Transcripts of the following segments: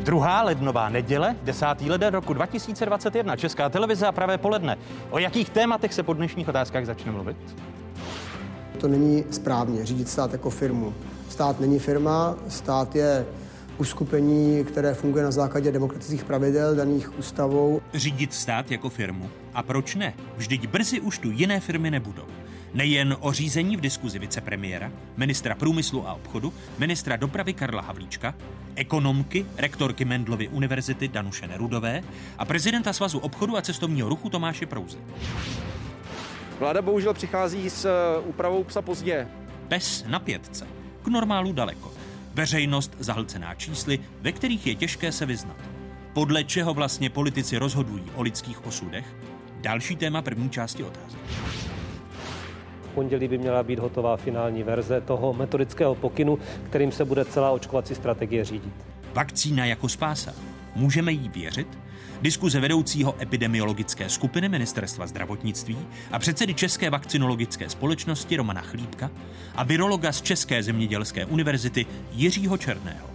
2. lednová neděle, 10. leden roku 2021, Česká televize a Pravé poledne. O jakých tématech se po dnešních otázkách začne mluvit? To není správně řídit stát jako firmu. Stát není firma, stát je uskupení, které funguje na základě demokratických pravidel daných ústavou. Řídit stát jako firmu? A proč ne? Vždyť brzy už tu jiné firmy nebudou. Nejen o řízení v diskuzi vicepremiéra, ministra průmyslu a obchodu, ministra dopravy Karla Havlíčka, ekonomky, rektorky Mendelovy univerzity Danuše Nerudové a prezidenta Svazu obchodu a cestovního ruchu Tomáše Prouzy. Vláda bohužel přichází s úpravou psa pozdě. Pes na 5. K normálu daleko. Veřejnost zahlcená čísly, ve kterých je těžké se vyznat. Podle čeho vlastně politici rozhodují o lidských osudech? Další téma první části otázek. V pondělí by měla být hotová finální verze toho metodického pokynu, kterým se bude celá očkovací strategie řídit. Vakcína jako spása. Můžeme jí věřit? Diskuze vedoucího epidemiologické skupiny Ministerstva zdravotnictví a předsedy České vakcinologické společnosti Romana Chlípka a virologa z České zemědělské univerzity Jiřího Černého.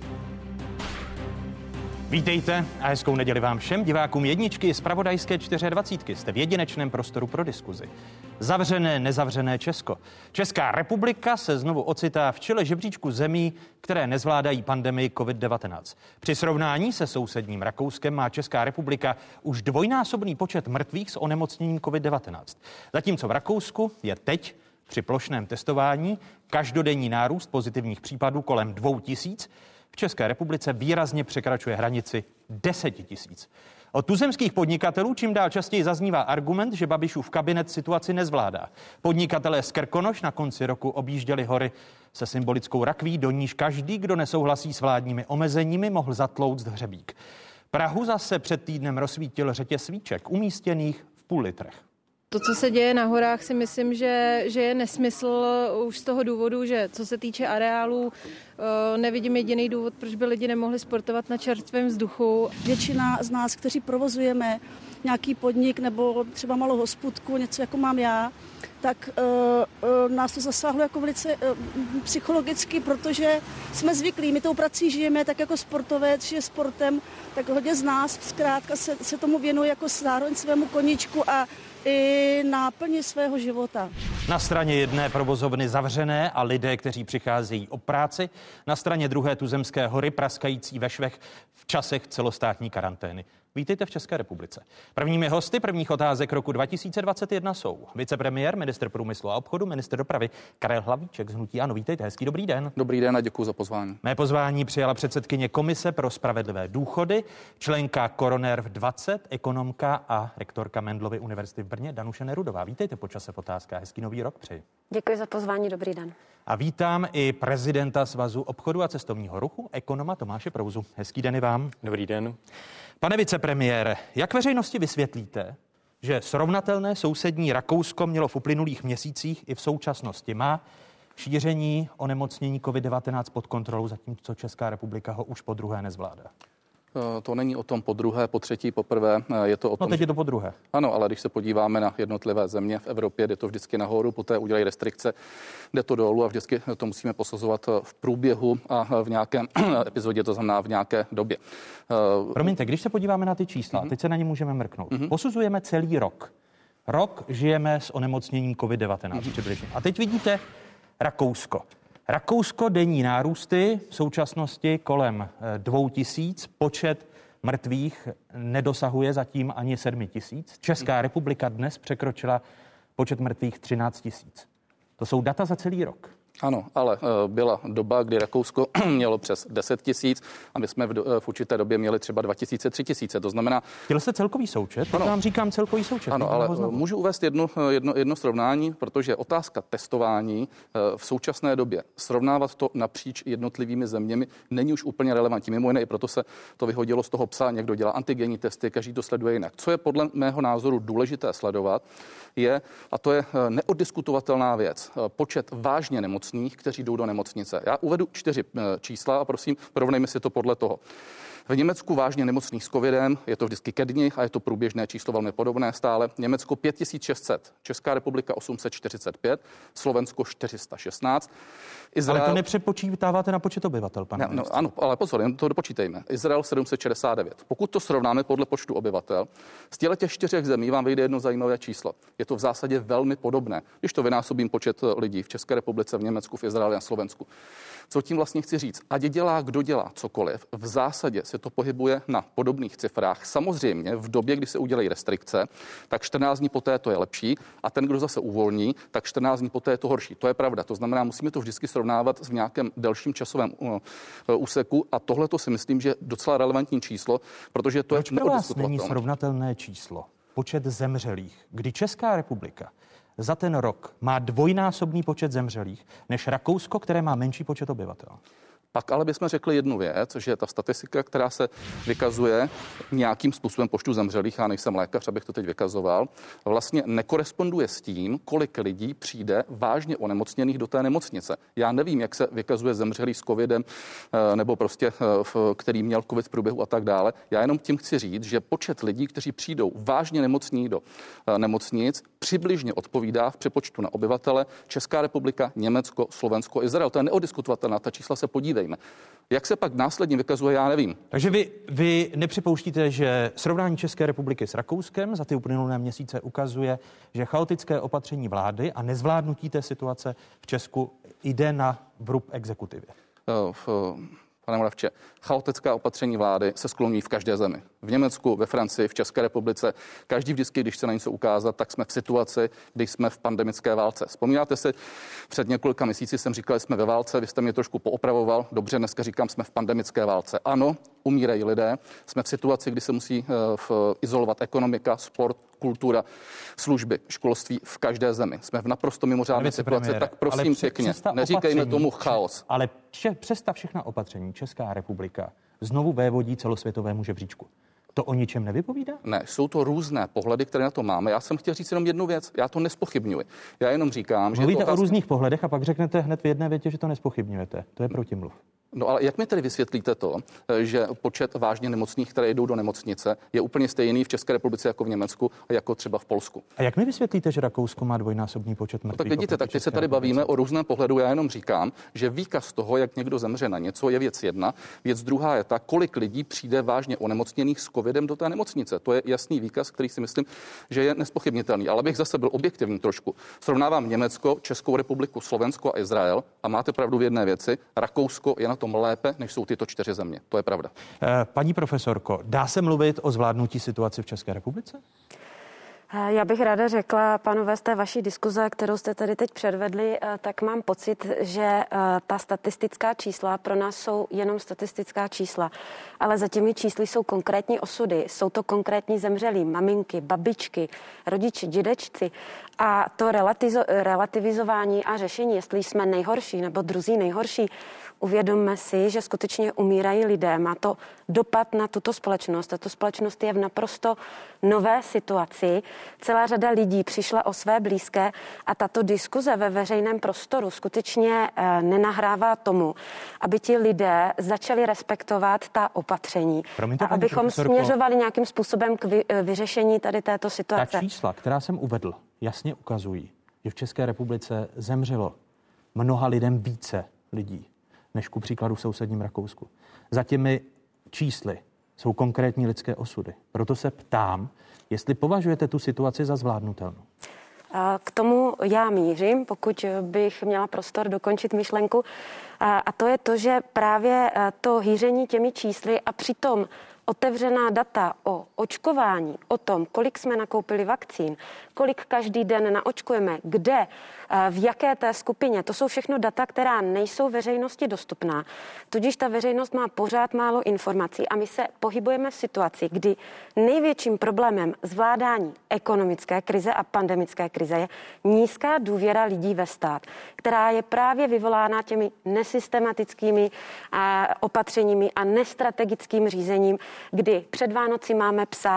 Vítejte a hezkou neděli vám všem divákům jedničky z zpravodajské 24. Jste v jedinečném prostoru pro diskuzi. Zavřené, nezavřené Česko. Česká republika se znovu ocitá v čele žebříčku zemí, které nezvládají pandemii COVID-19. Při srovnání se sousedním Rakouskem má Česká republika už dvojnásobný počet mrtvých s onemocněním COVID-19. Zatímco v Rakousku je teď při plošném testování každodenní nárůst pozitivních případů kolem 2000, v České republice výrazně překračuje hranici 10 000. Od tuzemských podnikatelů čím dál častěji zaznívá argument, že Babišův kabinet situaci nezvládá. Podnikatelé z Krkonoš na konci roku objížděli hory se symbolickou rakví, do níž každý, kdo nesouhlasí s vládními omezeními, mohl zatlouct hřebík. Prahu zase před týdnem rozsvítil řetěz svíček, umístěných v půl litrech. To, co se děje na horách, si myslím, že je nesmysl už z toho důvodu, že co se týče areálů, nevidím jediný důvod, proč by lidi nemohli sportovat na čerstvém vzduchu. Většina z nás, kteří provozujeme nějaký podnik nebo třeba malou hospůdku, něco jako mám já, tak nás to zasáhlo jako velice psychologicky, protože jsme zvyklí, my tou prací žijeme, tak jako sportovec žije sportem, tak hodně z nás zkrátka se tomu věnuje jako zároveň svému koníčku a i náplně svého života. Na straně jedné provozovny zavřené a lidé, kteří přicházejí o práci, na straně druhé tuzemské hory praskající ve švech v časech celostátní karantény. Vítejte v České republice. Prvními hosty prvních otázek roku 2021 jsou vicepremiér, ministr průmyslu a obchodu, ministr dopravy Karel Havlíček z hnutí ANO. Vítejte, hezký dobrý den. Dobrý den a děkuji za pozvání. Mé pozvání přijala předsedkyně Komise pro spravedlivé důchody, členka Koronerv 20, ekonomka a rektorka Mendelovy univerzity v Brně Danuše Nerudová. Vítejte po čase v otázkách. Hezký nový rok přeji. Děkuji za pozvání, dobrý den. A vítám i prezidenta Svazu obchodu a cestovního ruchu, ekonoma Tomáše Prouzu. Hezký den i vám. Dobrý den. Pane vicepremiére, jak veřejnosti vysvětlíte, že srovnatelné sousední Rakousko mělo v uplynulých měsících i v současnosti má šíření onemocnění COVID-19 pod kontrolou, zatímco Česká republika ho už po druhé nezvládá? To není o tom po druhé, po třetí, po prvé. Je to o tom, teď je to po druhé. Ano, ale když se podíváme na jednotlivé země v Evropě, jde to vždycky nahoru, poté udělají restrikce, jde to dolů a vždycky to musíme posazovat v průběhu a v nějaké epizodě, to znamená v nějaké době. Promiňte, když se podíváme na ty čísla, teď se na ně můžeme mrknout. Posuzujeme celý rok. Rok žijeme s onemocněním COVID-19 přibližně. A teď vidíte Rakousko. Rakousko denní nárůsty v současnosti kolem 2000, počet mrtvých nedosahuje zatím ani 7000. Česká republika dnes překročila počet mrtvých 13 000. To jsou data za celý rok. Ano, ale byla doba, kdy Rakousko mělo přes 10 000 a my jsme v určité době měli třeba 2000, 3000. To znamená... Chtěl jste celkový součet? Tak vám říkám celkový součet. Ano, ale můžu uvést jedno srovnání, protože otázka testování v současné době, srovnávat to napříč jednotlivými zeměmi, není už úplně relevantní. Mimo jiné i proto se to vyhodilo z toho psa, někdo dělá antigenní testy, každý to sleduje jinak. Co je podle mého názoru důležité sledovat, je, a to je neoddiskutovatelná věc, počet vážně nemocných, kteří jdou do nemocnice. Já uvedu 4 čísla a prosím, porovnejme si to podle toho. V Německu vážně nemocných s covidem, je to vždycky ke dni a je to průběžné číslo velmi podobné stále. Německo 5600, Česká republika 845, Slovensko 416. Izrael... Ale to nepřepočítáváte na počet obyvatel, pane ministře. Ano, ale pozor, jen to dopočítejme. Izrael 769. Pokud to srovnáme podle počtu obyvatel, z těch 4 zemí vám vyjde jedno zajímavé číslo. Je to v zásadě velmi podobné, když to vynásobím počet lidí v České republice, v Německu, v Izraeli a Slovensku. Co tím vlastně chci říct? Ať dělá, kdo dělá cokoliv, v zásadě se to pohybuje na podobných cifrách. Samozřejmě v době, kdy se udělají restrikce, tak 14 dní poté to je lepší a ten, kdo zase uvolní, tak 14 dní poté je to horší. To je pravda. To znamená, musíme to vždycky srovnávat v nějakém delším časovém úseku a tohle to si myslím, že je docela relevantní číslo, protože to Proč je pro vás není srovnatelné číslo? Počet zemřelých, kdy Česká republika za ten rok má dvojnásobný počet zemřelých než Rakousko, které má menší počet obyvatel. Pak ale bychom řekli jednu věc, že ta statistika, která se vykazuje nějakým způsobem počtu zemřelých, já nejsem lékař, abych to teď vykazoval, vlastně nekoresponduje s tím, kolik lidí přijde vážně onemocněných do té nemocnice. Já nevím, jak se vykazuje zemřelý s covidem nebo prostě který měl covid v průběhu a tak dále. Já jenom tím chci říct, že počet lidí, kteří přijdou vážně nemocní do nemocnic, přibližně odpovídá v přepočtu na obyvatele Česká republika, Německo, Slovensko, Izrael. To je neodiskutovatelná, ta čísla se podívejme. Jak se pak následně vykazuje, já nevím. Takže vy nepřipouštíte, že srovnání České republiky s Rakouskem za ty uplynulé měsíce ukazuje, že chaotické opatření vlády a nezvládnutí té situace v Česku jde na vrub exekutivě? Pane Moravče, chaotická opatření vlády se skloní v každé zemi. V Německu, ve Francii, v České republice. Každý vždycky, když chce na něco ukázat, tak jsme v situaci, kdy jsme v pandemické válce. Vzpomínáte si, před několika měsíci jsem říkal, že jsme ve válce, vy jste mě trošku poopravoval. Dobře, dneska říkám, jsme v pandemické válce. Ano, umírají lidé. Jsme v situaci, kdy se musí izolovat ekonomika, sport, kultura, služby, školství v každé zemi. Jsme v naprosto mimořádné situaci, tak prosím pěkně, neříkejme tomu chaos. Ale přes ta všechna opatření Česká republika znovu vévodí celosvětovému žebříčku. To o ničem nevypovídá? Ne, jsou to různé pohledy, které na to máme. Já jsem chtěl říct jenom jednu věc, já to nespochybňuji. Já jenom říkám, že mluvíte o různých pohledech a pak řeknete hned v jedné větě, že to nespochybňujete. To je protimluv. No ale jak mi tedy vysvětlíte to, že počet vážně nemocných, které jdou do nemocnice, je úplně stejný v České republice jako v Německu a jako třeba v Polsku? A jak mi vysvětlíte, že Rakousko má dvojnásobný počet mrtvých? Tak vidíte, tak teď se tady bavíme o různém pohledu. Já jenom říkám, že výkaz toho, jak někdo zemře na něco, je věc jedna. Věc druhá je ta, kolik lidí přijde vážně onemocněných s covidem do té nemocnice. To je jasný výkaz, který si myslím, že je nespochybnitelný. Ale abych zase byl objektivní trošku. Srovnávám Německo, Českou republiku, Slovensko a Izrael a máte pravdu v jedné věci. Rakousko je na tom lépe, než jsou tyto 4 země. To je pravda. Paní profesorko, dá se mluvit o zvládnutí situace v České republice? Já bych ráda řekla, pánové, z té vaší diskuze, kterou jste tady teď předvedli, tak mám pocit, že ta statistická čísla pro nás jsou jenom statistická čísla. Ale za těmi čísly jsou konkrétní osudy, jsou to konkrétní zemřelí, maminky, babičky, rodiči, dědečci. A to relativizování a řešení, jestli jsme nejhorší nebo druzí nejhorší, uvědomme si, že skutečně umírají lidé. Má to dopad na tuto společnost. Tato společnost je v naprosto nové situaci. Celá řada lidí přišla o své blízké a tato diskuze ve veřejném prostoru skutečně nenahrává tomu, aby ti lidé začali respektovat ta opatření. Promiňte, a abychom směřovali nějakým způsobem k vyřešení tady této situace. Ta čísla, která jsem uvedl, jasně ukazují, že v České republice zemřelo mnoha lidem více lidí, než ku příkladu v sousedním Rakousku. Za těmi čísly jsou konkrétní lidské osudy. Proto se ptám, jestli považujete tu situaci za zvládnutelnou. K tomu já mířím, pokud bych měla prostor dokončit myšlenku. A to je to, že právě to hýření těmi čísly a přitom otevřená data o očkování, o tom, kolik jsme nakoupili vakcín, kolik každý den naočkujeme, kde, v jaké té skupině, to jsou všechno data, která nejsou veřejnosti dostupná. Tudíž ta veřejnost má pořád málo informací a my se pohybujeme v situaci, kdy největším problémem zvládání ekonomické krize a pandemické krize je nízká důvěra lidí ve stát, která je právě vyvolána těmi nesystematickými opatřeními a nestrategickým řízením, kdy před Vánoci máme psa,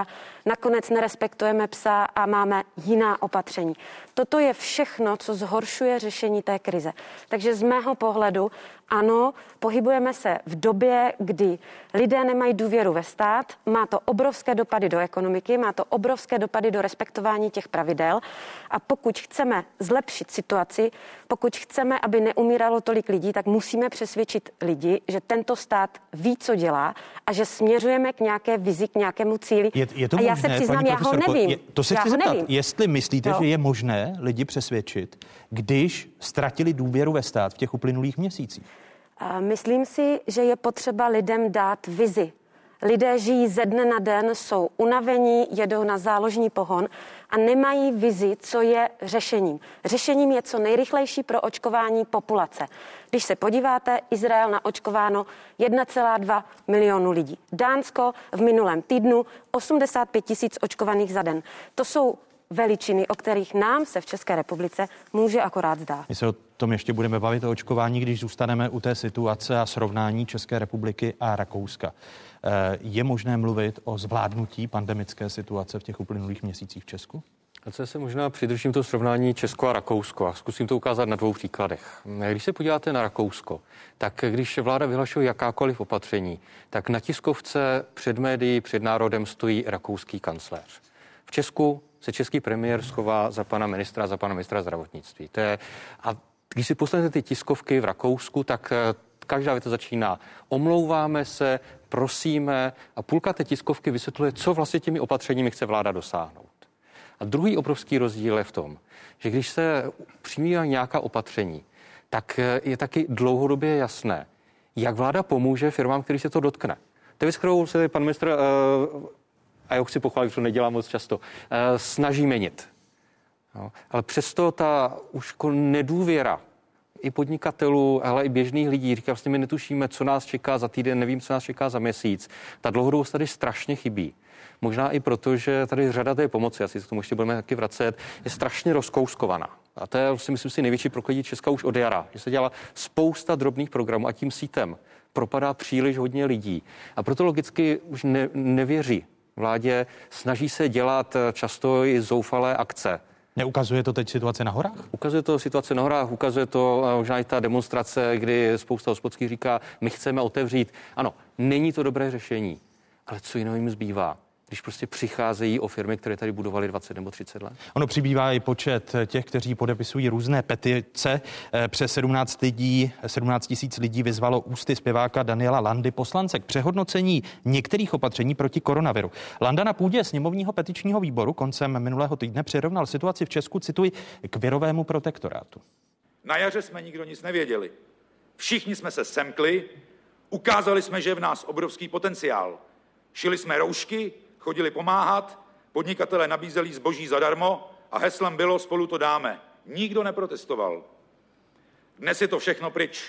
nakonec nerespektujeme psa a máme jiná opatření. Toto je všechno, co zhoršuje řešení té krize. Takže z mého pohledu, ano, pohybujeme se v době, kdy lidé nemají důvěru ve stát, má to obrovské dopady do ekonomiky, má to obrovské dopady do respektování těch pravidel a pokud chceme zlepšit situaci, pokud chceme, aby neumíralo tolik lidí, tak musíme přesvědčit lidi, že tento stát ví, co dělá a že směřujeme k nějaké vizi, k nějakému cíli. Je to a já možné, se přiznám, já ho nevím. To se chci zeptat, jestli myslíte, že je možné lidi přesvědčit, když ztratili důvěru ve stát v těch uplynulých měsících? Myslím si, že je potřeba lidem dát vizi. Lidé žijí ze dne na den, jsou unavení, jedou na záložní pohon a nemají vizi, co je řešením. Řešením je co nejrychlejší proočkování populace. Když se podíváte, Izrael naočkováno 1,2 milionu lidí. Dánsko v minulém týdnu 85 000 očkovaných za den. To jsou veličiny, o kterých nám se v České republice může akorát zdát. My se o tom ještě budeme bavit o očkování, když zůstaneme u té situace a srovnání České republiky a Rakouska. Je možné mluvit o zvládnutí pandemické situace v těch uplynulých měsících v Česku? A co se možná přidržím to srovnání Česko a Rakousko a zkusím to ukázat na 2 příkladech. Když se podíváte na Rakousko, tak když vláda vyhlašuje jakákoliv opatření, tak na tiskovce před médií, před národem stojí rakouský kancléř. V Česku se český premiér schová za pana ministra zdravotnictví. A když si poslechnete ty tiskovky v Rakousku, tak každá věta začíná omlouváme se, prosíme a půlka té tiskovky vysvětluje, co vlastně těmi opatřeními chce vláda dosáhnout. A druhý obrovský rozdíl je v tom, že když se přijímají nějaká opatření, tak je taky dlouhodobě jasné, jak vláda pomůže firmám, který se to dotkne. To je věc, kterou se pan ministr a já ho chci pochválit, to nedělám moc často, snaží měnit. No, ale přesto ta už nedůvěra i podnikatelů, ale i běžných lidí, říká, vlastně my netušíme, co nás čeká za týden, nevím, co nás čeká za měsíc. Ta dlouhodobost tady strašně chybí. Možná i proto, že tady řada té pomoci, asi se k tomu ještě budeme taky vracet, je strašně rozkouskovaná. A to je, myslím si, největší prokletí Česka už od jara, že se dělala spousta drobných programů a tím sítem propadá příliš hodně lidí. A proto logicky už nevěří vládě, snaží se dělat často i zoufalé akce. Neukazuje to teď situace na horách? Ukazuje to situace na horách, ukazuje to možná i ta demonstrace, kdy spousta hospodských říká, my chceme otevřít. Ano, není to dobré řešení, ale co jiného jim zbývá, když prostě přicházejí o firmy, které tady budovaly 20 nebo 30 let? Ono přibývá i počet těch, kteří podepisují různé petice. Přes 17 000 lidí vyzvalo ústy zpěváka Daniela Landy poslance k přehodnocení některých opatření proti koronaviru. Landa na půdě sněmovního petičního výboru koncem minulého týdne přirovnal situaci v Česku, cituji, k virovému protektorátu. Na jaře jsme nikdo nic nevěděli. Všichni jsme se semkli, ukázali jsme, že je v nás obrovský potenciál. Šili jsme roušky, chodili pomáhat, podnikatelé nabízeli zboží zadarmo a heslem bylo spolu to dáme. Nikdo neprotestoval. Dnes je to všechno pryč.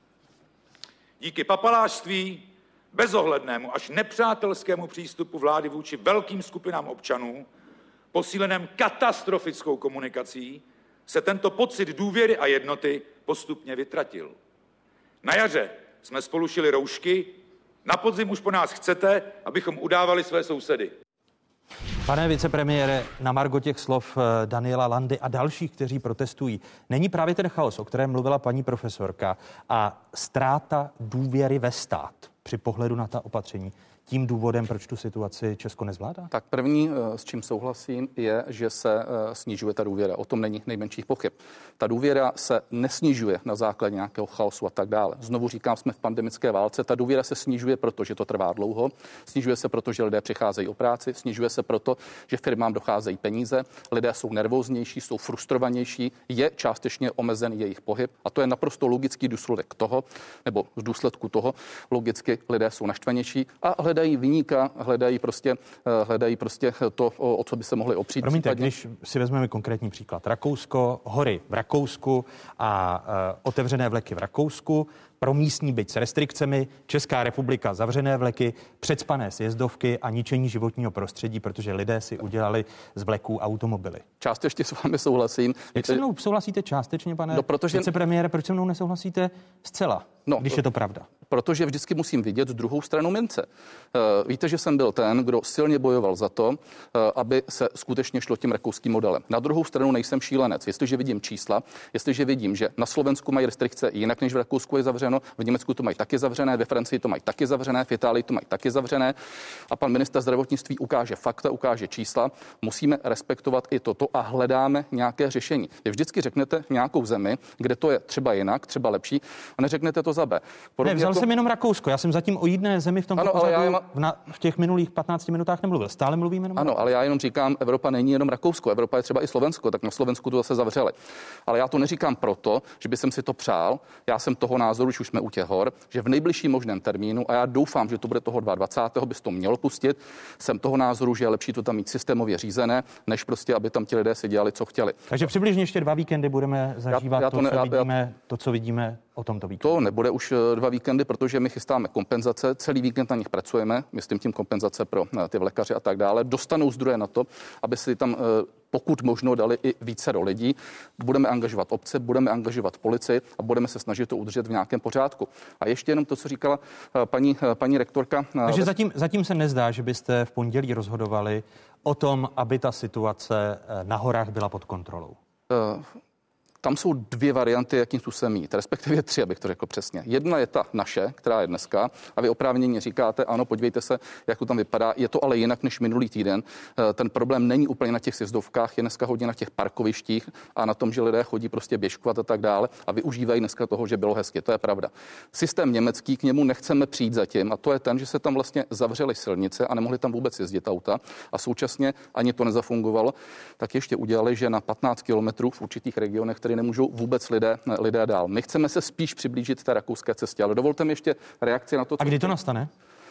Díky papalášství, bezohlednému až nepřátelskému přístupu vlády vůči velkým skupinám občanů, posíleném katastrofickou komunikací, se tento pocit důvěry a jednoty postupně vytratil. Na jaře jsme spolu šili roušky, na podzim už po nás chcete, abychom udávali své sousedy. Pane vicepremiére, na margo těch slov Daniela Landy a dalších, kteří protestují, není právě ten chaos, o kterém mluvila paní profesorka, a ztráta důvěry ve stát při pohledu na ta opatření tím důvodem, proč tu situaci Česko nezvládá? Tak první, s čím souhlasím, je, že se snižuje ta důvěra. O tom není nejmenších pochyb. Ta důvěra se nesnižuje na základě nějakého chaosu a tak dále. Znovu říkám, jsme v pandemické válce. Ta důvěra se snižuje, protože to trvá dlouho. Snižuje se, protože lidé přicházejí o práci. Snižuje se proto, že firmám docházejí peníze. Lidé jsou nervóznější, jsou frustrovanější. Je částečně omezen jejich pohyb. A to je naprosto logický důsledek toho, nebo z důsledku toho logicky lidé jsou naštvanější a hledají viníka, hledají prostě to, o co by se mohli opřít. Promiňte, když si vezmeme konkrétní příklad. Rakousko, hory v Rakousku a otevřené vleky v Rakousku. pro místní byt s restrikcemi, Česká republika zavřené vleky, předspané sjezdovky a ničení životního prostředí, protože lidé si udělali z vleků automobily. Částečně s vámi souhlasím. Jak se mnou souhlasíte částečně, pane vicepremiére, proč se mnou nesouhlasíte zcela, když je to pravda? Protože vždycky musím vidět druhou stranu mince. Víte, že jsem byl ten, kdo silně bojoval za to, aby se skutečně šlo tím rakouským modelem. Na druhou stranu nejsem šílenec. Jestliže vidím čísla, jestliže vidím, že na Slovensku mají restrikce jinak než v Rakousku je zavřeno, v Německu to mají taky zavřené, ve Francii to mají taky zavřené, v Itálii to mají taky zavřené a pan ministr zdravotnictví ukáže fakta, ukáže čísla, musíme respektovat i toto a hledáme nějaké řešení. Vy vždycky řeknete nějakou zemi, kde to je třeba jinak, třeba lepší a neřeknete to za B. Vzal jsem jenom Rakousko. Já jsem zatím o jedné zemi v tom pořadu v těch minulých 15 minutách nemluvil. Stále mluvíme jenom. Ano, ale já jenom říkám, Evropa není jenom Rakousko, Evropa je třeba i Slovensko, tak na Slovensku to zase zavřeli. Ale já to neříkám proto, že by jsem si to přál. Já jsem toho názoru, že už jsme u těch hor, že v nejbližším možném termínu, a já doufám, že to bude toho 22. by se to mělo pustit, jsem toho názoru, že je lepší to tam mít systémově řízené, než prostě, aby tam ti lidé si dělali, co chtěli. Takže přibližně ještě 2 víkendy budeme zažívat to, co vidíme o tomto víkendu. To nebude už 2 víkendy, protože my chystáme kompenzace, celý víkend na nich pracujeme, myslím tím kompenzace pro ty vlekaře a tak dále. Dostanou zdroje na to, aby si tam pokud možno dali i více do lidí. Budeme angažovat obce, budeme angažovat policii a budeme se snažit to udržet v nějakém pořádku. A ještě jenom to, co říkala paní rektorka. Takže zatím se nezdá, že byste v pondělí rozhodovali o tom, aby ta situace na horách byla pod kontrolou. Tam jsou 2 varianty, jakým způsobem jít, respektive 3, abych to řekl přesně. Jedna je ta naše, která je dneska, a vy oprávněně říkáte, ano, podívejte se, jak to tam vypadá. Je to ale jinak než minulý týden. Ten problém není úplně na těch sjezdovkách, je dneska hodně na těch parkovištích a na tom, že lidé chodí prostě běžkovat a tak dále a využívají dneska toho, že bylo hezky. To je pravda. Systém německý, k němu nechceme přijít zatím, a to je ten, že se tam vlastně zavřely silnice a nemohli tam vůbec jezdit auta a současně ani to nezafungovalo, tak ještě udělali, že na 15 kilometrů v určitých regionech nemůžou vůbec lidé dál. My chceme se spíš přiblížit té rakouské cestě, ale dovolte mi ještě reakci na to. A kdy to nastane?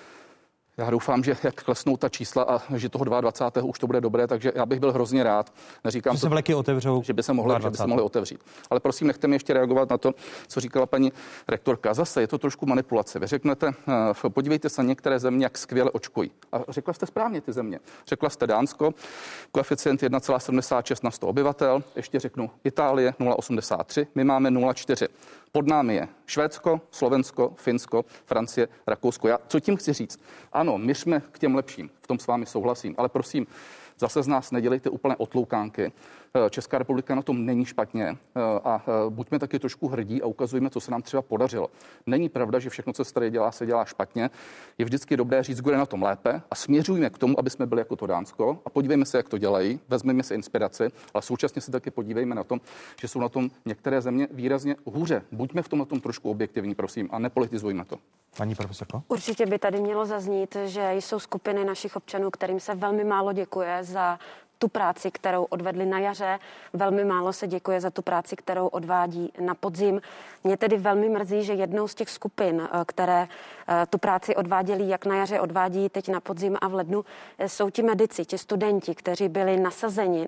Já doufám, že jak klesnou ta čísla a že toho 22. už to bude dobré, takže já bych byl hrozně rád. Neříkám, že se vleky otevřou, že by se mohly otevřít. Ale prosím, nechte mi ještě reagovat na to, co říkala paní rektorka. Zase je to trošku manipulace. Vy řeknete, podívejte se na některé země, jak skvěle očkují. A řekla jste správně ty země. Řekla jste Dánsko, koeficient 1,76 na 100 obyvatel, ještě řeknu Itálie 0,83, my máme 0,4. Pod námi je Švédsko, Slovensko, Finsko, Francie, Rakousko. Co tím chci říct? Ano, my jsme k těm lepším, v tom s vámi souhlasím, ale prosím, zase z nás nedělejte úplné otloukánky. Česká republika na tom není špatně a buďme taky trošku hrdí a ukazujme, co se nám třeba podařilo. Není pravda, že všechno, co se tady dělá, se dělá špatně. Je vždycky dobré říct, kdo je na tom lépe a směřujme k tomu, aby jsme byli jako to Dánsko a podívejme se, jak to dělají, vezmeme si inspiraci, ale současně si taky podívejme na tom, že jsou na tom některé země výrazně hůře. Buďme v tom na tom trošku objektivní, prosím, a nepolitizujme to. Paní profesorko? Určitě by tady mělo zaznít, že jsou skupiny našich občanů, kterým se velmi málo děkuje za tu práci, kterou odvedli na jaře. Velmi málo se děkuje za tu práci, kterou odvádí na podzim. Mě tedy velmi mrzí, že jednou z těch skupin, které tu práci odváděli jak na jaře, odvádí teď na podzim a v lednu, jsou ti medici, ti studenti, kteří byli nasazeni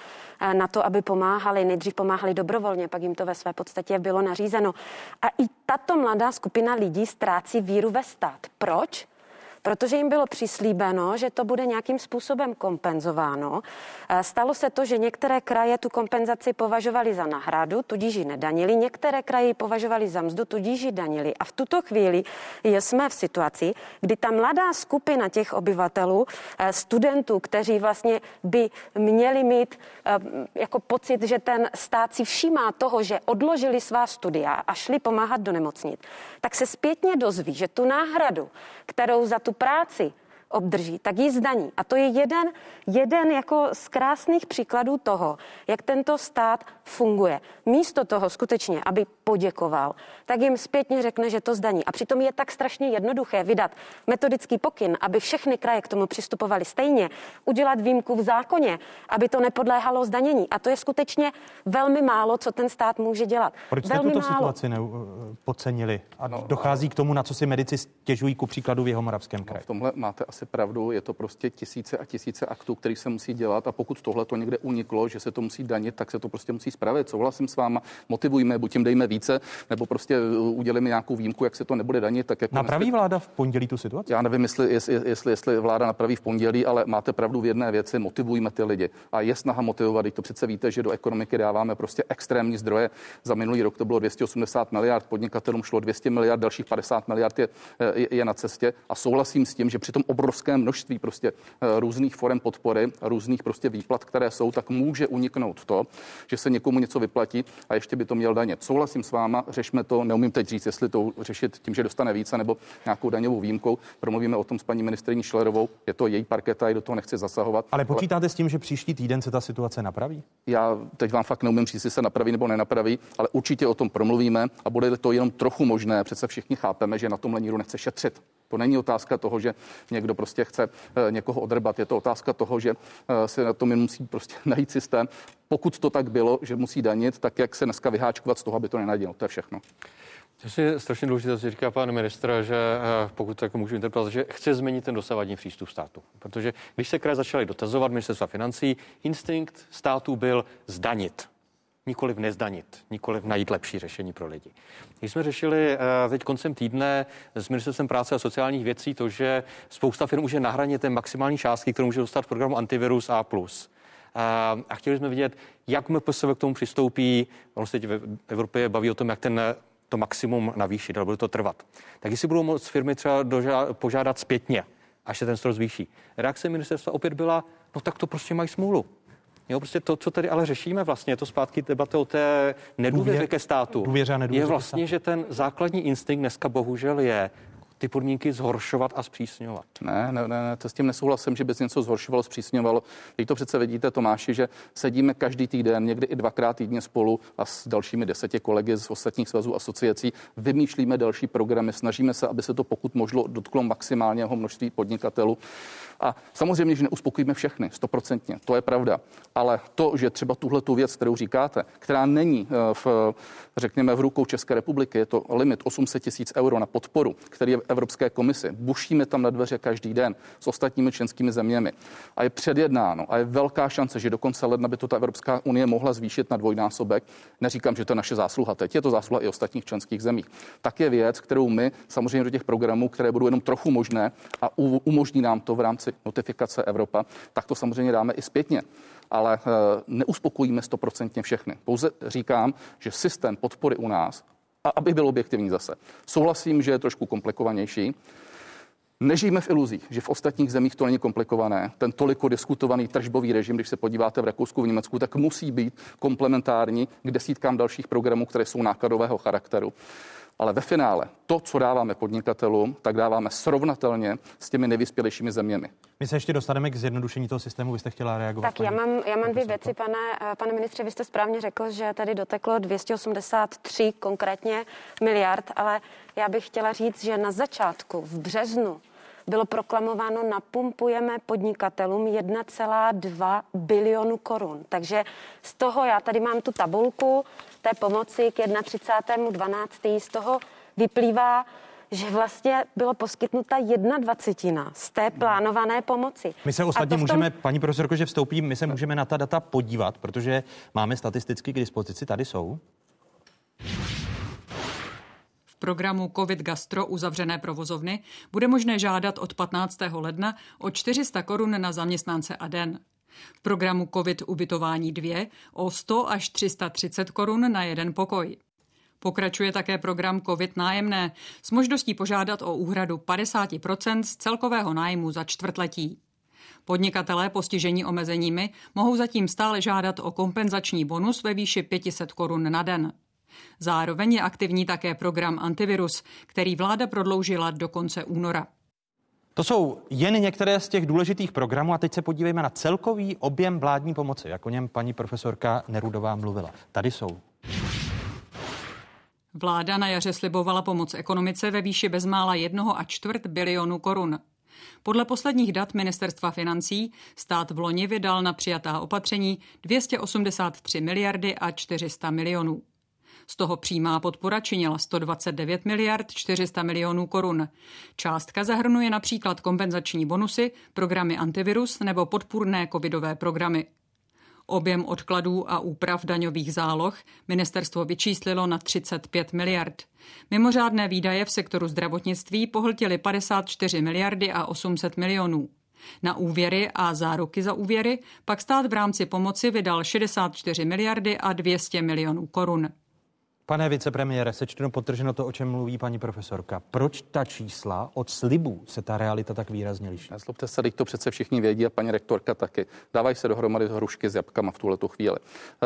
na to, aby pomáhali. Nejdřív pomáhali dobrovolně, pak jim to ve své podstatě bylo nařízeno. A i tato mladá skupina lidí ztrácí víru ve stát. Proč? Protože jim bylo přislíbeno, že to bude nějakým způsobem kompenzováno. Stalo se to, že některé kraje tu kompenzaci považovali za náhradu, tudíž ji nedanili, některé kraje ji považovali za mzdu, tudíž ji danili. A v tuto chvíli jsme v situaci, kdy ta mladá skupina těch obyvatelů, studentů, kteří vlastně by měli mít jako pocit, že ten stát si všímá toho, že odložili svá studia a šli pomáhat do nemocnic, tak se zpětně dozví, že tu náhradu, kterou za tu práci obdrží, tak ji zdaní. A to je jeden jako z krásných příkladů toho, jak tento stát funguje. Místo toho skutečně, aby poděkoval, tak jim zpětně řekne, že to zdaní. A přitom je tak strašně jednoduché vydat metodický pokyn, aby všechny kraje k tomu přistupovaly stejně, udělat výjimku v zákoně, aby to nepodléhalo zdanění. A to je skutečně velmi málo, co ten stát může dělat. Proč jste tuto situaci podcenili? A dochází k tomu, na co si medici stěžují, ku příkladu v Jihomoravském kraji? V tomhle máte si pravdu, je to prostě tisíce a tisíce aktů, který se musí dělat a pokud tohle to někde uniklo, že se to musí danit, tak se to prostě musí spravit. Souhlasím s váma, motivujme, buď jim dejme více, nebo prostě udělíme nějakou výjimku, jak se to nebude danit. Tak jako napraví vláda v pondělí tu situaci? Já nevím, jestli vláda napraví v pondělí, ale máte pravdu v jedné věci, motivujme ty lidi. A je snaha motivovat, to přece víte, že do ekonomiky dáváme prostě extrémní zdroje. Za minulý rok to bylo 280 miliard, podnikatelům šlo 200 miliard, dalších 50 miliard je na cestě a souhlasím s tím, že při tom obrovském množství prostě různých forem podpory, různých prostě výplat, které jsou, tak může uniknout to, že se někomu něco vyplatí a ještě by to měl danit. Souhlasím s váma, řešme to, neumím teď říct, jestli to řešit tím, že dostane více nebo nějakou daňovou výjimkou. Promluvíme o tom s paní ministryní Schillerovou, je to její parketa, i do toho nechci zasahovat. Ale počítáte s tím, že příští týden se ta situace napraví? Já teď vám fakt neumím říct, jestli se napraví nebo nenapraví, ale určitě o tom promluvíme a bude to jenom trochu možné. Přece všichni chápeme, že na tomhle nikdo nechce šetřit. To není otázka toho, že někdo prostě chce někoho odrbat. Je to otázka toho, že se na tom musí prostě najít systém. Pokud to tak bylo, že musí danit, tak jak se dneska vyháčkovat z toho, aby to nenadilo. To je všechno. To je strašně důležité, co říká pan ministr, že pokud tak můžu interpretovat, že chce změnit ten dosavadní přístup státu. Protože když se kraje začaly dotazovat ministerstva financí, instinkt státu byl zdanit. Nikoliv nezdanit, nikoliv najít lepší řešení pro lidi. Když jsme řešili teď koncem týdne s ministerstvem práce a sociálních věcí to, že spousta firm už je na hraně té maximální částky, kterou může dostat v programu Antivirus A+. A chtěli jsme vidět, jak MPSV k tomu přistoupí. On se teď v Evropě baví o tom, jak to maximum navýšit, ale bude to trvat. Tak jestli budou moct firmy třeba požádat zpětně, až se ten strop zvýší. Reakce ministerstva opět byla, no tak to prostě mají smůlu. Jo, prostě to, co tady ale řešíme vlastně, je to zpátky debata o té nedůvěře ke státu. Je vlastně, že ten základní instinkt dneska bohužel je ty podmínky zhoršovat a zpřísňovat. Ne, to s tím nesouhlasím, že by se něco zhoršovalo, zpřísňovalo. Teď to přece vidíte, Tomáši, že sedíme každý týden, někdy i 2krát týdně spolu a s dalšími 10 kolegy z ostatních svazů asociací vymýšlíme další programy, snažíme se, aby se to pokud možno dotklo maximálního množství podnikatelů. A samozřejmě, že neuspokojíme všechny, 100%, to je pravda. Ale to, že třeba tuhletu věc, kterou říkáte, která není řekněme v rukou České republiky, je to limit 800 000 euro na podporu, který je v Evropské komisi. Bušíme tam na dveře každý den s ostatními členskými zeměmi. A je předjednáno a je velká šance, že do konce ledna by to ta Evropská unie mohla zvýšit na dvojnásobek. Neříkám, že to je naše zásluha teď, je to zásluha i ostatních členských zemí. Tak je věc, kterou my samozřejmě do těch programů, které budou jenom trochu možné a umožní nám to v rámci notifikace Evropa, tak to samozřejmě dáme i zpětně. Ale neuspokojíme 100% všechny. Pouze říkám, že systém podpory u nás, a aby byl objektivní zase, souhlasím, že je trošku komplikovanější. Nežijeme v iluzích, že v ostatních zemích to není komplikované. Ten toliko diskutovaný tržbový režim, když se podíváte v Rakousku, v Německu, tak musí být komplementární k desítkám dalších programů, které jsou nákladového charakteru. Ale ve finále to, co dáváme podnikatelům, tak dáváme srovnatelně s těmi nejvyspělejšími zeměmi. My se ještě dostaneme k zjednodušení toho systému. Vy jste chtěla reagovat? Tak já mám dvě věci, pane ministře. Vy jste správně řekl, že tady doteklo 283 konkrétně miliard, ale já bych chtěla říct, že na začátku v březnu bylo proklamováno, napumpujeme podnikatelům 1,2 bilionu korun. Takže z toho, já tady mám tu tabulku té pomoci k 31.12. Z toho vyplývá, že vlastně bylo poskytnuta 1/20 z té plánované pomoci. My se ostatně můžeme, paní profesorko, že vstoupí, my se můžeme na ta data podívat, protože máme statisticky k dispozici, tady jsou. V programu COVID Gastro uzavřené provozovny bude možné žádat od 15. ledna o 400 korun na zaměstnance a den. V programu COVID ubytování 2 o 100 až 330 korun na jeden pokoj. Pokračuje také program COVID nájemné s možností požádat o úhradu 50% z celkového nájmu za čtvrtletí. Podnikatelé postižení omezeními mohou zatím stále žádat o kompenzační bonus ve výši 500 korun na den. Zároveň je aktivní také program Antivirus, který vláda prodloužila do konce února. To jsou jen některé z těch důležitých programů a teď se podívejme na celkový objem vládní pomoci, jak o něm paní profesorka Nerudová mluvila. Tady jsou. Vláda na jaře slibovala pomoc ekonomice ve výši bezmála 1,25 bilionu korun. Podle posledních dat Ministerstva financí stát v loni vydal na přijatá opatření 283 miliardy a 400 milionů. Z toho přímá podpora činila 129 miliard 400 milionů korun. Částka zahrnuje například kompenzační bonusy, programy antivirus nebo podpůrné covidové programy. Objem odkladů a úprav daňových záloh ministerstvo vyčíslilo na 35 miliard. Mimořádné výdaje v sektoru zdravotnictví pohltily 54 miliardy a 800 milionů. Na úvěry a záruky za úvěry pak stát v rámci pomoci vydal 64 miliardy a 200 milionů korun. Pane vicepremiére, sečteno podtrženo to, o čem mluví paní profesorka. Proč ta čísla od slibů se ta realita tak výrazně liší? Nezlobte se, teď to přece všichni vědí a paní rektorka taky. Dávají se dohromady hrušky s jabkama v tuhletu chvíli.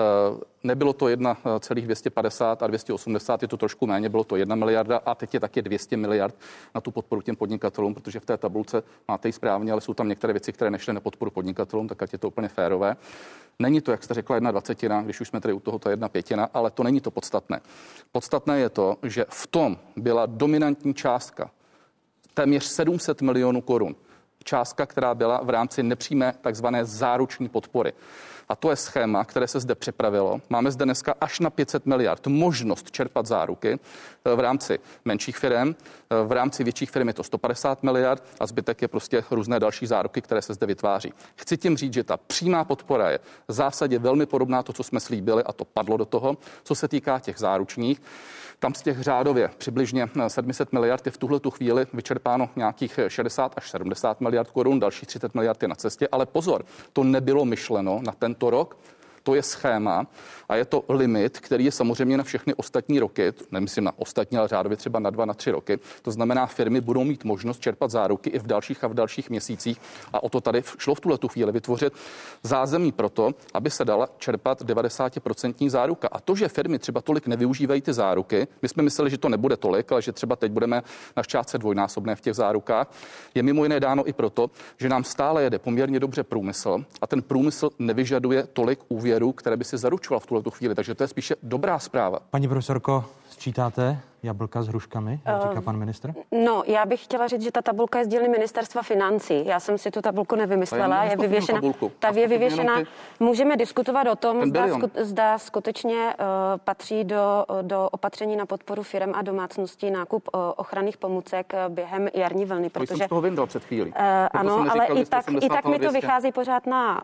Nebylo to 1,250 a 280, je to trošku méně, bylo to 1 miliarda a teď je taky 200 miliard na tu podporu těm podnikatelům, protože v té tabulce máte ji správně, ale jsou tam některé věci, které nešly na podporu podnikatelům, tak ať je to úplně férové. Není to, jak jste řekla, 1,20, když už jsme tady u toho, to je 1,5, ale to není to podstatné. Podstatné je to, že v tom byla dominantní částka téměř 700 milionů korun. Částka, která byla v rámci nepřímé takzvané záruční podpory. A to je schéma, které se zde připravilo. Máme zde dneska až na 500 miliard možnost čerpat záruky v rámci menších firm. V rámci větších firm je to 150 miliard a zbytek je prostě různé další záruky, které se zde vytváří. Chci tím říct, že ta přímá podpora je v zásadě velmi podobná to, co jsme slíbili, a to padlo do toho. Co se týká těch záručních, tam z těch řádově přibližně 700 miliard je v tuhletu chvíli vyčerpáno nějakých 60 až 70 miliard korun, dalších 30 miliard je na cestě, ale pozor, to nebylo myšleno na tento rok. To je schéma a je to limit, který je samozřejmě na všechny ostatní roky, nemyslím na ostatní, ale řádově třeba na 2, na 3 roky. To znamená, firmy budou mít možnost čerpat záruky i v dalších měsících a o to tady šlo v tuhletu chvíli vytvořit zázemí pro to, aby se dala čerpat 90% záruka. A to, že firmy třeba tolik nevyužívají ty záruky, my jsme mysleli, že to nebude tolik, ale že třeba teď budeme na částce dvojnásobné v těch zárukách, je mimo jiné dáno i proto, že nám stále jede poměrně dobře průmysl a ten průmysl nevyžaduje tolik úvěrů, které by si zaručoval v tuhletu chvíli. Takže to je spíše dobrá zpráva. Paní profesorko, sčítáte jablka s hruškami, jak říká pan ministr? No, já bych chtěla říct, že ta tabulka je z dílny ministerstva financí. Já jsem si tu tabulku nevymyslela, je vyvěšena. Ta je vyvěšena. Můžeme diskutovat o tom, zda skutečně patří do opatření na podporu firem a domácností nákup ochranných pomůcek během jarní vlny, protože jsem z toho vyndal před chvílí. Ano, ale i tak mi to vychází pořád na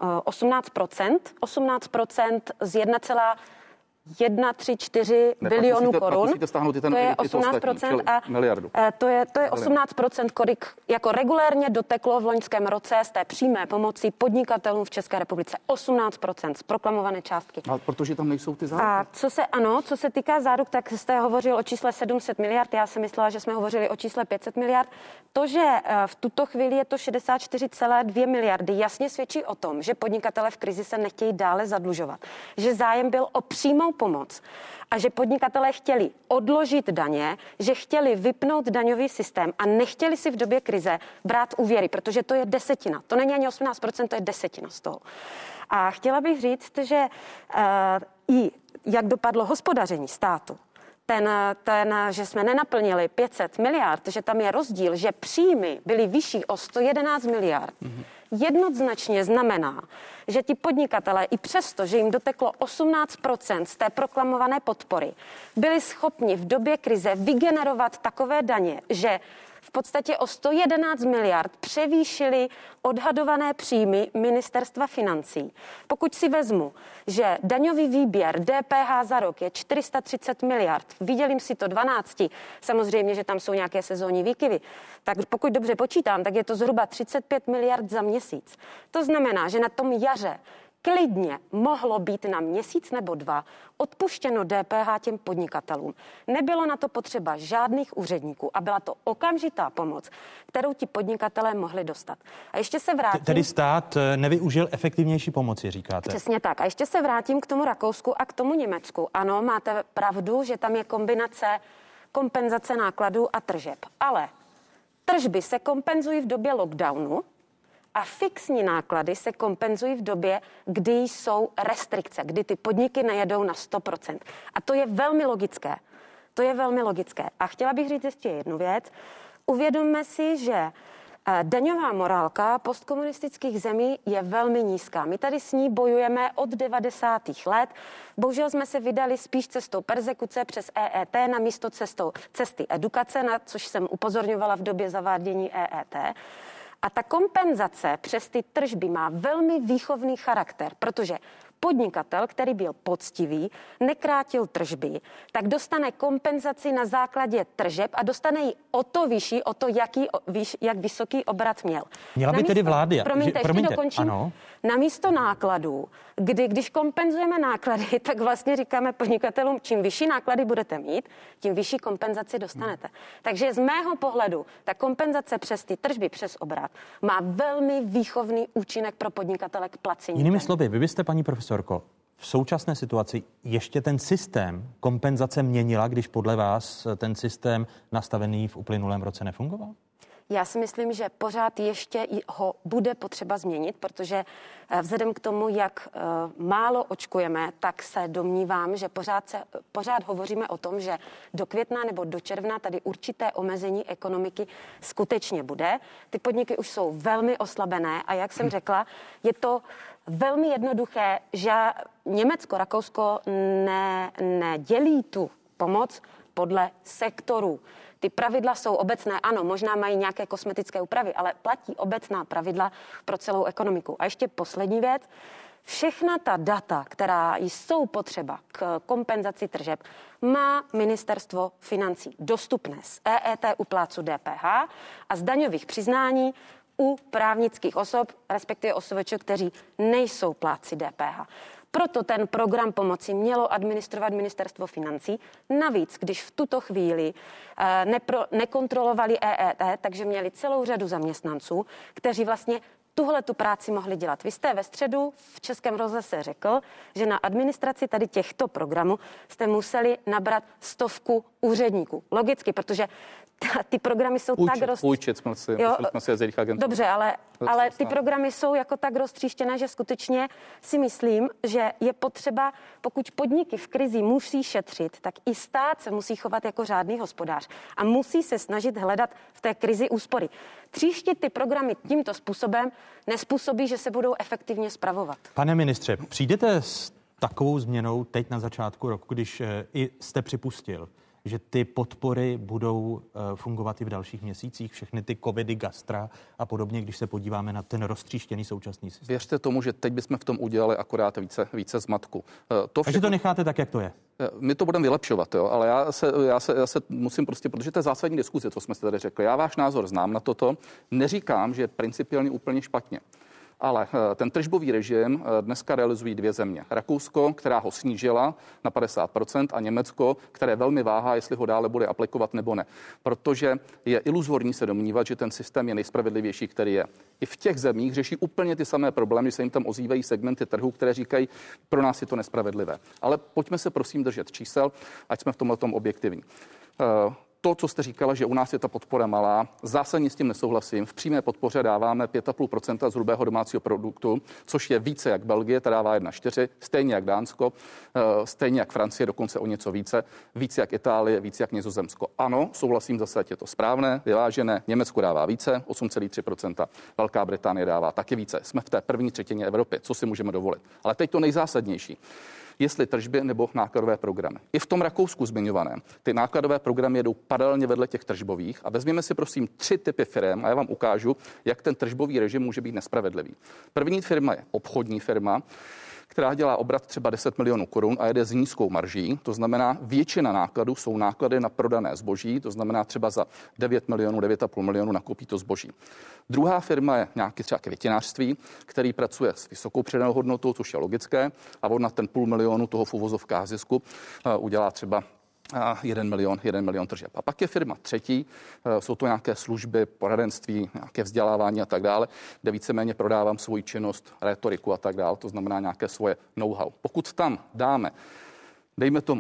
18%. 18% z 1,134 bilionů korun. To je 18% a miliardu. To je 18%, kolik jako regulérně doteklo v loňském roce z té přímé pomoci podnikatelům v České republice. 18% z proklamované částky. A protože tam nejsou ty záruky. A co se týká záruk, tak jste hovořil o čísle 700 miliard. Já jsem myslela, že jsme hovořili o čísle 500 miliard. To, že v tuto chvíli je to 64,2 miliardy, jasně svědčí o tom, že podnikatelé v krizi se nechtějí dále zadlužovat. Že zájem byl o přímou pomoc a že podnikatelé chtěli odložit daně, že chtěli vypnout daňový systém a nechtěli si v době krize brát úvěry, protože to je desetina. To není ani 18%, to je desetina z toho. A chtěla bych říct, že i jak dopadlo hospodaření státu, že jsme nenaplnili 500 miliard, že tam je rozdíl, že příjmy byly vyšší o 111 miliard, jednoznačně znamená, že ti podnikatelé i přesto, že jim doteklo 18% z té proklamované podpory, byli schopni v době krize vygenerovat takové daně, že v podstatě o 111 miliard převýšily odhadované příjmy ministerstva financí. Pokud si vezmu, že daňový výběr DPH za rok je 430 miliard, vydělím si to 12, samozřejmě, že tam jsou nějaké sezónní výkyvy, tak pokud dobře počítám, tak je to zhruba 35 miliard za měsíc. To znamená, že na tom jaře klidně mohlo být na měsíc nebo 2 odpuštěno DPH těm podnikatelům. Nebylo na to potřeba žádných úředníků a byla to okamžitá pomoc, kterou ti podnikatelé mohli dostat. A ještě se vrátím... Tedy stát nevyužil efektivnější pomoci, říkáte? Přesně tak. A ještě se vrátím k tomu Rakousku a k tomu Německu. Ano, máte pravdu, že tam je kompenzace nákladů a tržeb. Ale tržby se kompenzují v době lockdownu, a fixní náklady se kompenzují v době, kdy jsou restrikce, kdy ty podniky nejedou na 100%. A to je velmi logické. A chtěla bych říct ještě jednu věc. Uvědomme si, že Daňová morálka postkomunistických zemí je velmi nízká. My tady s ní bojujeme od 90. let. Bohužel jsme se vydali spíš cestou perzekuce přes EET namísto cesty edukace, na což jsem upozorňovala v době zavádění EET. A ta kompenzace přes ty tržby má velmi výchovný charakter, protože podnikatel, který byl poctivý, nekrátil tržby, tak dostane kompenzaci na základě tržeb a dostane ji o to vyšší, o to, jak vysoký obrat měl. Měla by tedy vlády. Promiňte, dokončím. Ano. Namísto nákladů, když kompenzujeme náklady, tak vlastně říkáme podnikatelům, čím vyšší náklady budete mít, tím vyšší kompenzaci dostanete. Takže z mého pohledu ta kompenzace přes ty tržby, přes obrat má velmi výchovný účinek pro podnikatele k placení. Jinými slovy, vy byste, paní profesorko, v současné situaci ještě ten systém kompenzace měnila, když podle vás ten systém nastavený v uplynulém roce nefungoval? Já si myslím, že pořád ještě ho bude potřeba změnit, protože vzhledem k tomu, jak málo očkujeme, tak se domnívám, že pořád hovoříme o tom, že do května nebo do června tady určité omezení ekonomiky skutečně bude. Ty podniky už jsou velmi oslabené a jak jsem řekla, je to velmi jednoduché, že Německo, Rakousko nedělí tu pomoc podle sektorů. Ty pravidla jsou obecné, ano, možná mají nějaké kosmetické úpravy, ale platí obecná pravidla pro celou ekonomiku. A ještě poslední věc. Všechna ta data, která jsou potřeba k kompenzaci tržeb, má ministerstvo financí dostupné z EET u plátců DPH a z daňových přiznání u právnických osob, respektive OSVČ, kteří nejsou plátci DPH. Proto ten program pomoci mělo administrovat ministerstvo financí. Navíc, když v tuto chvíli nekontrolovali EET, takže měli celou řadu zaměstnanců, kteří vlastně tuhle tu práci mohli dělat. Vy jste ve středu v Českém rozhlase řekl, že na administraci tady těchto programů jste museli nabrat 100 úředníků. Logicky, protože ty programy jsou Půjčit jsme si z jejich agentů. Dobře, ale ty programy jsou jako tak roztříštěné, že skutečně si myslím, že je potřeba, pokud podniky v krizi musí šetřit, tak i stát se musí chovat jako řádný hospodář a musí se snažit hledat v té krizi úspory. Tříštit ty programy tímto způsobem nespůsobí, že se budou efektivně spravovat. Pane ministře, přijdete s takovou změnou teď na začátku roku, když i jste připustil, že ty podpory budou fungovat i v dalších měsících, všechny ty covidy, gastra a podobně, když se podíváme na ten roztříštěný současný systém. Věřte tomu, že teď bychom v tom udělali akorát více zmatku. Takže to necháte tak, jak to je? My to budeme vylepšovat, jo, ale já se musím prostě, protože to je zásadní diskuze, co jsme si tady řekli. Já váš názor znám na toto, neříkám, že je principiálně úplně špatně. Ale ten tržbový režim dneska realizují dvě země. Rakousko, která ho snížila na 50%, a Německo, které velmi váhá, jestli ho dále bude aplikovat nebo ne. Protože je iluzorní se domnívat, že ten systém je nejspravedlivější, který je. I v těch zemích řeší úplně ty samé problémy, že se jim tam ozývají segmenty trhu, které říkají, pro nás je to nespravedlivé. Ale pojďme se prosím držet čísel, ať jsme v tomhletom objektivní. To, co jste říkala, že u nás je ta podpora malá, zásadně s tím nesouhlasím. V přímé podpoře dáváme 5,5% z hrubého domácího produktu, což je více jak Belgie, ta dává 1,4, stejně jak Dánsko, stejně jak Francie, dokonce o něco více jak Itálie, více jak Nizozemsko. Ano, souhlasím zase, je to správné, vyvážené. Německo dává více, 8,3%, Velká Británie dává taky více. Jsme v té první třetině Evropy, co si můžeme dovolit. Ale teď to nejzásadnější. Jestli tržby nebo nákladové programy. I v tom Rakousku zmiňovaném. Ty nákladové programy jedou paralelně vedle těch tržbových a vezměme si prosím 3 typy firem a já vám ukážu, jak ten tržbový režim může být nespravedlivý. První firma je obchodní firma, která dělá obrat třeba 10 milionů korun a jede s nízkou marží. To znamená, většina nákladů jsou náklady na prodané zboží, to znamená třeba za 9 milionů, 9,5 milionů nakoupí to zboží. Druhá firma je nějaký třeba květinářství, který pracuje s vysokou přidanou hodnotou, což je logické, a on na ten 500 000 toho v uvozovkách zisku udělá třeba 1 milion tržeb. A pak je firma třetí, jsou to nějaké služby, poradenství, nějaké vzdělávání a tak dále, kde víceméně prodávám svoji činnost, rétoriku a tak dále, to znamená nějaké svoje know-how. Pokud tam dáme, dejme tomu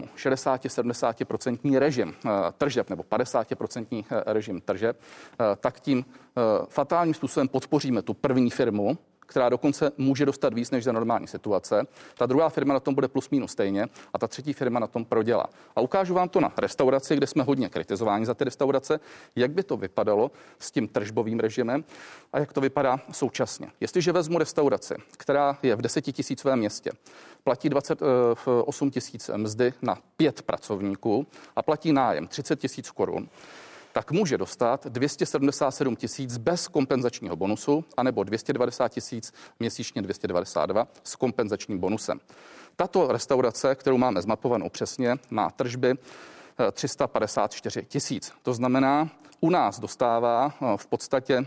60-70% režim tržeb nebo 50% režim tržeb, tak tím fatálním způsobem podpoříme tu první firmu, která dokonce může dostat víc než za normální situace. Ta druhá firma na tom bude plus minus stejně a ta třetí firma na tom prodělá. A ukážu vám to na restauraci, kde jsme hodně kritizováni za ty restaurace, jak by to vypadalo s tím tržbovým režimem a jak to vypadá současně. Jestliže vezmu restauraci, která je v 10 000 městě, platí 28 000 mzdy na 5 pracovníků a platí nájem 30 000 korun, tak může dostat 277 000 bez kompenzačního bonusu, anebo 290 000 měsíčně 292 s kompenzačním bonusem. Tato restaurace, kterou máme zmapovanou přesně, má tržby 354 000. To znamená, u nás dostává v podstatě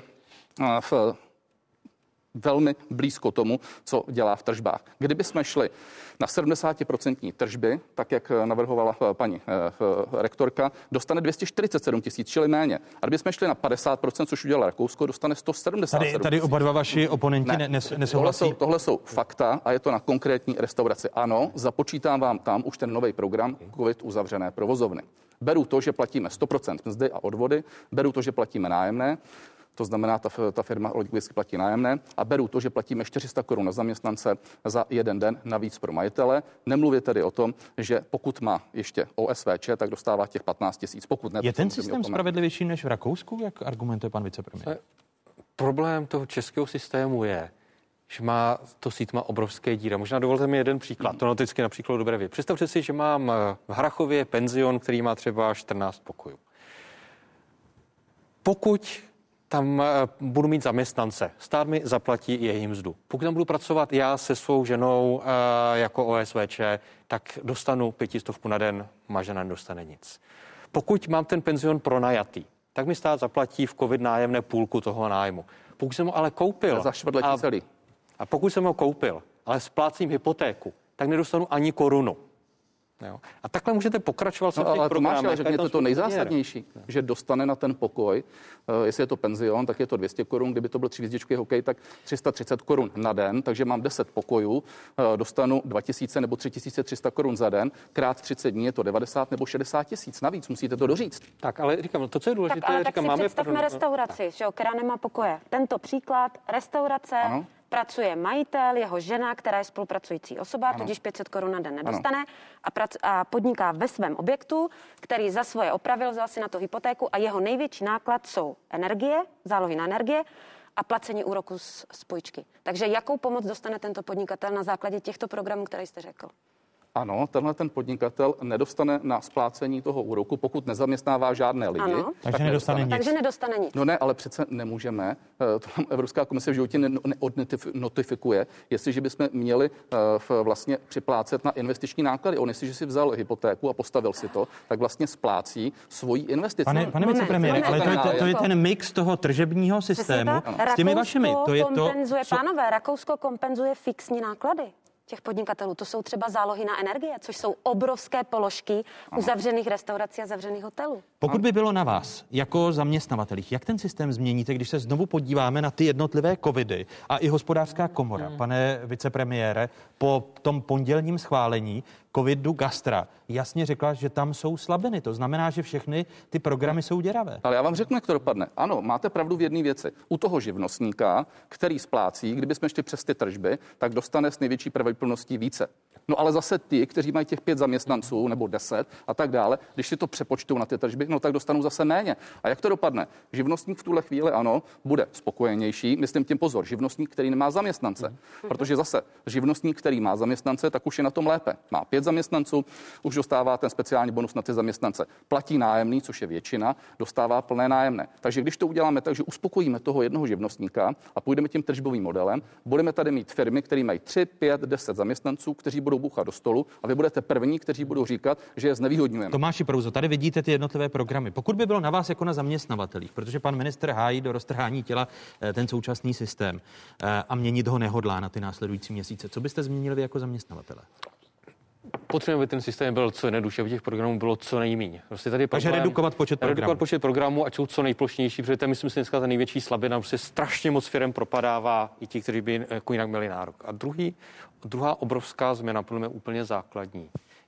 velmi blízko tomu, co dělá v tržbách. Kdyby jsme šli na 70% tržby, tak jak navrhovala paní rektorka, dostane 247 000, čili méně. A kdyby jsme šli na 50%, což udělalo Rakousko, dostane 177 000. Tady oba dva vaši oponenti nesouhlasí. Tohle jsou fakta a je to na konkrétní restauraci. Ano, započítám vám tam už ten nový program COVID uzavřené provozovny. Beru to, že platíme 100% mzdy a odvody, beru to, že platíme nájemné, to znamená, ta firma logicky platí nájemné a beru to, že platíme 400 korun na zaměstnance za jeden den navíc pro majitele. Nemluvě tedy o tom, že pokud má ještě OSVČ, tak dostává těch 15 000. Pokud ne, je ten systém spravedlivější než v Rakousku, jak argumentuje pan vicepremiér? Problém toho českého systému je, že to síť má obrovské díry. Možná dovolte mi jeden příklad. To noticky například dobré vědět. Představte si, že mám v Harrachově penzion, který má třeba 14 pokojů. Pokud tam budu mít zaměstnance, stát mi zaplatí její mzdu. Pokud tam budu pracovat já se svou ženou jako OSVČ, tak dostanu 500 na den, má žena nedostane nic. Pokud mám ten penzion pronajatý, tak mi stát zaplatí v covid nájemné půlku toho nájmu. Pokud jsem ho ale koupil a pokud jsem ho koupil, ale splácím hypotéku, tak nedostanu ani korunu. Jo. A takhle můžete pokračovat. Ale Tomáš, řekněte to nejzásadnější, že dostane na ten pokoj, jestli je to penzion, tak je to 200 korun, kdyby to byl 3hvězdičkový hokej, tak 330 korun na den, takže mám 10 pokojů, dostanu 2000 nebo 3300 korun za den, krát 30 dní je to 90 nebo 60 tisíc. Navíc musíte to doříct. Tak, ale říkám, to, co je důležité, tak, ale tak si představme restauraci, že jo, která nemá pokoje. Tento příklad, restaurace, ano. Pracuje majitel, jeho žena, která je spolupracující osoba, tudíž 500 korun na den nedostane a podniká ve svém objektu, který za svoje opravil, vzal si na to hypotéku a jeho největší náklad jsou energie, zálohy na energie a placení úroku z půjčky. Takže jakou pomoc dostane tento podnikatel na základě těchto programů, které jste řekl? Ano, tenhle ten podnikatel nedostane na splácení toho úroku, pokud nezaměstnává žádné lidi. Takže nedostane nic. Takže nedostane nic. No ne, ale přece nemůžeme. To nám Evropská komise v životě notifikuje, jestliže bychom měli vlastně připlácet na investiční náklady. On, jestliže si vzal hypotéku a postavil si to, tak vlastně splácí svoji investici. Pane vicepremiére, ale to je ten mix toho tržebního systému s těmi vašimi. To je to, pánové, Rakousko kompenzuje fixní náklady těch podnikatelů. To jsou třeba zálohy na energie, což jsou obrovské položky uzavřených restaurací a zavřených hotelů. Pokud by bylo na vás jako zaměstnavatelích, jak ten systém změníte, když se znovu podíváme na ty jednotlivé covidy a i hospodářská komora, pane vicepremiére, po tom pondělním schválení covidu gastra jasně řekla, že tam jsou slabiny. To znamená, že všechny ty programy jsou děravé. Ale já vám řeknu, jak to dopadne. Ano, máte pravdu v jedné věci. U toho živnostníka, který splácí, kdybychom šli přes ty tržby, tak dostane s největší pravděpodobností více. No ale zase ty, kteří mají těch 5 zaměstnanců nebo 10 a tak dále, když si to přepočtou na ty tržby, no tak dostanou zase méně. A jak to dopadne? Živnostník v tuhle chvíli ano, bude spokojenější, myslím tím pozor, živnostník, který nemá zaměstnance. Protože zase živnostník, který má zaměstnance, tak už je na tom lépe. Má 5 zaměstnanců, už dostává ten speciální bonus na ty zaměstnance. Platí nájemný, což je většina, dostává plné nájemné. Takže když to uděláme tak, že uspokojíme toho jednoho živnostníka a půjdeme tím tržbovým modelem, budeme tady mít firmy, které mají 3, 5, 10 zaměstnanců, kteří budou buchat do stolu a vy budete první, kteří budou říkat, že je znevýhodňujeme. Tomáši Prouzo, tady vidíte ty jednotlivé programy. Pokud by bylo na vás jako na zaměstnavatelích, protože pan ministr hájí do roztrhání těla ten současný systém a měnit ho nehodlá na ty následující měsíce, co byste změnili vy jako zaměstnavatele? Potřebujeme, aby ten systém byl co jednodušší, aby těch programů bylo co nejméně. Prostě tady takže redukovat počet programů. Redukovat počet programů, ať jsou co nejplošnější, protože myslím si dneska ta největší slabina, prostě strašně moc firem propadává i ti, kteří by jako jinak měli nárok. A druhá obrovská změna, podle mě úplně základní,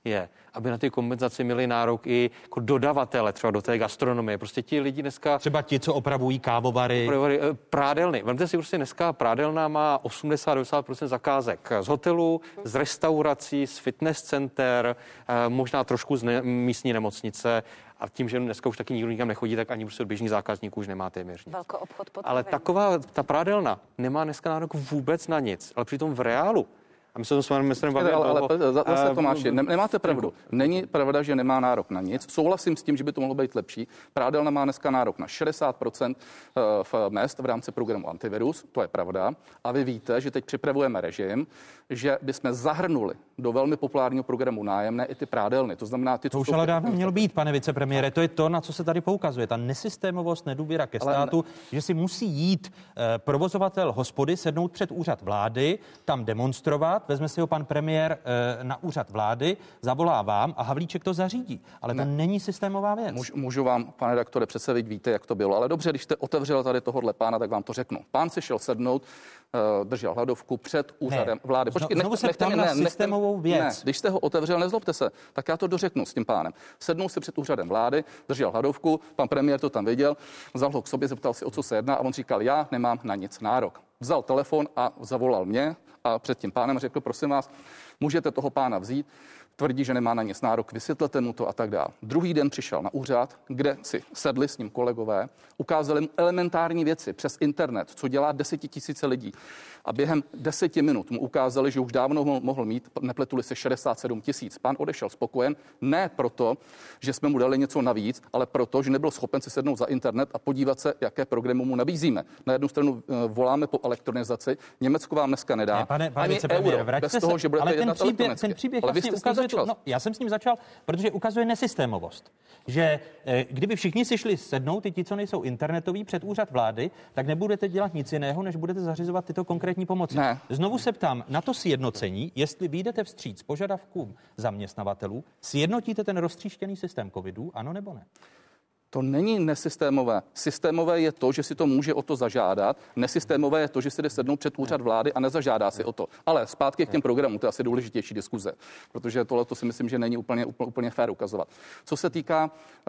je, aby na ty kompenzace měli nárok i jako dodavatele třeba do té gastronomie. Prostě ti lidi dneska... Třeba ti, co opravují kávovary. Prádelny. Vemte si prostě dneska prádelna má 80-90% zakázek z hotelů, z restaurací, z fitness center, možná trošku z místní nemocnice. A tím, že dneska už taky nikdo nikam nechodí, tak ani prostě od běžných zákazníků už nemá téměř nic. Velkoobchod potravin. Ale taková ta prádelna nemá dneska nárok vůbec na nic. Ale přitom v reálu. A my se to s panem ministrem bavíme. Ale zase, Tomáši, nemáte pravdu. Není pravda, že nemá nárok na nic. Souhlasím s tím, že by to mohlo být lepší. Prádelna má dneska nárok na 60% v mezd v rámci programu Antivirus, to je pravda. A vy víte, že teď připravujeme režim, že bychom zahrnuli do velmi populárního programu nájemné i ty prádelny. To znamená, ty, to už ale dávno mělo být, pane vicepremiére. To je to, na co se tady poukazuje. Ta nesystémovost, nedůvěra ke státu, že si musí jít provozovatel hospody, sednout před úřad vlády, tam demonstrovat, vezme si ho pan premiér na úřad vlády, zavolá vám a Havlíček to zařídí. Ale to není systémová věc. Můžu vám, pane redaktore, přece víte, jak to bylo. Ale dobře, když jste otevřel tady tohohle pána, tak vám to řeknu. Pán si šel sednout, držel hladovku před úřadem vlády. Počkej, systémovou věc. Ne, když jste ho otevřel, nezlobte se, tak já to dořeknu s tím pánem. Sednul si před úřadem vlády, držel hladovku, pan premiér to tam viděl, vzal ho k sobě, zeptal si, o co se jedná a on říkal, já nemám na nic nárok. Vzal telefon a zavolal mě a před tím pánem řekl, prosím vás, můžete toho pána vzít, tvrdí, že nemá na nic nárok, vysvětlete mu to a tak dále. Druhý den přišel na úřad, kde si sedli s ním kolegové, ukázali mu elementární věci přes internet, co dělá 10 000 lidí. A během 10 minut mu ukázali, že už dávno mohl mít, nepletuli se 67 000. Pán odešel spokojen, ne proto, že jsme mu dali něco navíc, ale proto, že nebyl schopen si sednout za internet a podívat se, jaké programy mu nabízíme. Na jednu stranu voláme po elektronizaci, Německo vám dneska nedá. Ne, pane ani euro, bez toho, že budete jednat elektronicky. Ten příběh vlastně ukazuje, já jsem s ním začal, protože ukazuje nesystémovost. Že kdyby všichni si šli sednout, i ti, co nejsou internetoví, před úřad vlády, tak nebudete dělat nic jiného, než budete zařizovat tyto konkrétní pomoci. Ne. Znovu se ptám na to sjednocení, jestli vyjdete vstříc požadavkům zaměstnavatelů, sjednotíte ten roztříštěný systém covidu, ano nebo ne? To není nesystémové. Systémové je to, že si to může o to zažádat. Nesystémové je to, že si jde sednout před úřad vlády a nezažádá si o to. Ale zpátky k těm programům, to je asi důležitější diskuze, protože tohle to si myslím, že není úplně fér ukazovat. Co se týká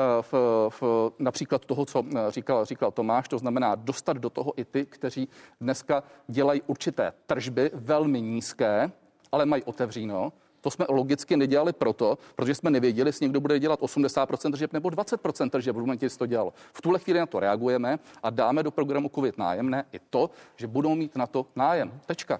například toho, co říkal Tomáš, to znamená dostat do toho i ty, kteří dneska dělají určité tržby velmi nízké, ale mají otevříno. To jsme logicky nedělali protože jsme nevěděli, jestli někdo bude dělat 80% tržeb nebo 20% tržeb v momentě, jestli to dělalo. V tuhle chvíli na to reagujeme a dáme do programu COVID nájemné i to, že budou mít na to nájem. Tečka.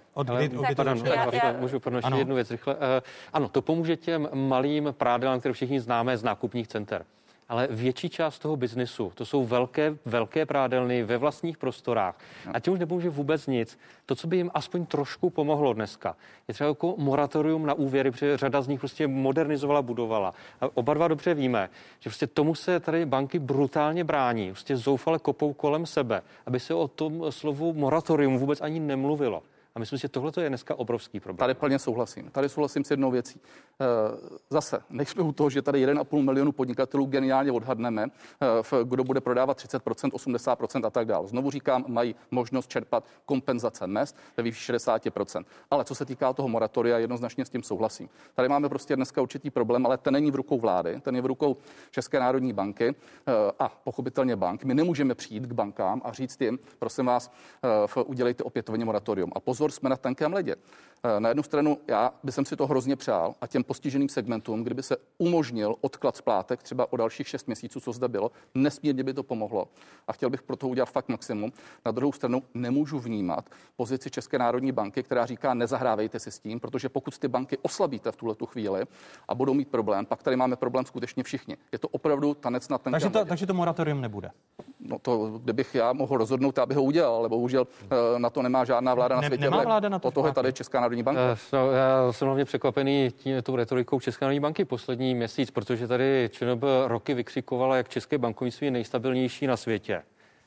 Můžu ještě jednu věc rychle. Ano, to pomůže těm malým prádelám, které všichni známe z nákupních center. Ale větší část toho biznesu, to jsou velké prádelny ve vlastních prostorách. A tím už nepomůže vůbec nic. To, co by jim aspoň trošku pomohlo dneska, je třeba jako moratorium na úvěry, protože řada z nich prostě modernizovala, budovala. A oba dva dobře víme, že prostě tomu se tady banky brutálně brání, prostě zoufale kopou kolem sebe, aby se o tom slovu moratorium vůbec ani nemluvilo. A myslím, že tohle je dneska obrovský problém. Tady plně souhlasím. Tady souhlasím s jednou věcí. Zase, nejsme u toho, že tady 1,5 milionu podnikatelů geniálně odhadneme, kdo bude prodávat 30%, 80% a tak dále. Znovu říkám, mají možnost čerpat kompenzace mezd ve výši 60%. Ale co se týká toho moratoria, jednoznačně s tím souhlasím. Tady máme prostě dneska určitý problém, ale ten není v rukou vlády, ten je v rukou České národní banky a pochopitelně bank. My nemůžeme přijít k bankám a říct jim, prosím vás, udělejte opětovně moratorium. A pozor, jsme na tenkém ledě. Na jednu stranu já bych si to hrozně přál a těm postiženým segmentům, kdyby se umožnil odklad splátek třeba o dalších 6 měsíců, co zde bylo, nesmírně by to pomohlo. A chtěl bych pro to udělat fakt maximum. Na druhou stranu nemůžu vnímat pozici České národní banky, která říká, nezahrávejte si s tím, protože pokud ty banky oslabíte v tuhletu chvíli a budou mít problém, pak tady máme problém skutečně všichni. Je to opravdu tanec na tenkém ledě. Takže to moratorium nebude. No to, kdybych já mohl rozhodnout, já bych ho udělal, ale bohužel na to nemá žádná vláda na světě. Nemá vláda na to. O toho je tady Česká národní banka. Já jsem hlavně překvapený tou retorikou České národní banky poslední měsíc, protože tady ČNB roky vykřikovala, jak české bankovnictví je nejstabilnější na světě.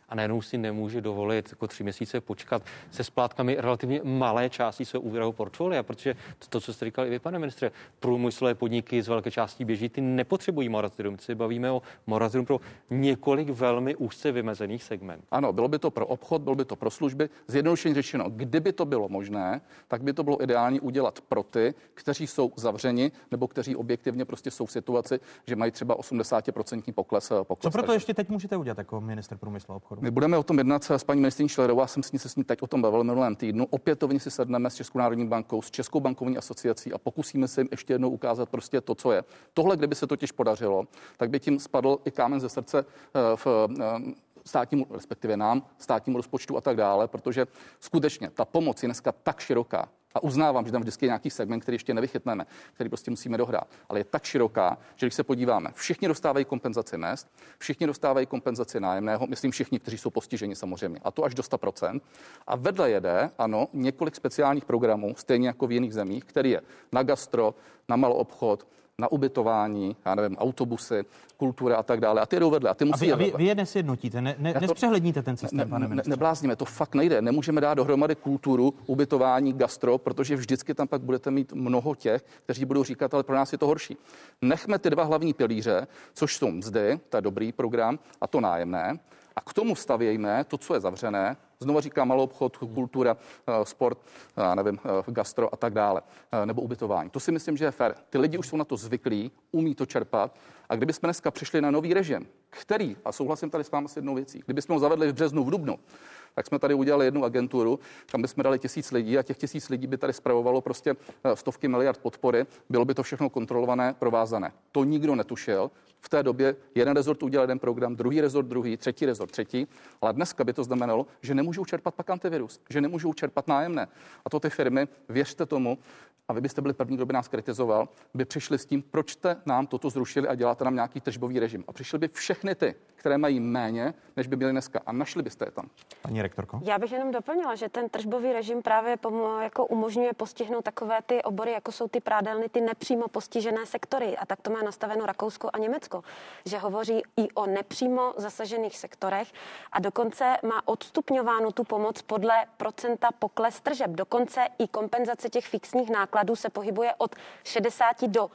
a najednou si nemůže dovolit jako 3 měsíce počkat se splátkami relativně malé části svého úvěrového portfolia, protože to, co jste říkal i vy, pane ministře, průmyslové podniky z velké části běží, ty nepotřebují moratorium. My se bavíme o moratorium pro několik velmi úzce vymezených segmentů. Ano, bylo by to pro obchod, bylo by to pro služby. Zjednodušeně řečeno, kdyby to bylo možné, tak by to bylo ideální udělat pro ty, kteří jsou zavřeni nebo kteří objektivně prostě jsou v situaci, že mají třeba 80% pokles. Co proto ještě teď můžete udělat jako ministr průmyslu a obchodu? My budeme o tom jednat s paní ministryní Schillerovou, já jsem se s ní teď o tom bavil minulém týdnu. Opětovně si sedneme s Českou národní bankou, s Českou bankovní asociací a pokusíme se jim ještě jednou ukázat prostě to, co je. Tohle, kdyby se totiž podařilo, tak by tím spadl i kámen ze srdce v státnímu, respektive nám, státnímu rozpočtu a tak dále, protože skutečně ta pomoc je dneska tak široká. A uznávám, že tam vždycky je nějaký segment, který ještě nevychytneme, který prostě musíme dohrát. Ale je tak široká, že když se podíváme, všichni dostávají kompenzaci mezd, všichni dostávají kompenzaci nájemného, myslím všichni, kteří jsou postiženi samozřejmě, a to až do 100%. A vedle jede, ano, několik speciálních programů, stejně jako v jiných zemích, který je na gastro, na maloobchod, na ubytování, já nevím, autobusy, kultura a tak dále. A ty jdou vedle. A ty musí vy je nesjednotíte, nespřehledníte ten systém, pane ministře. Neblázníme, to fakt nejde. Nemůžeme dát dohromady kulturu, ubytování, gastro, protože vždycky tam pak budete mít mnoho těch, kteří budou říkat, ale pro nás je to horší. Nechme ty dva hlavní pilíře, což jsou mzdy, to je dobrý program, a to nájemné. A k tomu stavějme to, co je zavřené. Znova říkám maloobchod, kultura, sport, nevím, gastro a tak dále, nebo ubytování. To si myslím, že je fér. Ty lidi už jsou na to zvyklí, umí to čerpat. A kdybychom dneska přišli na nový režim, který, a souhlasím tady s vámi s jednou věcí, kdybychom ho zavedli v březnu, v dubnu, tak jsme tady udělali jednu agenturu, kam bychom dali 1000 lidí a těch 1000 lidí by tady spravovalo prostě stovky miliard podpory. Bylo by to všechno kontrolované, provázané. To nikdo netušil. V té době jeden rezort udělal jeden program, druhý rezort druhý, třetí rezort třetí, ale dneska by to znamenalo, že nemůžou čerpat pak antivirus, že nemůžou čerpat nájemné. A to ty firmy, věřte tomu, a vy byste byli první, kdo by nás kritizoval, by přišli s tím, proč jste nám toto zrušili a děláte nám nějaký tržbový režim. A přišli by všechny ty, které mají méně, než by byly dneska, a našli byste je tam. Paní rektorko? Já bych jenom doplnila, že ten tržbový režim právě jako umožňuje postihnout takové ty obory, jako jsou ty prádelny, ty nepřímo postižené sektory. A tak to má nastaveno Rakousko a Německo, že hovoří i o nepřímo zasažených sektorech a dokonce má odstupňováno tu pomoc podle procenta pokles tržeb. Dokonce i kompenzace těch fixních nákladů se pohybuje od 60 do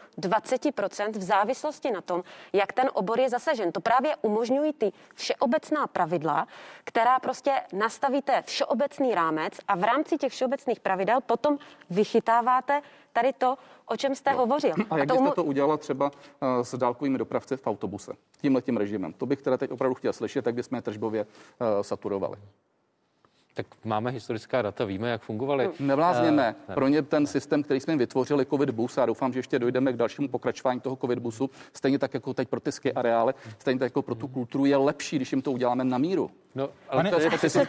20% v závislosti na tom, jak ten obor je zasažen. To právě umožňují ty všeobecná pravidla, která prostě nastavíte všeobecný rámec a v rámci těch všeobecných pravidel potom vychytáváte tady to, o čem jste hovořil. A jak byste to udělala třeba s dálkovými dopravci v autobuse? Tímhletím režimem. To bych teda teď opravdu chtěl slyšet, tak bychom je tržbově saturovali. Tak máme historická data, víme, jak fungovaly. Neblázněme. Pro ně ten systém, který jsme vytvořili, COVID bus, a doufám, že ještě dojdeme k dalšímu pokračování toho COVID busu, stejně tak jako teď pro ty ski areály, stejně tak jako pro tu kulturu, je lepší, když jim to uděláme na míru. No, ale to je přesně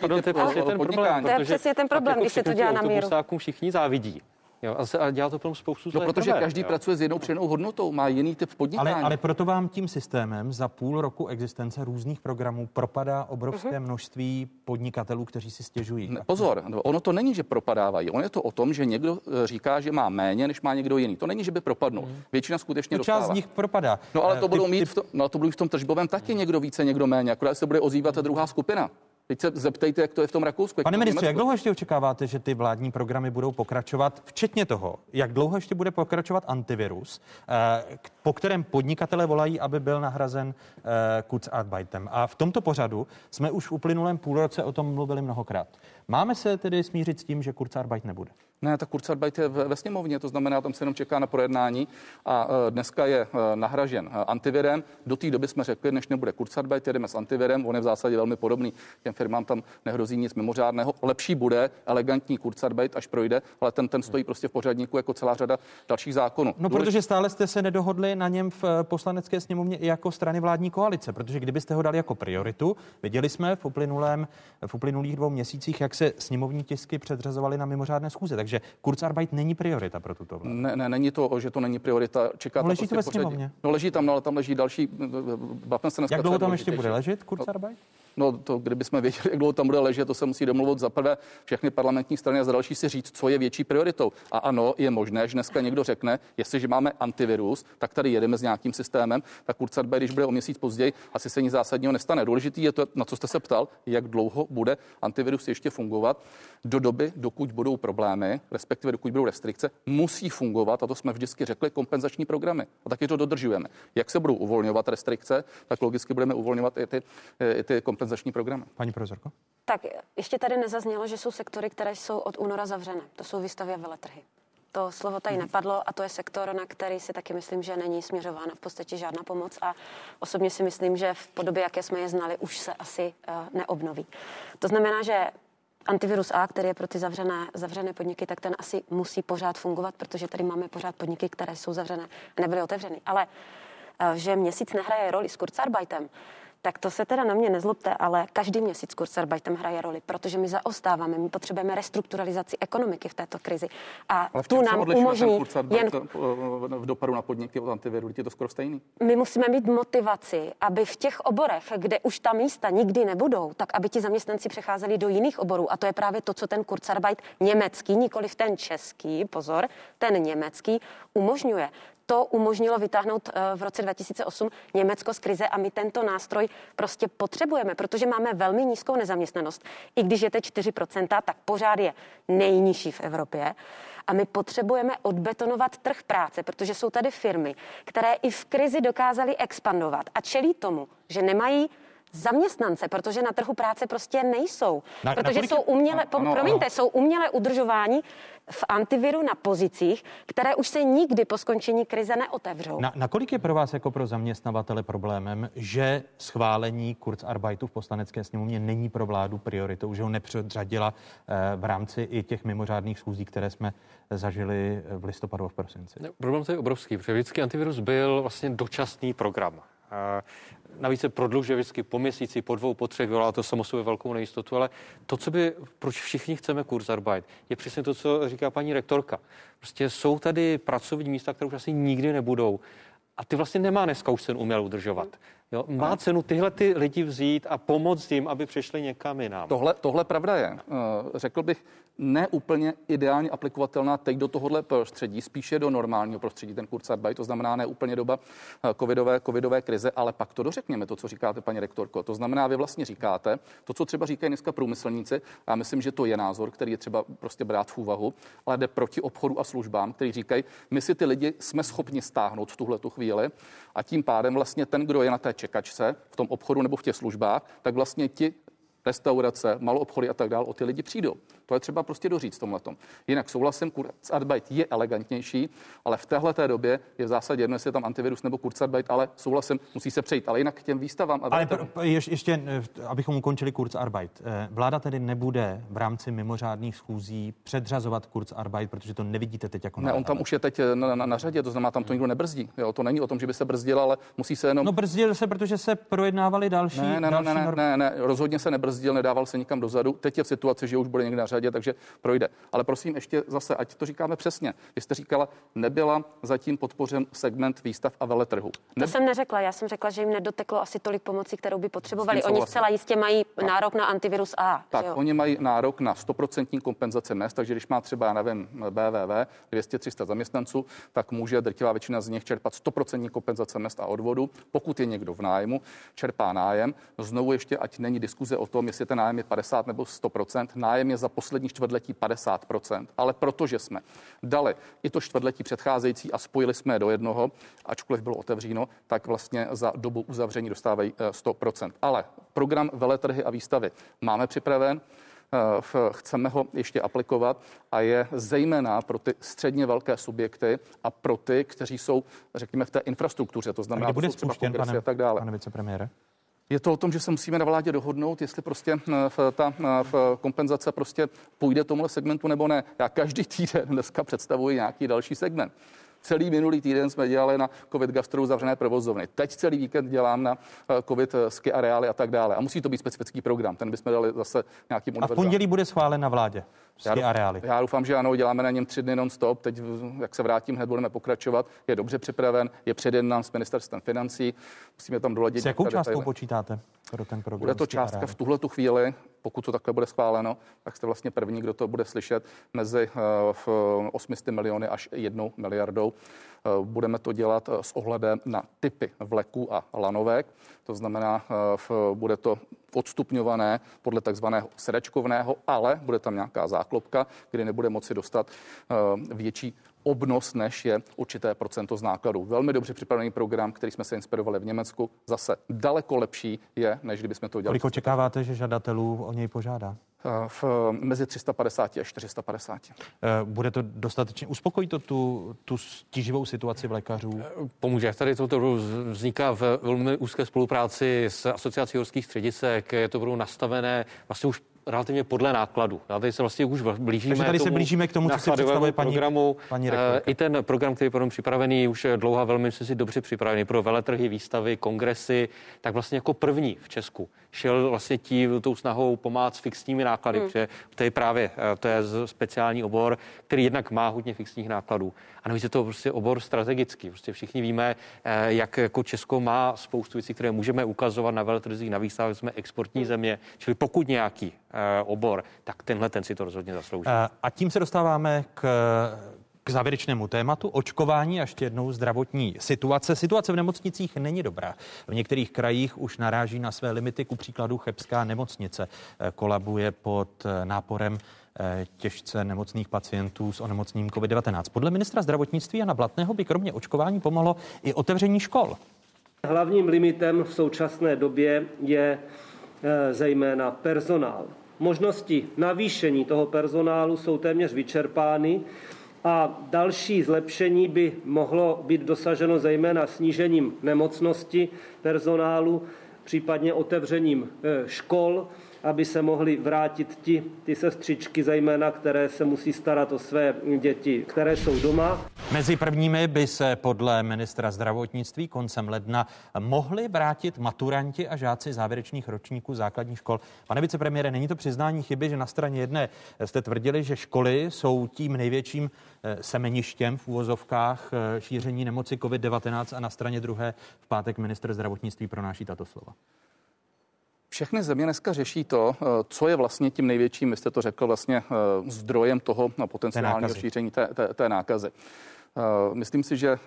ten problém, když se to dělá na míru. Všichni závidí. Jo, a dělá to plnou spoustu. No, protože každý pracuje s jednou přidanou hodnotou, má jiný typ podnikání. Ale proto vám tím systémem za půl roku existence různých programů propadá obrovské množství podnikatelů, kteří si stěžují. Pozor, ono to není, že propadávají. Ono je to o tom, že někdo říká, že má méně, než má někdo jiný. To není, že by propadnul. Většina skutečně dostává. Část z nich propadá. No, ale to budou mít to budou v tom tržbovém taky někdo více, někdo méně. Akorát se bude ozývat ta druhá skupina. Teď se zeptejte, jak to je v tom Rakousku. Pane ministře, jak dlouho ještě očekáváte, že ty vládní programy budou pokračovat, včetně toho, jak dlouho ještě bude pokračovat antivirus, po kterém podnikatelé volají, aby byl nahrazen Kurzarbeitem. A v tomto pořadu jsme už v uplynulém půlroce o tom mluvili mnohokrát. Máme se tedy smířit s tím, že Kurzarbeit nebude? Ne, tak Kurzarbeit je ve sněmovně, to znamená, tam se jenom čeká na projednání a dneska je nahražen antivirem. Do té doby jsme řekli, než nebude Kurzarbeit, jedeme s antivirem, on je v zásadě velmi podobný. Těm firmám tam nehrozí nic mimořádného. Lepší bude elegantní Kurzarbeit, až projde, ale ten stojí prostě v pořadníku jako celá řada dalších zákonů. No, protože stále jste se nedohodli na něm v Poslanecké sněmovně i jako strany vládní koalice, protože kdybyste ho dali jako prioritu, viděli jsme v uplynulých 2 měsících, jak se sněmovní tisky předřazovaly na mimořádné schůze. Takže že Kurzarbeit není priorita pro tuto vládu. Ne, není to, že to není priorita. No, leží to ve sněmovně. No leží tam, ale tam leží další. Jak dlouho tam ještě bude ležet Kurzarbeit? No to, kdybychom věděli, jak dlouho tam bude ležet, to se musí domluvit za prvé všechny parlamentní strany a za další si říct, co je větší prioritou. A ano, je možné, že dneska někdo řekne, jestliže máme antivirus, tak tady jedeme s nějakým systémem, tak Kurzarbeit, když bude o měsíc později, asi se nic zásadního nestane. Důležitý je to, na co jste se ptal, jak dlouho bude antivirus ještě fungovat. Do doby, dokud budou problémy, respektive dokud budou restrikce, musí fungovat, a to jsme vždycky řekli, kompenzační programy. A taky to dodržujeme. Jak se budou uvolňovat restrikce, tak logicky budeme uvolňovat i ty kompenzační programy. Paní profesorko? Tak ještě tady nezaznělo, že jsou sektory, které jsou od února zavřené. To jsou výstavy a veletrhy. To slovo tady nepadlo a to je sektor, na který si taky myslím, že není směřována v podstatě žádná pomoc a osobně si myslím, že v podobě, jaké jsme je znali, už se asi neobnoví. To znamená, že antivirus A, který je pro ty zavřené podniky, tak ten asi musí pořád fungovat, protože tady máme pořád podniky, které jsou zavřené a nebyly otevřeny. Ale že měsíc nehraje roli s Kurzarbeitem, tak to se teda na mě nezlobte, ale každý měsíc Kurzarbeitem hraje roli, protože my zaostáváme, my potřebujeme restrukturalizaci ekonomiky v této krizi. A tu nám umožní jen v dopadu na podniky od antiviru, je to skoro stejný. My musíme mít motivaci, aby v těch oborech, kde už ta místa nikdy nebudou, tak aby ti zaměstnanci přecházeli do jiných oborů. A to je právě to, co ten Kurzarbeit německý, nikoliv ten český, pozor, ten německý umožňuje. To umožnilo vytáhnout v roce 2008 Německo z krize a my tento nástroj prostě potřebujeme, protože máme velmi nízkou nezaměstnanost. I když je teď 4%, tak pořád je nejnižší v Evropě. A my potřebujeme odbetonovat trh práce, protože jsou tady firmy, které i v krizi dokázaly expandovat a čelí tomu, že nemají zaměstnance, protože na trhu práce prostě nejsou. Protože jsou jsou uměle udržováni v antiviru na pozicích, které už se nikdy po skončení krize neotevřou. Nakolik je pro vás jako pro zaměstnavatele problémem, že schválení Kurzarbeitu v Poslanecké sněmovně není pro vládu prioritou, že ho nepředřadila v rámci i těch mimořádných schůzí, které jsme zažili v listopadu a v prosinci? Problém to je obrovský, protože vždycky antivirus byl vlastně dočasný program. Navíc se prodlužuje vždycky po měsíci, po 2, po 3, vyvolá to samo sobě velkou nejistotu, ale to, proč všichni chceme Kurzarbeit, je přesně to, co říká paní rektorka. Prostě jsou tady pracovní místa, které už asi nikdy nebudou. A ty vlastně nemá dneska už cenu uměl udržovat. Jo? Má cenu tyhle ty lidi vzít a pomoct jim, aby přešli někam jinam. Tohle pravda je. Řekl bych, ne úplně ideálně aplikovatelná teď do tohohle prostředí, spíše do normálního prostředí, ten Kurzarbeit, to znamená ne úplně doba covidové krize, ale pak to dořekněme, to, co říkáte, paní rektorko. To znamená, vy vlastně říkáte, to, co třeba říkají dneska průmyslníci, a já myslím, že to je názor, který je třeba prostě brát v úvahu, ale jde proti obchodu a službám, který říkají, my si ty lidi jsme schopni stáhnout v tuhletu chvíli a tím pádem vlastně ten, kdo je na té čekačce v tom obchodu nebo v těch službách, tak vlastně ti restaurace, maloobchody a tak dále o ty lidi přijdou. To je třeba prostě doříct tomhletom. Jinak souhlasím, Kurzarbeit je elegantnější, ale v téhleté době je v zásadě jedno, jestli je tam antivirus nebo Kurzarbeit, ale souhlasím, musí se přejít. Ale jinak k těm výstavám. Ale ještě, abychom ukončili Kurzarbeit. Vláda tedy nebude v rámci mimořádných schůzí předřazovat Kurzarbeit, protože to nevidíte teď jako ne, on tam už je teď na řadě, to znamená, tam to nikdo nebrzdí. Jo, to není o tom, že by se brzdil, ale musí se jenom. No brzdil se, protože se projednávali další. Ne, rozhodně se nebrzdil, nedával se nikam dozadu. Teď je v situaci, že už bude někde na řadě, takže projde. Ale prosím ještě zase, ať to říkáme přesně. Vy jste říkala, nebyla zatím podpořen segment výstav a veletrhu. To jsem neřekla, já jsem řekla, že jim nedoteklo asi tolik pomoci, kterou by potřebovali. Oni zcela jistě mají nárok na antivirus A. Tak, oni mají nárok na 100% kompenzaci mezd, takže když má třeba, já nevím, BVV 200-300 zaměstnanců, tak může drtivá většina z nich čerpat 100% kompenzace mezd a odvodu. Pokud je někdo v nájmu, čerpá nájem. Znovu ještě, ať není diskuze o tom, jestli ten nájem je 50 nebo 100%. Nájem je za poslední čtvrtletí 50%, ale protože jsme dali i to čtvrtletí předcházející a spojili jsme je do jednoho, ačkoliv bylo otevřeno, tak vlastně za dobu uzavření dostávají 100%. Ale program veletrhy a výstavy máme připraven, chceme ho ještě aplikovat a je zejména pro ty středně velké subjekty a pro ty, kteří jsou, řekněme, v té infrastruktuře, to znamená, bude třeba kongresy a tak dále. Pane vicepremiére? Je to o tom, že se musíme na vládě dohodnout, jestli prostě ta kompenzace prostě půjde tomuhle segmentu nebo ne. Já každý týden dneska představuji nějaký další segment. Celý minulý týden jsme dělali na COVID gastro zavřené provozovny. Teď celý víkend dělám na COVID ski areály a tak dále. A musí to být specifický program. Ten bychom dali zase nějakým univerzálním. A v pondělí bude schválen na vládě ski areály. Já doufám, že ano, děláme na něm 3 dny non-stop. Teď, jak se vrátím, hned budeme pokračovat. Je dobře připraven, je předjednán s ministerstvem financí. Musíme tam doladit. S jakou částkou počítáte pro ten program? Bude to částka v tuhletu chvíli, pokud to takhle bude schváleno, tak jste vlastně první, kdo to bude slyšet, mezi 800 miliony až 1 miliardou. Budeme to dělat s ohledem na typy vleků a lanovek. To znamená, bude to odstupňované podle takzvaného sedačkovného, ale bude tam nějaká záklopka, kdy nebude moci dostat větší obnos, než je určité procento z nákladů. Velmi dobře připravený program, který jsme se inspirovali v Německu. Zase daleko lepší je, než kdybychom to dělali. Kolik očekáváte, že žadatelů o něj požádá? Mezi 350 a 450. Bude to dostatečně, uspokojí to tu tíživou situaci v lékařů? Pomůže. Tady to vzniká v velmi úzké spolupráci s Asociací horských středisek. Je to budou nastavené vlastně už relativně podle nákladu. A tady se vlastně už blížíme. Takže tady se blížíme k tomu, co si představuje paní rektorka. I ten program, který je potom připravený, už je dlouho velmi si dobře připravený pro veletrhy, výstavy, kongresy, tak vlastně jako první v Česku šel vlastně tou snahou pomáhat s fixními náklady, protože to je speciální obor, který jednak má hodně fixních nákladů. A navíc je to prostě obor strategický. Prostě všichni víme, jak jako Česko má spoustu věcí, které můžeme ukazovat na veletrzích, na výstavách, jsme exportní země, čili pokud nějaký obor, tak ten si to rozhodně zaslouží. A tím se dostáváme k závěrečnému tématu očkování a ještě jednou zdravotní situace. Situace v nemocnicích není dobrá. V některých krajích už naráží na své limity, ku příkladu chebská nemocnice kolabuje pod náporem těžce nemocných pacientů s onemocněním COVID-19. Podle ministra zdravotnictví Jana Blatného by kromě očkování pomohlo i otevření škol. Hlavním limitem v současné době je zejména personál. Možnosti navýšení toho personálu jsou téměř vyčerpány a další zlepšení by mohlo být dosaženo zejména snížením nemocnosti personálu, případně otevřením škol, aby se mohly vrátit ty sestřičky zejména, které se musí starat o své děti, které jsou doma. Mezi prvními by se podle ministra zdravotnictví koncem ledna mohli vrátit maturanti a žáci závěrečných ročníků základních škol. Pane vicepremiére, není to přiznání chyby, že na straně jedné jste tvrdili, že školy jsou tím největším semeništěm v úvozovkách šíření nemoci COVID-19 a na straně druhé v pátek ministr zdravotnictví pronáší tato slova? Všechny země dneska řeší to, co je vlastně tím největším, vy jste to řekl, vlastně zdrojem toho potenciálního šíření té nákazy. Myslím si, že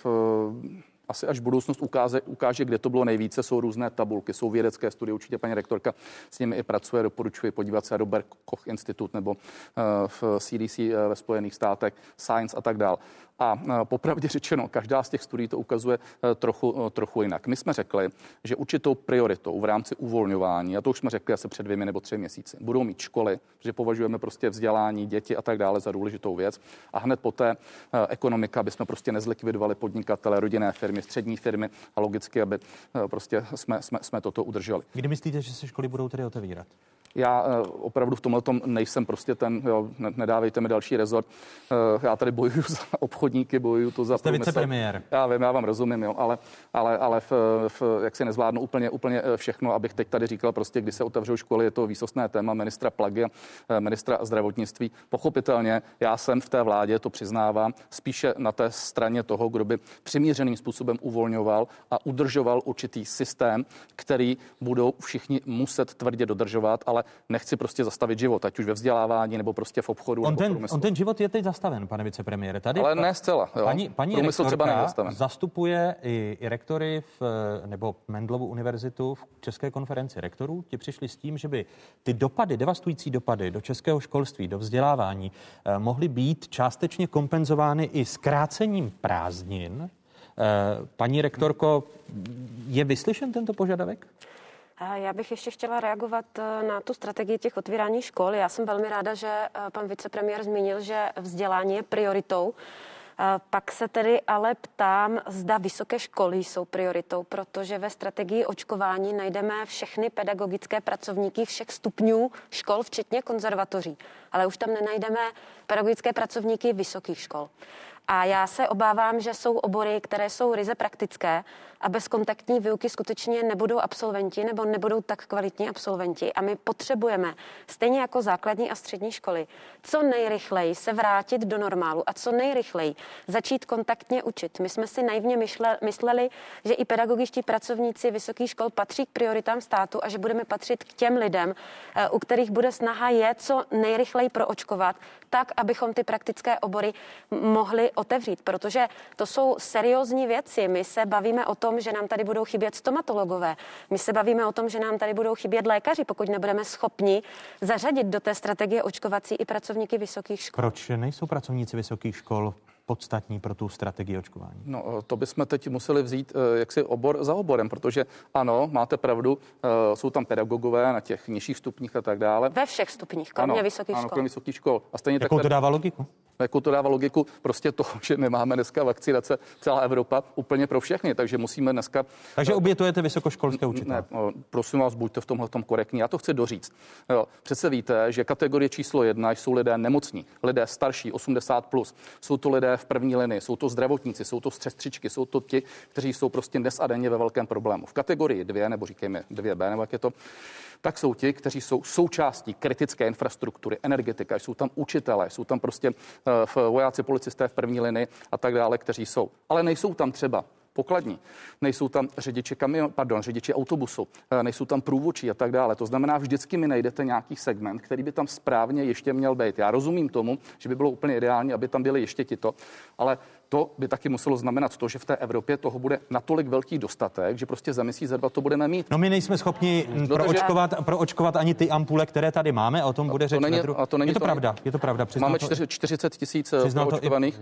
asi až budoucnost ukáže, kde to bylo nejvíce, jsou různé tabulky, jsou vědecké studie, určitě paní rektorka s nimi i pracuje, doporučuji podívat se Robert Koch Institut nebo v CDC ve Spojených státech, Science a tak dál. A popravdě řečeno, každá z těch studií to ukazuje trochu jinak. My jsme řekli, že určitou prioritou v rámci uvolňování, a to už jsme řekli asi před 2 nebo 3 měsíci, budou mít školy, protože považujeme prostě vzdělání, děti a tak dále za důležitou věc. A hned poté ekonomika, aby jsme prostě nezlikvidovali podnikatele, rodinné firmy, střední firmy a logicky, aby prostě jsme toto udrželi. Kdy myslíte, že se školy budou tedy otevírat? Já opravdu v tomhletom nejsem prostě nedávejte mi další rezort. Já tady bojuju za obchodníky, bojuju to za průmysl. Jste vicepremiér. Já vím, já vám rozumím, jo, ale jak se nezvládnu úplně všechno, abych teď tady říkal prostě, kdy se otevřou školy, je to výsostné téma ministra Plagy, ministra zdravotnictví. Pochopitelně, já jsem v té vládě, to přiznávám, spíše na té straně toho, kdo by přimířeným způsobem uvolňoval a udržoval určitý systém, který budou všichni muset tvrdě dodržovat, ale nechci prostě zastavit život, ať už ve vzdělávání nebo prostě v obchodu. On ten život je teď zastaven, pane vicepremiére. Tady ale ne zcela. Paní rektorka zastupuje i rektory nebo Mendelovu univerzitu v České konferenci rektorů. Ti přišli s tím, že by ty devastující dopady do českého školství, do vzdělávání mohly být částečně kompenzovány i zkrácením prázdnin. Paní rektorko, je vyslyšen tento požadavek? Já bych ještě chtěla reagovat na tu strategii těch otvírání škol. Já jsem velmi ráda, že pan vicepremiér zmínil, že vzdělání je prioritou. Pak se tedy ale ptám, zda vysoké školy jsou prioritou, protože ve strategii očkování najdeme všechny pedagogické pracovníky všech stupňů škol, včetně konzervatoří. Ale už tam nenajdeme pedagogické pracovníky vysokých škol. A já se obávám, že jsou obory, které jsou ryze praktické a bez kontaktní výuky skutečně nebudou absolventi nebo nebudou tak kvalitní absolventi. A my potřebujeme, stejně jako základní a střední školy, co nejrychleji se vrátit do normálu a co nejrychleji začít kontaktně učit. My jsme si naivně mysleli, že i pedagogičtí pracovníci vysokých škol patří k prioritám státu a že budeme patřit k těm lidem, u kterých bude snaha je co nejrychleji proočkovat, tak, abychom ty praktické obory mohli otevřít, protože to jsou seriózní věci. My se bavíme o tom, že nám tady budou chybět stomatologové. My se bavíme o tom, že nám tady budou chybět lékaři, pokud nebudeme schopni zařadit do té strategie očkovací i pracovníky vysokých škol. Proč nejsou pracovníci vysokých škol podstatní pro tu strategii očkování? No, to bychom teď museli vzít jaksi obor za oborem, protože ano, máte pravdu, jsou tam pedagogové na těch nižších stupních a tak dále. Ve všech stupních, kromě vysokých škol. Kromě vysokých škol. A stejně jakou to dává logiku? Jakou to dává logiku? Prostě to, že nemáme dneska vakcinace celá Evropa úplně pro všechny, takže musíme dneska... Takže obětujete vysokoškolské učitele? Ne, prosím vás, buďte v tomhletom korektní. Já to chci doříct. Jo, přece víte, že kategorie číslo 1 jsou lidé nemocní, lidé starší, 80+. Jsou to lidé v první linii, jsou to zdravotníci, jsou to sestřičky, jsou to ti, kteří jsou prostě dnes a denně ve velkém problému. V kategorii 2, nebo říkejme 2B, nebo jak je to, tak jsou ti, kteří jsou součástí kritické infrastruktury, energetika, jsou tam učitelé, jsou tam prostě vojáci, policisté v první linii a tak dále, kteří jsou. Ale nejsou tam třeba pokladní, nejsou tam řidiči autobusu, nejsou tam průvodčí a tak dále. To znamená, vždycky mi najdete nějaký segment, který by tam správně ještě měl být. Já rozumím tomu, že by bylo úplně ideální, aby tam byli ještě tito, ale to by taky muselo znamenat to, že v té Evropě toho bude natolik velký dostatek, že prostě za měsíc, za 2 to budeme mít. No my nejsme schopni proočkovat ani ty ampule, které tady máme, a o tom bude řeč. Je to pravda. Máme 40 000 proočkovaných.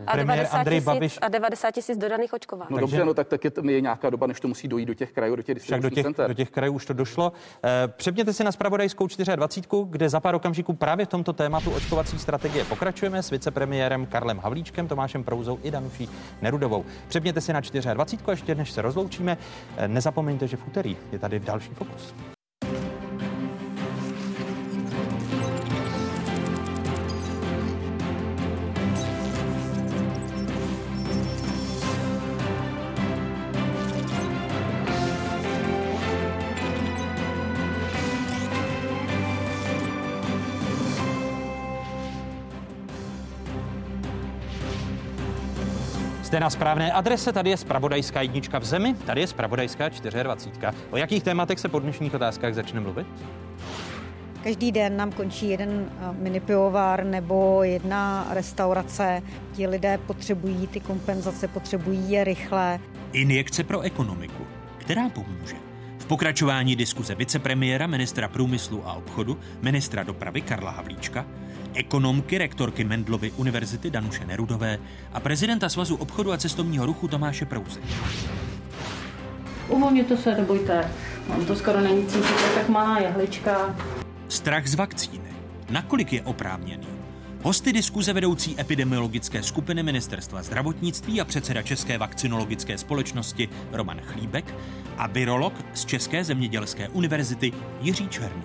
A 90 000 dodaných očkování. No dobře, no tak je nějaká doba, než to musí dojít do těch krajů, do těch distribučních center. Do těch krajů už to došlo. Přepněte si na Zpravodajskou 24, kde za pár okamžiků právě v tomto tématu očkovací strategie pokračujeme s vicepremiérem Karlem Havlíčkem, Tomášem Prouzou i Danuší Nerudovou. Přepněte si na 24, ještě než se rozloučíme. Nezapomeňte, že v úterý je tady další Fokus. Jste na správné adrese, tady je Zpravodajská 1 v zemi, tady je Zpravodajská 24. O jakých tématech se po dnešních otázkách začne mluvit? Každý den nám končí jeden minipivovár nebo jedna restaurace. Ti lidé potřebují ty kompenzace, potřebují je rychle. Injekce pro ekonomiku, která pomůže. V pokračování diskuze vicepremiéra, ministra průmyslu a obchodu, ministra dopravy Karla Havlíčka, ekonomky, rektorky Mendelovy univerzity Danuše Nerudové a prezidenta Svazu obchodu a cestovního ruchu Tomáše Prouzy. Uvolněte se, nebojte. Mám to skoro není cítit, tak malá jehlička. Strach z vakcíny. Nakolik je oprávněný? Hosty diskuze vedoucí epidemiologické skupiny Ministerstva zdravotnictví a předseda České vakcinologické společnosti Roman Chlíbek a virolog z České zemědělské univerzity Jiří Černý.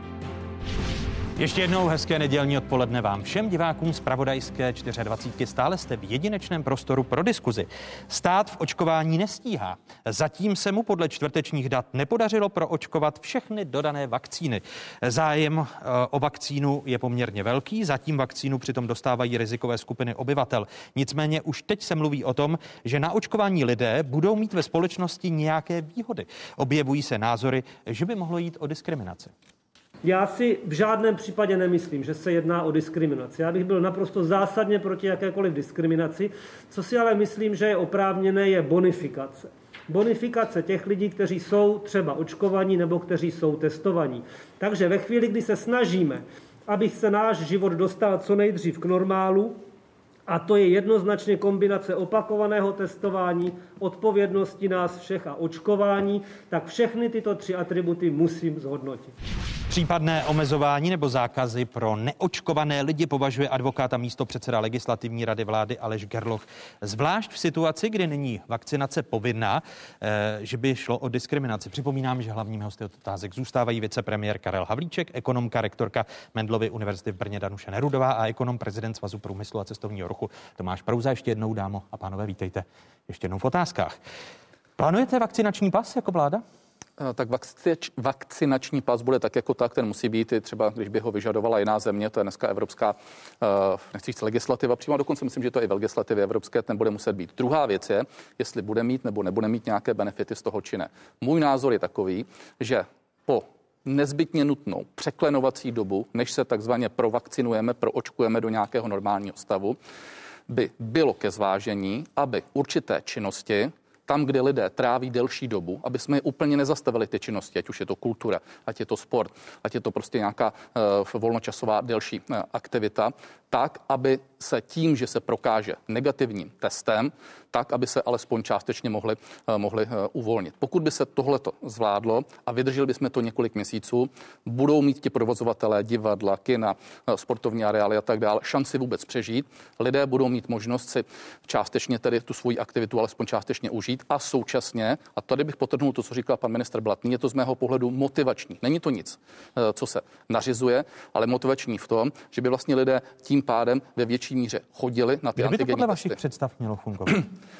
Ještě jednou hezké nedělní odpoledne vám všem divákům Zpravodajské 24. Stále jste v jedinečném prostoru pro diskuzi. Stát v očkování nestíhá. Zatím se mu podle čtvrtečních dat nepodařilo proočkovat všechny dodané vakcíny. Zájem o vakcínu je poměrně velký, zatím vakcínu přitom dostávají rizikové skupiny obyvatel. Nicméně už teď se mluví o tom, že na očkování lidé budou mít ve společnosti nějaké výhody. Objevují se názory, že by mohlo jít o diskriminaci. Já si v žádném případě nemyslím, že se jedná o diskriminaci. Já bych byl naprosto zásadně proti jakékoliv diskriminaci. Co si ale myslím, že je oprávněné, je bonifikace. Bonifikace těch lidí, kteří jsou třeba očkovaní nebo kteří jsou testovaní. Takže ve chvíli, kdy se snažíme, aby se náš život dostal co nejdřív k normálu, a to je jednoznačně kombinace opakovaného testování, odpovědnosti nás všech a očkování, tak všechny tyto 3 atributy musím zhodnotit. Případné omezování nebo zákazy pro neočkované lidi považuje advokát a místopředseda Legislativní rady vlády Aleš Gerloch. Zvlášť v situaci, kdy není vakcinace povinná, že by šlo o diskriminaci. Připomínám, že hlavními hosty otázek zůstávají vicepremiér Karel Havlíček, ekonomka, rektorka Mendelovy univerzity v Brně Danuše Nerudová a ekonom, prezident Svazu průmyslu a cestovního ruchu Tomáš Prouza. Ještě jednou, dámo a pánové, vítejte ještě jednou v otázkách. Plánujete vakcinační pas jako vláda? Tak vakcinační pas bude tak jako tak, ten musí být i třeba, když by ho vyžadovala jiná země, to je dneska evropská, nechci říct legislativa, přímo dokonce myslím, že to je i v legislativě evropské, ten bude muset být. Druhá věc je, jestli bude mít nebo nebude mít nějaké benefity z toho či ne. Můj názor je takový, že po nezbytně nutnou překlenovací dobu, než se takzvaně provakcinujeme, proočkujeme do nějakého normálního stavu, by bylo ke zvážení, aby určité činnosti, tam, kde lidé tráví delší dobu, aby jsme je úplně nezastavili ty činnosti, ať už je to kultura, ať je to sport, ať je to prostě nějaká volnočasová delší aktivita, tak, aby se tím, že se prokáže negativním testem, tak, aby se alespoň částečně mohli uvolnit. Pokud by se tohleto zvládlo a vydrželi bychom to několik měsíců, budou mít ti provozovatelé divadla, kina, sportovní areály a tak dále šanci vůbec přežít. Lidé budou mít možnost si částečně tedy tu svoji aktivitu alespoň částečně užít a současně, a tady bych podtrhnul to, co říkal pan ministr Blatný, je to z mého pohledu motivační. Není to nic, co se nařizuje, ale motivační v tom, že by vlastně lidé tím pádem ve větší míře chodili na ty antigenní testy. Kdyby to podle vašich představ mělo fungovat?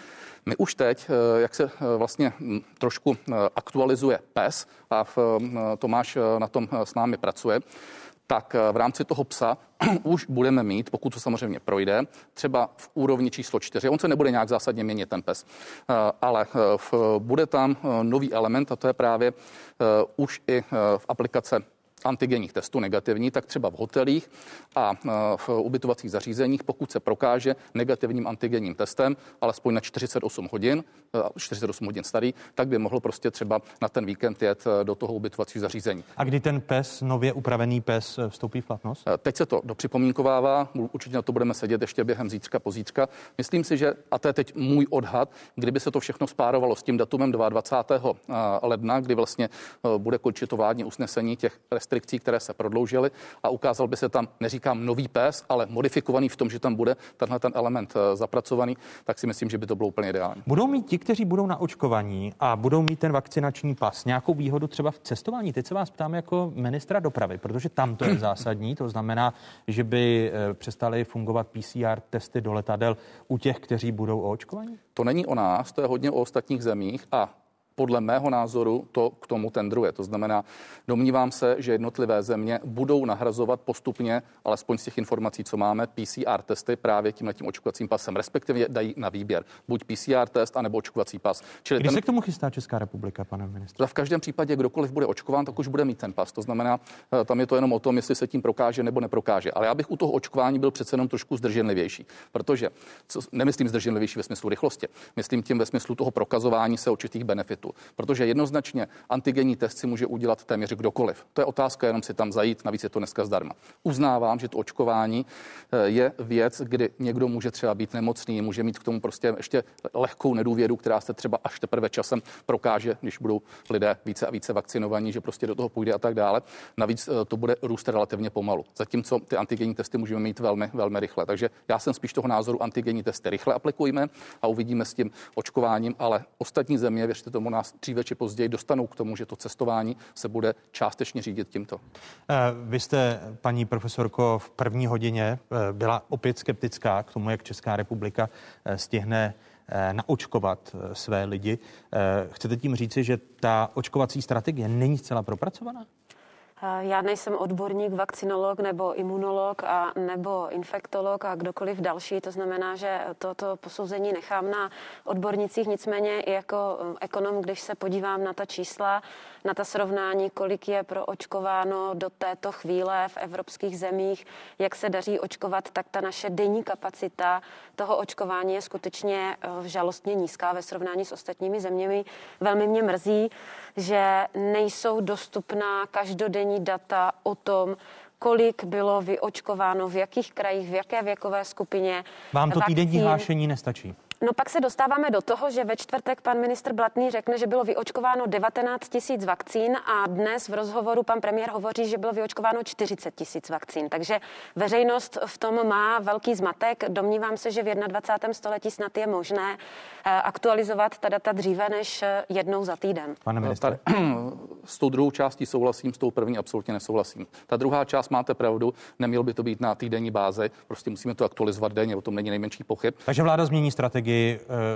My už teď, jak se vlastně trošku aktualizuje PES a Tomáš na tom s námi pracuje, tak v rámci toho PSA už budeme mít, pokud to samozřejmě projde, třeba v úrovni číslo 4. On se nebude nějak zásadně měnit ten PES, ale bude tam nový element a to je právě už i v aplikace antigenních testů negativní, tak třeba v hotelích a v ubytovacích zařízeních, pokud se prokáže negativním antigenním testem, alespoň na 48 hodin starý, tak by mohl prostě třeba na ten víkend jet do toho ubytovacího zařízení. A kdy ten PES, nově upravený PES, vstoupí v platnost? Teď se to dopřipomínkovává, určitě na to budeme sedět ještě během zítřka, pozítřka. Myslím si, že, a to je teď můj odhad, kdyby se to všechno spárovalo s tím datumem 22. ledna, kdy vlastně bude končit to vládní usnesení těch restrikcí, které se prodloužily a ukázal by se tam, neříkám nový PES, ale modifikovaný v tom, že tam bude tenhle ten element zapracovaný, tak si myslím, že by to bylo úplně ideální. Budou mít ti, kteří budou na očkovaní a budou mít ten vakcinační pas, nějakou výhodu třeba v cestování? Teď se vás ptám jako ministra dopravy, protože tam to je zásadní, to znamená, že by přestaly fungovat PCR testy do letadel u těch, kteří budou očkovaní? To není o nás, to je hodně o ostatních zemích a podle mého názoru to k tomu tendruje. To znamená, domnívám se, že jednotlivé země budou nahrazovat postupně, alespoň z těch informací, co máme, PCR testy právě tímhletím očkovacím pasem, respektive dají na výběr. Buď PCR test, anebo očkovací pas. Kdy se k tomu chystá Česká republika, pane ministře? V každém případě, kdokoliv bude očkován, tak už bude mít ten pas. To znamená, tam je to jenom o tom, jestli se tím prokáže nebo neprokáže. Ale já bych u toho očkování byl přece jenom trošku zdrženlivější, protože nemyslím zdrženlivější ve smyslu rychlosti, myslím tím ve smyslu toho prokazování se určitých benefitů. Protože jednoznačně antigenní test si může udělat téměř kdokoliv. To je otázka, jenom si tam zajít, navíc je to dneska zdarma. Uznávám, že to očkování je věc, kdy někdo může třeba být nemocný, může mít k tomu prostě ještě lehkou nedůvěru, která se třeba až teprve časem prokáže, když budou lidé více a více vakcinovaní, že prostě do toho půjde a tak dále. Navíc to bude růst relativně pomalu. Zatímco ty antigenní testy můžeme mít velmi, velmi rychle. Takže já jsem spíš toho názoru, antigenní testy rychle aplikujme a uvidíme s tím očkováním, ale ostatní země, věřte tomu, nás dříve či později dostanou k tomu, že to cestování se bude částečně řídit tímto. Vy jste, paní profesorko, v první hodině byla opět skeptická k tomu, jak Česká republika stihne naočkovat své lidi. Chcete tím říci, že ta očkovací strategie není zcela propracovaná? Já nejsem odborník, vakcinolog nebo imunolog a nebo infektolog a kdokoliv další, to znamená, že toto posouzení nechám na odbornicích, nicméně i jako ekonom, když se podívám na ta čísla, na ta srovnání, kolik je proočkováno do této chvíle v evropských zemích, jak se daří očkovat, tak ta naše denní kapacita toho očkování je skutečně žalostně nízká ve srovnání s ostatními zeměmi. Velmi mě mrzí, že nejsou dostupná každodenní data o tom, kolik bylo vyočkováno, v jakých krajích, v jaké věkové skupině. Vám to týdenní hlášení nestačí? No pak se dostáváme do toho, že ve čtvrtek pan ministr Blatný řekne, že bylo vyočkováno 19 000 vakcín a dnes v rozhovoru pan premiér hovoří, že bylo vyočkováno 40 000 vakcín. Takže veřejnost v tom má velký zmatek. Domnívám se, že v 21. století snad je možné aktualizovat ta data dříve než jednou za týden. Pane ministře. S tou druhou částí souhlasím, s tou první absolutně nesouhlasím. Ta druhá část máte pravdu, nemělo by to být na týdenní bázi, prostě musíme to aktualizovat denně, o tom není nejmenší pochyb. Takže vláda změní strategii.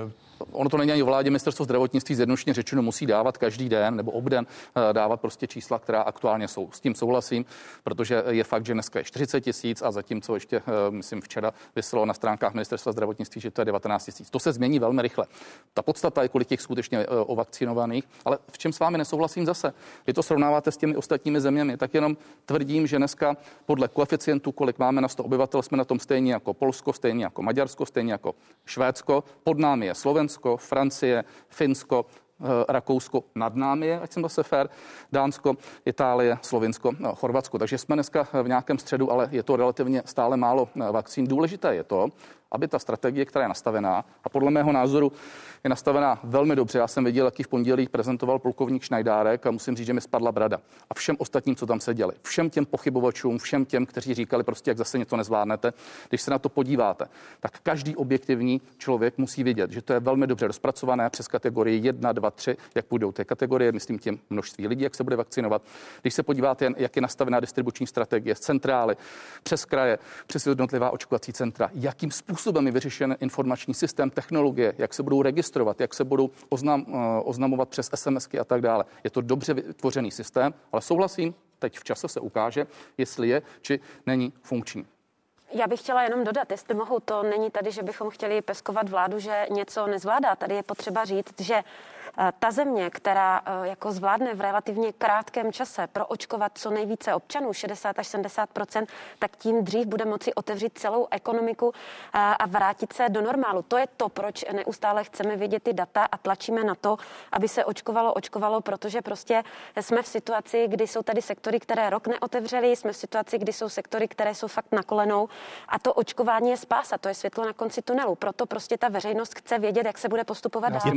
Ono to není ani vládě, ministerstvo zdravotnictví zjednodušeně řečeno musí dávat každý den nebo obden dávat prostě čísla, která aktuálně jsou. S tím souhlasím, protože je fakt, že dneska je 40 000 a zatímco ještě, myslím, včera vyselo na stránkách ministerstva zdravotnictví, že to je 19 000. To se změní velmi rychle. Ta podstata je, kolik těch skutečně ovakcinovaných, ale v čem s vámi nesouhlasím zase. Vy to srovnáváte s těmi ostatními zeměmi, tak jenom tvrdím, že dneska podle koeficientu, kolik máme na 100 obyvatel, jsme na tom stejně jako Polsko, stejně jako Maďarsko, stejně jako Švédsko. Pod námi je Slovensko, Francie, Finsko, Rakousko, nad námi je, ať jsem zase fér, Dánsko, Itálie, Slovinsko, Chorvatsko. Takže jsme dneska v nějakém středu, ale je to relativně stále málo vakcín. Důležité je to, aby ta strategie, která je nastavená, a podle mého názoru je nastavená velmi dobře. Já jsem viděl, jaký v pondělí prezentoval plukovník Šnajdárek a musím říct, že mi spadla brada. A všem ostatním, co tam seděli, všem těm pochybovačům, všem těm, kteří říkali prostě, jak zase něco nezvládnete, když se na to podíváte, tak každý objektivní člověk musí vidět, že to je velmi dobře rozpracované přes kategorii 1, 2, 3, jak půjdou ty kategorie, myslím tím množství lidí, jak se bude vakcinovat. Když se podíváte, jak je nastavená distribuční strategie z centrály, přes kraje, přes jednotlivá očkovací centra, jakým způsobem je vyřešen informační systém, technologie, jak se budou registrovat, jak se budou oznamovat přes SMSky a tak dále. Je to dobře vytvořený systém, ale souhlasím, teď v čase se ukáže, jestli je či není funkční. Já bych chtěla jenom dodat, jestli mohu, to není tady, že bychom chtěli peskovat vládu, že něco nezvládá. Tady je potřeba říct, že ta země, která jako zvládne v relativně krátkém čase proočkovat co nejvíce občanů, 60 až 70%, tak tím dřív bude moci otevřít celou ekonomiku a vrátit se do normálu. To je to, proč neustále chceme vidět ty data a tlačíme na to, aby se očkovalo, protože prostě jsme v situaci, kdy jsou tady sektory, které rok neotevřely, jsme v situaci, kdy jsou sektory, které jsou fakt na kolenou a to očkování je spása, to je světlo na konci tunelu. Proto prostě ta veřejnost chce vědět, jak se bude postupovat dál.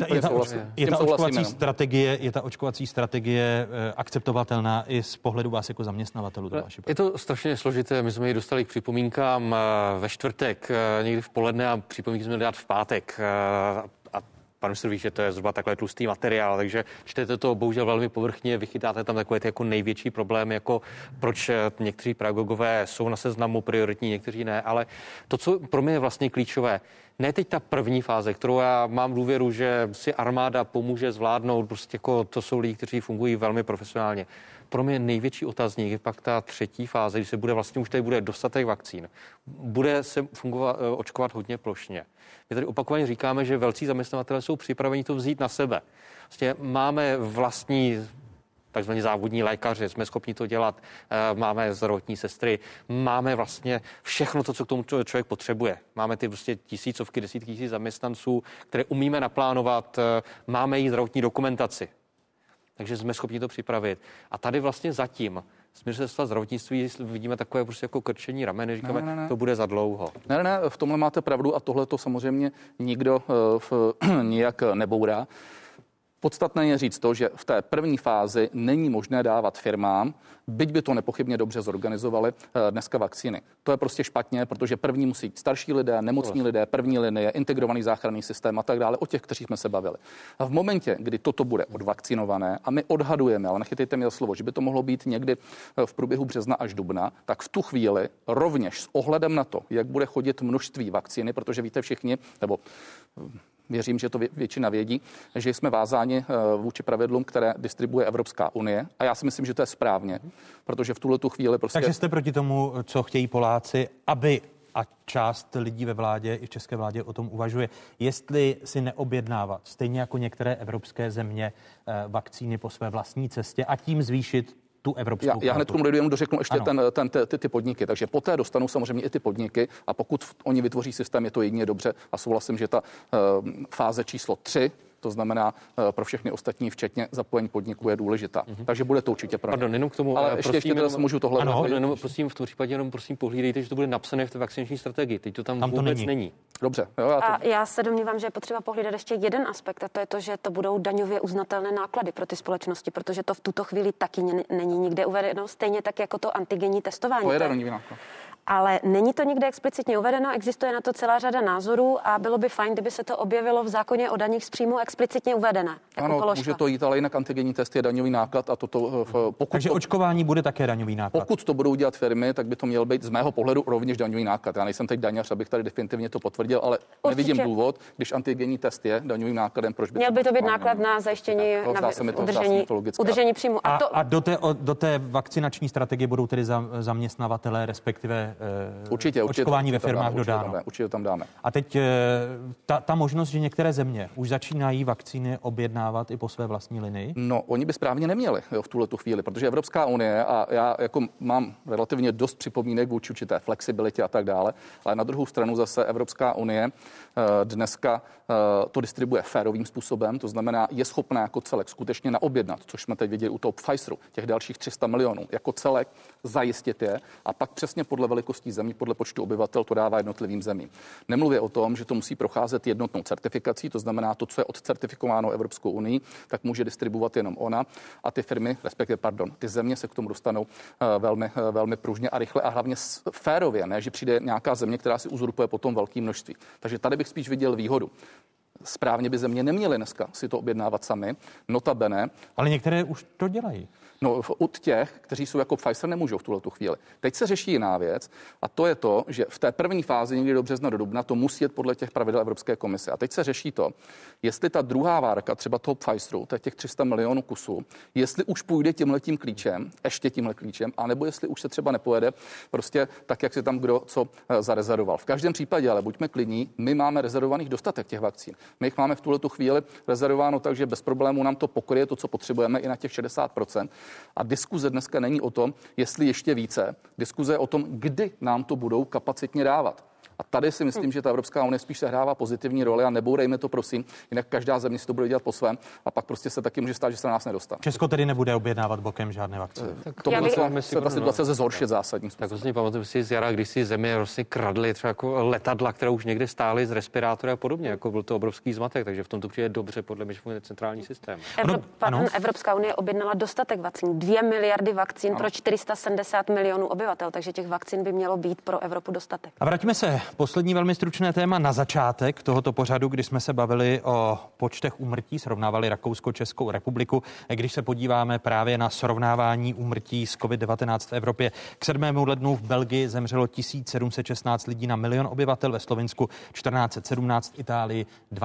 Je ta očkovací strategie akceptovatelná i z pohledu vás jako zaměstnavatelů? Je to strašně složité. My jsme ji dostali k připomínkám ve čtvrtek, někdy v poledne, a připomínky jsme dát v pátek. A pan ministr ví, že to je zhruba takhle tlustý materiál, takže čtete to bohužel velmi povrchně, vychytáte tam takové ty jako největší problémy, jako proč někteří pedagogové jsou na seznamu prioritní, někteří ne, ale to, co pro mě je vlastně klíčové, ne teď ta první fáze, kterou já mám důvěru, že si armáda pomůže zvládnout, prostě jako to jsou lidi, kteří fungují velmi profesionálně. Pro mě největší otazník je pak ta třetí fáze, když se bude vlastně už tady bude dostatek vakcín. Bude se očkovat hodně plošně. My tady opakovaně říkáme, že velcí zaměstnavatelé jsou připraveni to vzít na sebe. Vlastně máme vlastní takzvaní závodní lékaři, jsme schopni to dělat, máme zdravotní sestry, máme vlastně všechno to, co k tomu člověk potřebuje. Máme ty prostě tisícovky, desítky tisíc zaměstnanců, které umíme naplánovat, máme i zdravotní dokumentaci. Takže jsme schopni to připravit. A tady vlastně zatím z ministerstva zdravotnictví vidíme takové prostě jako krčení ramene, říkáme, ne. To bude za dlouho. Ne, v tomhle máte pravdu a tohle to samozřejmě nikdo nijak nebourá. Podstatné je říct to, že v té první fázi není možné dávat firmám, byť by to nepochybně dobře zorganizovali, dneska vakcíny. To je prostě špatně, protože první musí jít starší lidé, nemocní lidé, první linie, integrovaný záchranný systém a tak dále, o těch, kteří jsme se bavili. A v momentě, kdy toto bude odvakcinované a my odhadujeme, ale nechytejte mi za slovo, že by to mohlo být někdy v průběhu března až dubna, tak v tu chvíli rovněž s ohledem na to, jak bude chodit množství vakcíny, protože víte všichni, nebo věřím, že to většina vědí, že jsme vázáni vůči pravidlům, které distribuje Evropská unie. A já si myslím, že to je správně, protože v tuhletu chvíli prostě... Takže jste proti tomu, co chtějí Poláci, aby, a část lidí ve vládě i v české vládě o tom uvažuje, jestli si neobjednávat, stejně jako některé evropské země, vakcíny po své vlastní cestě a tím zvýšit tu evropskou. Já hned tomu jenom dořeknu ještě ty podniky, takže poté dostanou samozřejmě i ty podniky a pokud oni vytvoří systém, je to jedině dobře a souhlasím, že ta fáze číslo 3 To znamená, pro všechny ostatní, včetně zapojení podniků, je důležitá. Takže bude to určitě pro ně. Pardon, jenom k tomu, ale ještě teda můžu tohle. Ano, jenom prosím, v tom případě jenom prosím pohlídejte, že to bude napsané v té vakcinační strategii. Teď to tam to vůbec není. Dobře. Jo, já se domnívám, že je potřeba pohlídat ještě jeden aspekt, a to je to, že to budou daňově uznatelné náklady pro ty společnosti, protože to v tuto chvíli taky není nikde uvedeno, stejně tak jako to antigenní testování. To je daňový náklad. Ale není to nikde explicitně uvedeno, existuje na to celá řada názorů a bylo by fajn, kdyby se to objevilo v zákoně o daních z příjmu explicitně uvedené. Ano, položka. může to jít, ale jinak antigenní test je daňový náklad a Takže očkování bude také daňový náklad. Pokud to budou dělat firmy, tak by to měl být z mého pohledu rovněž daňový náklad. Já nejsem teď daňař, abych tady definitivně to potvrdil, ale nevidím důvod, když antigenní test je daňovým nákladem, proč by měl by to být náklad na zajištění udržení příjmu. A do té vakcinační strategie budou tedy zaměstnavatelé, respektive určitě očkování ve firmách dodáno. Určitě tam dáme. A teď ta možnost, že některé země už začínají vakcíny objednávat i po své vlastní linii? No, oni by správně neměli v tuhletu chvíli, protože Evropská unie, a já jako mám relativně dost připomínek vůči určité flexibilitě a tak dále, ale na druhou stranu zase Evropská unie dneska to distribuje férovým způsobem, to znamená, je schopná jako celek skutečně naobjednat, což jsme teď viděli u toho Pfizeru, těch dalších 300 milionů, jako celek zajistit je a pak přesně podle velikostí zemí, podle počtu obyvatel to dává jednotlivým zemím. Nemluvě o tom, že to musí procházet jednotnou certifikací, to znamená to, co je odcertifikováno Evropskou unii, tak může distribuovat jenom ona a ty firmy, respektive ty země se k tomu dostanou velmi pružně a rychle a hlavně férově, ne, že přijde nějaká země, která si uzurpuje potom velké množství. Takže tady bych spíš viděl výhodu. Správně by země neměly dneska si to objednávat sami, notabene. Ale některé už to dělají. No, od těch, kteří jsou jako Pfizer, nemůžou v tuhletu chvíli. Teď se řeší jiná věc a to je to, že v té první fázi někdy do března, do dubna to musí jet podle těch pravidel Evropské komise. A teď se řeší to, jestli ta druhá várka, třeba toho Pfizeru, to je těch 300 milionů kusů, jestli už půjde tímhletím klíčem, ještě tímhle klíčem, anebo jestli už se třeba nepojede prostě tak, jak si tam kdo co zarezervoval. V každém případě, ale buďme klidní, my máme rezervovaných dostatek těch vakcín. My jich máme v tuhletu chvíli rezervováno tak, že bez problémů nám to pokryje to, co potřebujeme i na těch 60%. A diskuze dneska není o tom, jestli ještě více. Diskuze je o tom, kdy nám to budou kapacitně dávat. A tady si myslím, že ta Evropská unie spíš sehrává pozitivní roli a nebourejme to, prosím, jinak každá země si to bude dělat po svém a pak prostě se taky může stát, že se na nás nedostane. Česko tedy nebude objednávat bokem žádné vakcíny. To se ta situace zhoršit zásadním způsobem. Tak vlastně pamatuju si z jara, když si země vlastně kradly třeba jako letadla, které už někde stály z respirátory a podobně, jako byl to obrovský zmatek, takže v tom to přijde dobře podle mě funguje centrální systém. Evropská unie objednala dostatek vakcín, 2 miliardy vakcín pro 470 milionů obyvatel, takže těch vakcín by mělo být pro Evropu dostatek. A vraťme se poslední velmi stručné téma na začátek tohoto pořadu, kdy jsme se bavili o počtech úmrtí, srovnávali Rakousko, Českou republiku. Když se podíváme právě na srovnávání úmrtí s COVID-19 v Evropě, k 7. lednu v Belgii zemřelo 1716 lidí na milion obyvatel, ve Slovinsku 1417, v Itálii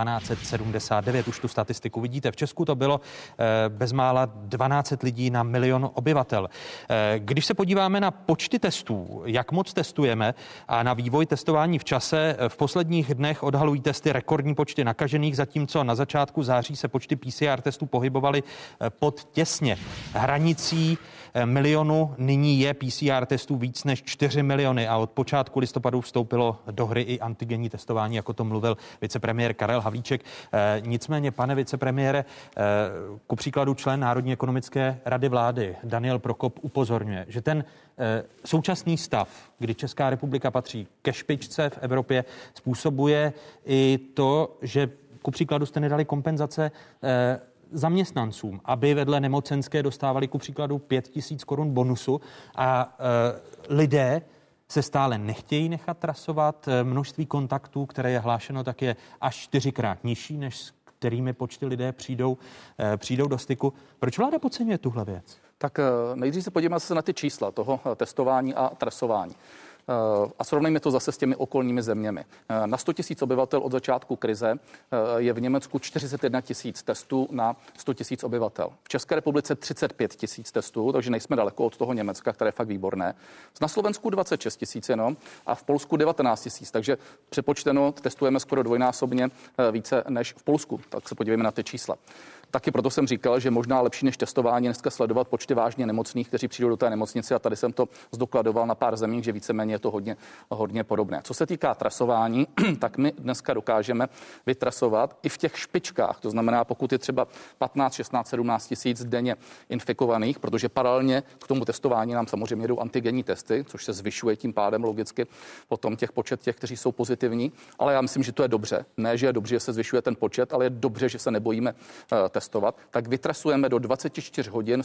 1279. Už tu statistiku vidíte. V Česku to bylo bezmála 12 lidí na milion obyvatel. Když se podíváme na počty testů, jak moc testujeme a na vývoj testování v čase, v posledních dnech odhalují testy rekordní počty nakažených, zatímco na začátku září se počty PCR testů pohybovaly pod těsně hranicí milionu. Nyní je PCR testů víc než 4 miliony a od počátku listopadu vstoupilo do hry i antigenní testování, jako to mluvil vicepremiér Karel Havlíček. Nicméně, pane vicepremiére, ku příkladu člen Národní ekonomické rady vlády Daniel Prokop upozorňuje, že ten současný stav, kdy Česká republika patří ke špičce v Evropě, způsobuje i to, že ku příkladu jste nedali kompenzace zaměstnancům, aby vedle nemocenské dostávali ku příkladu 5 000 korun bonusu a lidé se stále nechtějí nechat trasovat. Množství kontaktů, které je hlášeno, tak je až 4krát nižší, než s kterými počty lidé přijdou do styku. Proč vláda podceňuje tuhle věc? Tak nejdřív se podíváme se na ty čísla toho testování a trasování. A srovnejme to zase s těmi okolními zeměmi. Na 100 000 obyvatel od začátku krize je v Německu 41 000 testů na 100 000 obyvatel. V České republice 35 000 testů, takže nejsme daleko od toho Německa, které je fakt výborné. Na Slovensku 26 000 jenom a v Polsku 19 000, takže přepočteno testujeme skoro dvojnásobně více než v Polsku. Tak se podívejme na ty čísla. Taky proto jsem říkal, že možná lepší než testování dneska sledovat počty vážně nemocných, kteří přijdou do té nemocnice, a tady jsem to zdokladoval na pár zemích, že víceméně je to hodně podobné. Co se týká trasování, tak my dneska dokážeme vytrasovat i v těch špičkách. To znamená, pokud je třeba 15, 16, 17 tisíc denně infikovaných, protože paralelně k tomu testování nám samozřejmě jdou antigenní testy, což se zvyšuje tím pádem logicky potom počet těch, kteří jsou pozitivní, ale já myslím, že to je dobře. Ne, že je dobře, že se zvyšuje ten počet, ale je dobře, že se nebojíme testovat. Tak vytrasujeme do 24 hodin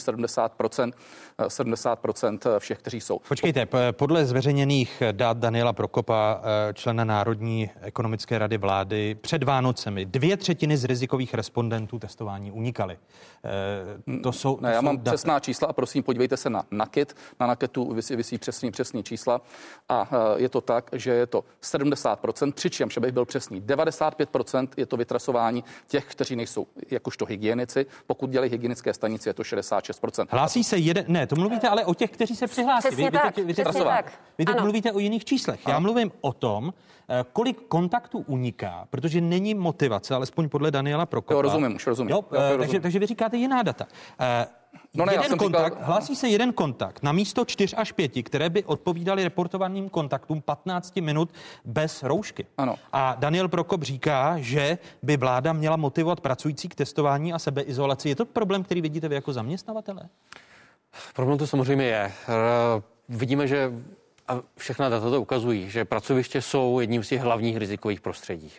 70% všech, kteří jsou. Počkejte, podle zveřejněných dat Daniela Prokopa, člena Národní ekonomické rady vlády, před Vánocemi 2/3 z rizikových respondentů testování unikaly. Já mám přesná čísla a prosím, podívejte se na NAKIT. Na NAKITu visí přesný čísla a je to tak, že je to 70%, přičemž, abych byl přesný, 95% je to vytrasování těch, kteří nejsou jakožto hygienici. Pokud dělají hygienické stanice, je to 66%. Hlásí se to mluvíte ale o těch, kteří se přihlásí. Vy teď mluvíte o jiných číslech. Já mluvím o tom, kolik kontaktů uniká, protože není motivace, alespoň podle Daniela Prokopa. Jo, rozumím. Takže vy říkáte jiná data. Hlásí se jeden kontakt na místo 4 až 5, které by odpovídaly reportovaným kontaktům 15 minut bez roušky. Ano. A Daniel Prokop říká, že by vláda měla motivovat pracující k testování a sebeizolaci. Je to problém, který vidíte vy jako zaměstnavatelé? Problém to samozřejmě je. Vidíme, že a všechna data to ukazují, že pracoviště jsou jedním z těch hlavních rizikových prostředí.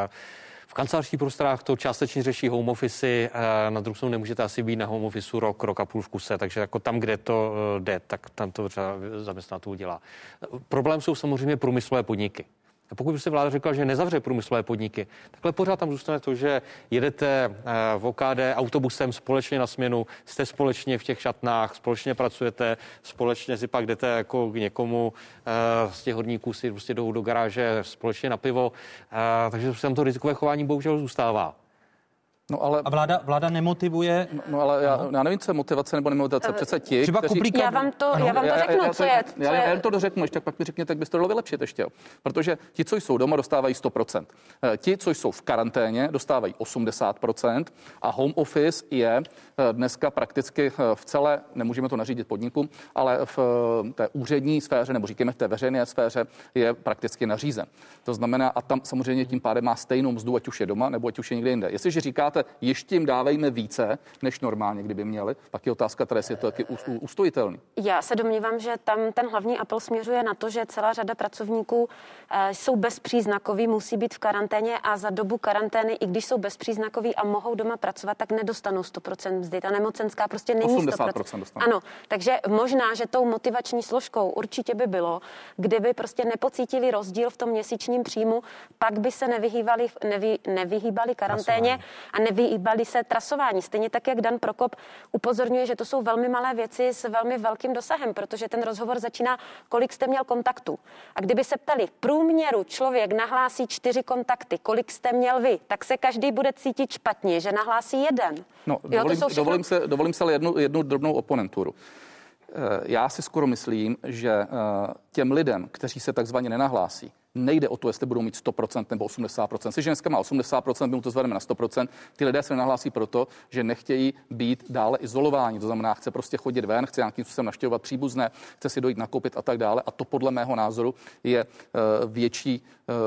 V kancelářských prostorách to částečně řeší home office, na druhou stranu nemůžete asi být na home office rok a půl v kuse, takže jako tam, kde to jde, tak tam to třeba zaměstnavatel dělá. Problém jsou samozřejmě průmyslové podniky. A pokud by se vláda řekla, že nezavře průmyslové podniky, takhle pořád tam zůstane to, že jedete v OKD autobusem společně na směnu, jste společně v těch šatnách, společně pracujete, společně si pak jdete jako k někomu z těch horníků si prostě jdou do garáže společně na pivo, takže tam to rizikové chování bohužel zůstává. No, ale... A vláda nemotivuje? No ale já nevím, co je motivace nebo nemotivace. Přece ti, Já vám to řeknu, co je. Já to dořeknu, ještě pak mi řekněte, jak byste to vylepšit ještě. Protože ti, co jsou doma, dostávají 100%. Ti, co jsou v karanténě, dostávají 80% a home office je dneska prakticky v celé, nemůžeme to nařídit podniku, ale v té úřední sféře, nebo říkáme v té veřejné sféře, je prakticky nařízen. To znamená, a tam samozřejmě tím pádem má stejnou mzdu, ať už je doma, nebo ať už je někde jinde. Jestliže říkáte, ještě jim dávejme více, než normálně, kdyby měli, pak je otázka, které je to taky ustojitelný. Já se domnívám, že tam ten hlavní apel směřuje na to, že celá řada pracovníků jsou bezpříznakoví, musí být v karanténě a za dobu karantény, i když jsou bezpříznakoví a mohou doma pracovat, tak nedostanou 100% mzdy. Ta nemocenská prostě není 100%. Dostanou. Ano, takže možná, že tou motivační složkou určitě by bylo, kdyby prostě nepocítili rozdíl v tom měsíčním příjmu, pak by se nevyhýbali karanténě a nevyhýbali se trasování. Stejně tak, jak Dan Prokop upozorňuje, že to jsou velmi malé věci s velmi velkým dosahem, protože ten rozhovor začíná, kolik jste měl kontaktů. A kdyby se ptali, v průměru člověk nahlásí 4 kontakty, kolik jste měl vy, tak se každý bude cítit špatně, že nahlásí jeden. No, dovolím se ale jednu drobnou oponenturu. Já si skoro myslím, že těm lidem, kteří se takzvaně nenahlásí, nejde o to, jestli budou mít 100% nebo 80%. Jestli dneska má 80%, my mu to zvedneme na 100%. Ty lidé se nenahlásí proto, že nechtějí být dále izolováni. To znamená, chce prostě chodit ven, chce nějakým způsobem navštěvovat příbuzné, chce si dojít nakoupit a tak dále. A to podle mého názoru je větší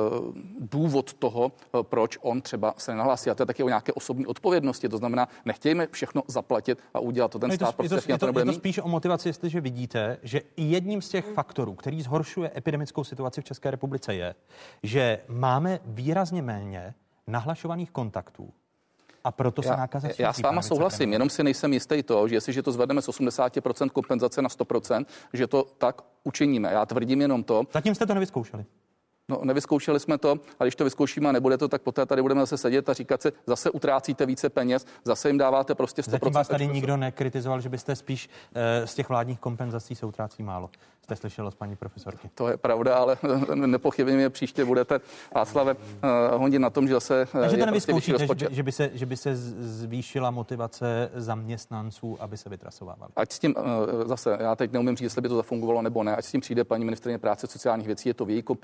důvod toho, proč on třeba se nenahlásí. A to je taky o nějaké osobní odpovědnosti. To znamená, nechtějme všechno zaplatit a udělat to ten stát. Je to spíš o motivaci, jestliže vidíte, že jedním z těch faktorů, který zhoršuje epidemickou situaci v České republice, je, že máme výrazně méně nahlašovaných kontaktů. A proto se nákaza šíří. Já s váma souhlasím, jenom si nejsem jistý to, že jestliže to zvedneme z 80% kompenzace na 100%, že to tak učiníme. Já tvrdím jenom to. Zatím jste to nevyzkoušeli. No, nevyzkoušeli jsme to, a když to vyzkoušíme a nebude to, tak poté tady budeme zase sedět a říkat si, zase utrácíte více peněz, zase jim dáváte prostě 100%. Zatím vás tady nikdo nekritizoval, že byste spíš z těch vládních kompenzací se utrácí málo. Jste slyšel od paní profesorky. To je pravda, ale nepochybně příště budete, Václave, honit na tom, že zase takže to nevyzkoušíte, že by se zvýšila motivace zaměstnanců, aby se vytrasovávali. Ať s tím zase, já teď neumím říct, jestli by to zafungovalo nebo ne, ať s tím přijde paní ministryně práce sociálních věcí, je to v její kompetenci.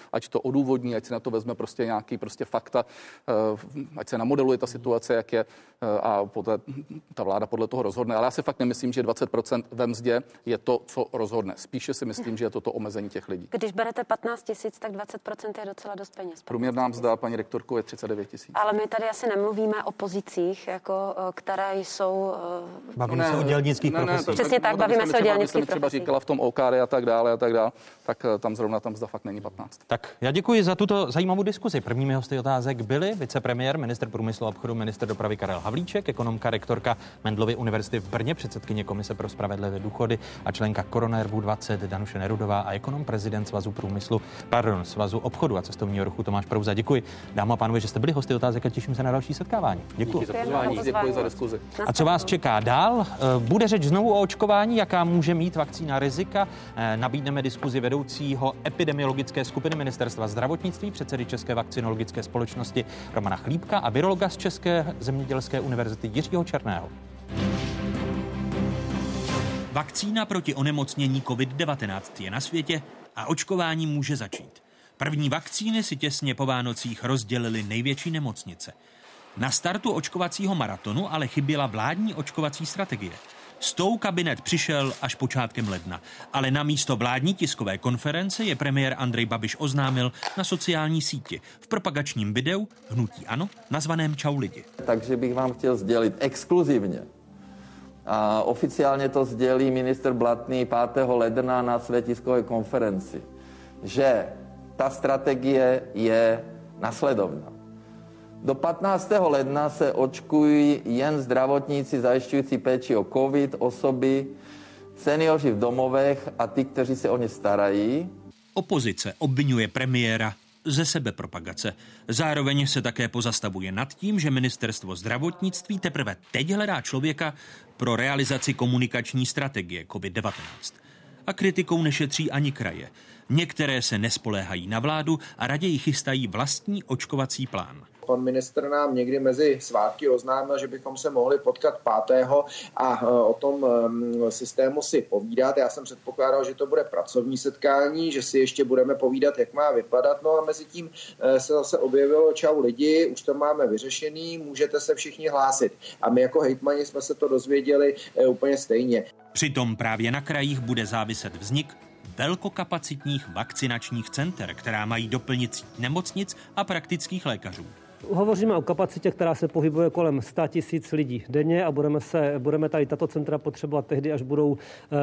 ať to odůvodní, ať se na to vezme prostě nějaký prostě fakta, ať se namodeluje ta situace, jak je, a poté ta vláda podle toho rozhodne. Ale já si fakt nemyslím, že 20% ve mzdě je to, co rozhodne. Spíše si myslím, že je to omezení těch lidí. Když berete 15 000, tak 20% je docela dost peněz. Průměrná mzda, paní rektorko, je 39 000. Ale my tady asi nemluvíme o pozicích, jako, které jsou... Bavíme se o dělnických profesích. Přesně tak, bavíme se o dělnických profesích. Třeba říkala v tom OKD a tak dále, tak tam zrovna tam mzda fakt není 15. Tak já děkuji za tuto zajímavou diskuzi. Prvními hosty otázek byli vicepremiér, ministr průmyslu a obchodu, ministr dopravy Karel Havlíček, ekonomka, rektorka Mendelovy univerzity v Brně, předsedkyně Komise pro spravedlivé důchody a členka Koronervu 20 Danuše Nerudová a ekonom, prezident Svazu obchodu a cestovního ruchu Tomáš Prouza. Děkuji, dámy a pánové, že jste byli hosty otázek a těším se na další setkávání. Děkuji. Děkuji za diskuzi. A co vás čeká dál? Bude řeč znovu o očkování, jaká může mít vakcína rizika. Nabídneme diskuzi vedoucího epidemiologické skupiny Ministerstva zdravotnictví, předsedy České vakcinologické společnosti Romana Chlíbka a virologa z České zemědělské univerzity Jiřího Černého. Vakcína proti onemocnění COVID-19 je na světě a očkování může začít. První vakcíny si těsně po Vánocích rozdělily největší nemocnice. Na startu očkovacího maratonu ale chyběla vládní očkovací strategie. S tou kabinet přišel až počátkem ledna, ale na místo vládní tiskové konference je premiér Andrej Babiš oznámil na sociální síti v propagačním videu hnutí ANO nazvaném Čau lidi. Takže bych vám chtěl sdělit exkluzivně, a oficiálně to sdělí ministr Blatný 5. ledna na své tiskové konferenci, že ta strategie je nasledovná. Do 15. ledna se očkují jen zdravotníci zajišťující péči o covid, osoby, seniori v domovech a ty, kteří se o ně starají. Opozice obvinuje premiéra ze sebepropagace. Zároveň se také pozastavuje nad tím, že ministerstvo zdravotnictví teprve teď hledá člověka pro realizaci komunikační strategie COVID-19. A kritikou nešetří ani kraje. Některé se nespoléhají na vládu a raději chystají vlastní očkovací plán. Pan ministr nám někdy mezi svátky oznámil, že bychom se mohli potkat 5. a o tom systému si povídat. Já jsem předpokládal, že to bude pracovní setkání, že si ještě budeme povídat, jak má vypadat. No a mezi tím se zase objevilo Čau lidi, už to máme vyřešený, můžete se všichni hlásit. A my jako hejtmani jsme se to dozvěděli úplně stejně. Přitom právě na krajích bude záviset vznik velkokapacitních vakcinačních center, která mají doplnit síť nemocnic a praktických lékařů. Hovoříme o kapacitě, která se pohybuje kolem 100 000 lidí denně a budeme tady tato centra potřebovat tehdy, až budou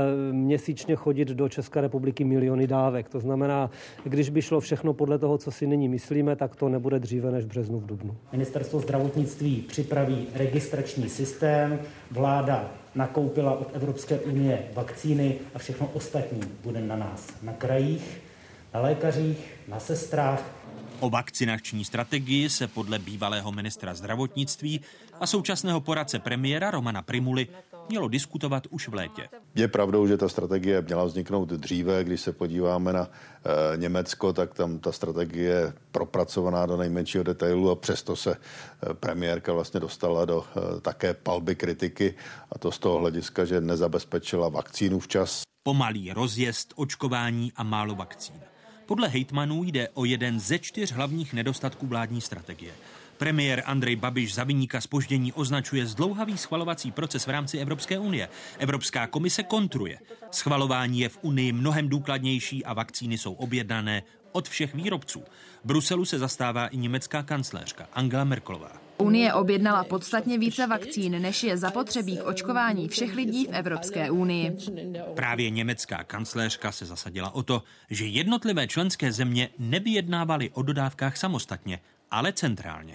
měsíčně chodit do České republiky miliony dávek. To znamená, když by šlo všechno podle toho, co si nyní myslíme, tak to nebude dříve než v březnu, v dubnu. Ministerstvo zdravotnictví připraví registrační systém, vláda nakoupila od Evropské unie vakcíny a všechno ostatní bude na nás, na krajích, na lékařích, na sestrách. O vakcinační strategii se podle bývalého ministra zdravotnictví a současného poradce premiéra Romana Prymuly mělo diskutovat už v létě. Je pravdou, že ta strategie měla vzniknout dříve. Když se podíváme na Německo, tak tam ta strategie je propracovaná do nejmenšího detailu a přesto se premiérka vlastně dostala do také palby kritiky, a to z toho hlediska, že nezabezpečila vakcínu včas. Pomalý rozjezd, očkování a málo vakcín. Podle hejtmanů jde o jeden ze 4 hlavních nedostatků vládní strategie. Premiér Andrej Babiš za viníka zpoždění označuje zdlouhavý schvalovací proces v rámci Evropské unie. Evropská komise kontruje. Schvalování je v Unii mnohem důkladnější a vakcíny jsou objednané od všech výrobců. V Bruselu se zastává i německá kancléřka Angela Merkelová. Unie objednala podstatně více vakcín, než je zapotřebí k očkování všech lidí v Evropské unii. Právě německá kancléřka se zasadila o to, že jednotlivé členské země nevyjednávaly o dodávkách samostatně, ale centrálně.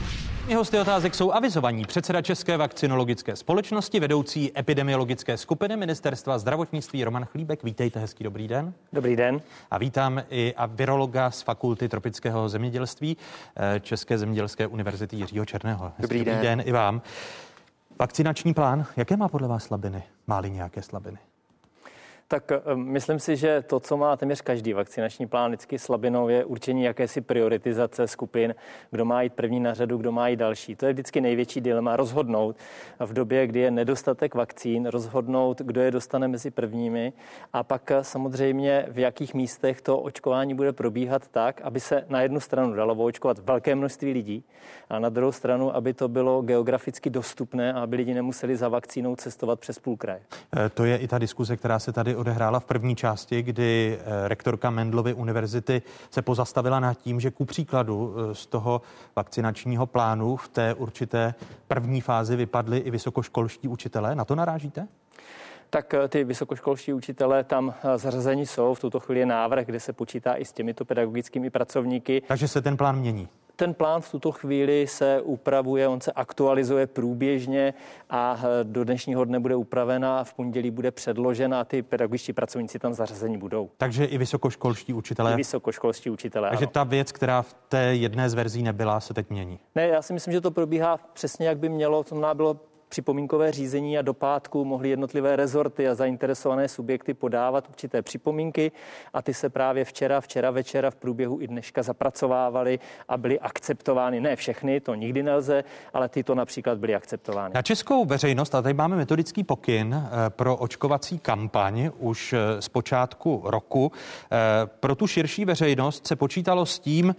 Hosty otázek jsou avizovaní předseda České vakcinologické společnosti, vedoucí epidemiologické skupiny Ministerstva zdravotnictví Roman Chlíbek. Vítejte, hezký dobrý den. Dobrý den. A vítám i virologa z Fakulty tropického zemědělství České zemědělské univerzity Jiřího Černého. Dobrý den i vám. Vakcinační plán, jaké má podle vás slabiny? Má-li nějaké slabiny? Tak myslím si, že to, co má téměř každý vakcinační plán, vždycky slabinou, je určení jakési prioritizace skupin, kdo má jít první na řadu, kdo má jít další. To je vždycky největší dilema, rozhodnout v době, kdy je nedostatek vakcín, rozhodnout, kdo je dostane mezi prvními a pak samozřejmě v jakých místech to očkování bude probíhat tak, aby se na jednu stranu dalo očkovat velké množství lidí a na druhou stranu, aby to bylo geograficky dostupné a aby lidi nemuseli za vakcínou cestovat přes půl kraje. To je i ta diskuze, která se tady odehrála v první části, kdy rektorka Mendelovy univerzity se pozastavila nad tím, že ku příkladu z toho vakcinačního plánu v té určité první fázi vypadli i vysokoškolští učitelé. Na to narážíte? Tak ty vysokoškolští učitelé tam zařazení jsou. V tuto chvíli je návrh, kde se počítá i s těmito pedagogickými pracovníky. Takže se ten plán mění? Ten plán v tuto chvíli se upravuje, on se aktualizuje průběžně a do dnešního dne bude upravena a v pondělí bude předložena a ty pedagogičtí pracovníci tam zařazení budou. Takže i vysokoškolští učitelé? I vysokoškolští učitelé, Takže ano. ta věc, která v té jedné z verzí nebyla, se teď mění? Ne, já si myslím, že to probíhá přesně, jak by mělo. To znamená, bylo připomínkové řízení a do pátku mohly jednotlivé rezorty a zainteresované subjekty podávat určité připomínky a ty se právě včera večera v průběhu i dneška zapracovávaly a byly akceptovány. Ne všechny, to nikdy nelze, ale tyto například byly akceptovány. Na českou veřejnost, a tady máme metodický pokyn pro očkovací kampaň už z počátku roku, pro tu širší veřejnost se počítalo s tím,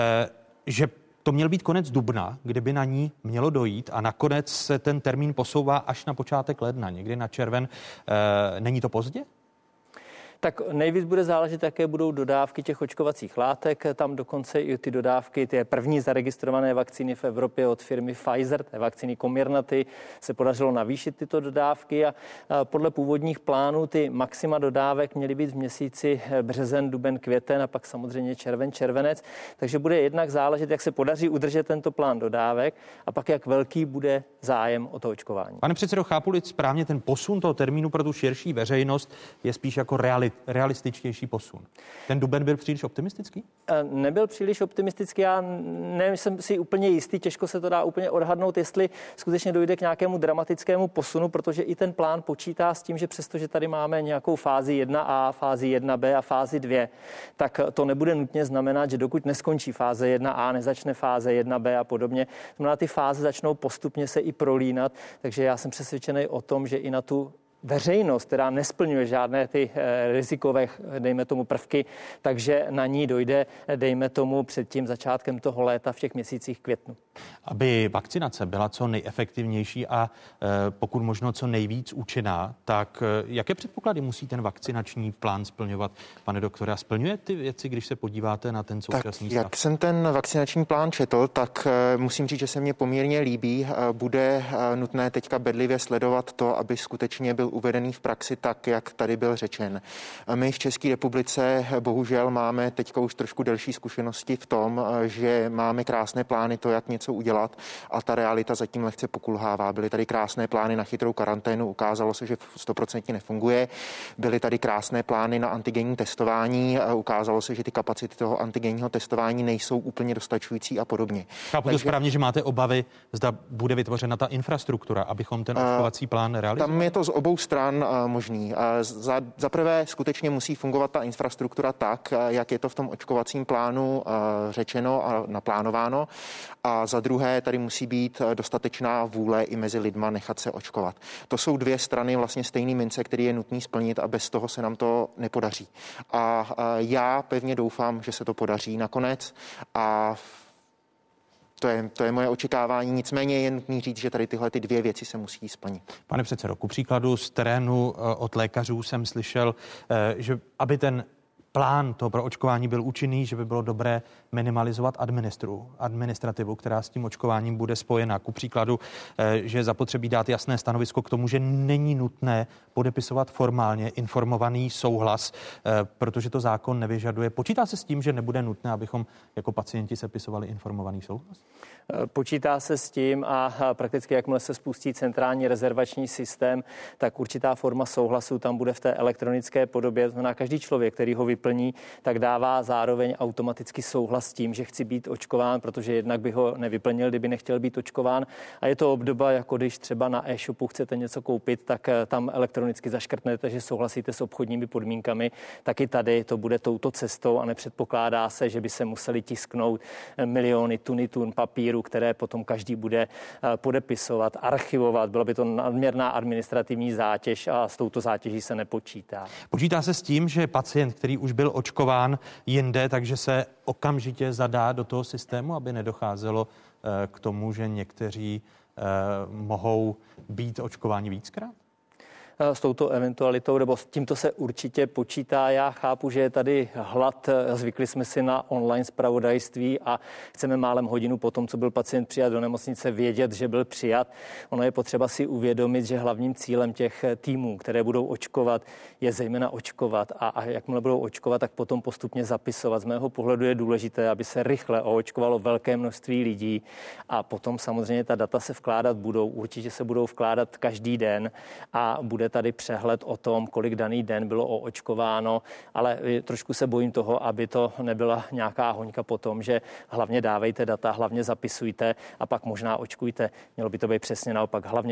že to měl být konec dubna, kdyby na ní mělo dojít a nakonec se ten termín posouvá až na počátek ledna, někdy na červen. Není to pozdě? Tak nejvíc bude záležet, jaké budou dodávky těch očkovacích látek. Tam dokonce i ty dodávky, ty první zaregistrované vakcíny v Evropě od firmy Pfizer, té vakcíny Comirnaty, se podařilo navýšit tyto dodávky a podle původních plánů ty maxima dodávek měly být v měsíci březen, duben, květen a pak samozřejmě červen, červenec. Takže bude jednak záležet, jak se podaří udržet tento plán dodávek a pak jak velký bude zájem o to očkování. Pane předsedo, chápu-li správně, ten posun toho termínu pro tu širší veřejnost je spíš jako realističtější posun. Ten duben byl příliš optimistický? Nebyl příliš optimistický, já nejsem si úplně jistý, těžko se to dá úplně odhadnout, jestli skutečně dojde k nějakému dramatickému posunu, protože i ten plán počítá s tím, že přestože tady máme nějakou fázi 1A, fázi 1B a fázi 2, tak to nebude nutně znamenat, že dokud neskončí fáze 1A, nezačne fáze 1B a podobně, znamená, ty fáze začnou postupně se i prolínat, takže já jsem přesvědčený o tom, že i na tu veřejnost, která nesplňuje žádné ty rizikové, dejme tomu, prvky, takže na ní dojde, dejme tomu, před tím začátkem toho léta v těch měsících květnu. Aby vakcinace byla co nejefektivnější a pokud možno co nejvíc účinná, tak jaké předpoklady musí ten vakcinační plán splňovat? Pane doktore, splňuje ty věci, když se podíváte na ten současný stav? Jak jsem ten vakcinační plán četl, tak musím říct, že se mně poměrně líbí. Bude nutné teďka bedlivě sledovat to, aby skutečně byl uvedený v praxi tak, jak tady byl řečen. My v České republice bohužel máme teďka už trošku delší zkušenosti v tom, že máme krásné plány to, jak něco udělat a ta realita zatím lehce pokulhává. Byly tady krásné plány na chytrou karanténu, ukázalo se, že 100% nefunguje. Byly tady krásné plány na antigenní testování, ukázalo se, že ty kapacity toho antigenního testování nejsou úplně dostačující a podobně. Chápu to správně, že máte obavy, zda bude vytvořena ta infrastruktura, abychom ten očkovací plán realizovali? Tam je to z obou stran možný. Za prvé skutečně musí fungovat ta infrastruktura tak, jak je to v tom očkovacím plánu řečeno a naplánováno. A za druhé tady musí být dostatečná vůle i mezi lidma nechat se očkovat. To jsou dvě strany vlastně stejný mince, který je nutný splnit a bez toho se nám to nepodaří. A já pevně doufám, že se to podaří nakonec a to je moje očekávání, nicméně je nutný říct, že tady tyhle ty dvě věci se musí splnit. Pane předsedo, ku příkladu z terénu od lékařů jsem slyšel, že aby ten plán to pro očkování byl účinný, že by bylo dobré minimalizovat administrativu, která s tím očkováním bude spojena. Ku příkladu, že zapotřebí dát jasné stanovisko k tomu, že není nutné podepisovat formálně informovaný souhlas, protože to zákon nevyžaduje. Počítá se s tím, že nebude nutné, abychom jako pacienti sepisovali informovaný souhlas? Počítá se s tím a prakticky jakmile se spustí centrální rezervační systém, tak určitá forma souhlasu tam bude v té elektronické podobě. Znamená, každý člověk, který ho vyplní, tak dává zároveň automaticky souhlas s tím, že chci být očkován, protože jednak by ho nevyplnil, kdyby nechtěl být očkován. A je to obdoba, jako když třeba na e-shopu chcete něco koupit, tak tam elektronicky zaškrtnete, že souhlasíte s obchodními podmínkami, tak i tady to bude touto cestou a nepředpokládá se, že by se museli tisknout miliony tun papíru, které potom každý bude podepisovat, archivovat. Byla by to nadměrná administrativní zátěž a s touto zátěží se nepočítá. Počítá se s tím, že pacient, který už byl očkován jinde, takže se okamžitě zadá do toho systému, aby nedocházelo k tomu, že někteří mohou být očkováni víckrát? S touto eventualitou, nebo s tímto se určitě počítá. Já chápu, že je tady hlad, zvykli jsme si na online zpravodajství a chceme málem hodinu po tom, co byl pacient přijat do nemocnice, vědět, že byl přijat. Ono je potřeba si uvědomit, že hlavním cílem těch týmů, které budou očkovat, je zejména očkovat a jakmile budou očkovat, tak potom postupně zapisovat. Z mého pohledu je důležité, aby se rychle oočkovalo velké množství lidí a potom samozřejmě ta data se vkládat budou. Určitě se budou vkládat každý den a bude tady přehled o tom, kolik daný den bylo oočkováno, ale trošku se bojím toho, aby to nebyla nějaká hoňka po tom, že hlavně dávejte data, hlavně zapisujte a pak možná očkujte. Mělo by to být přesně naopak. Hlavně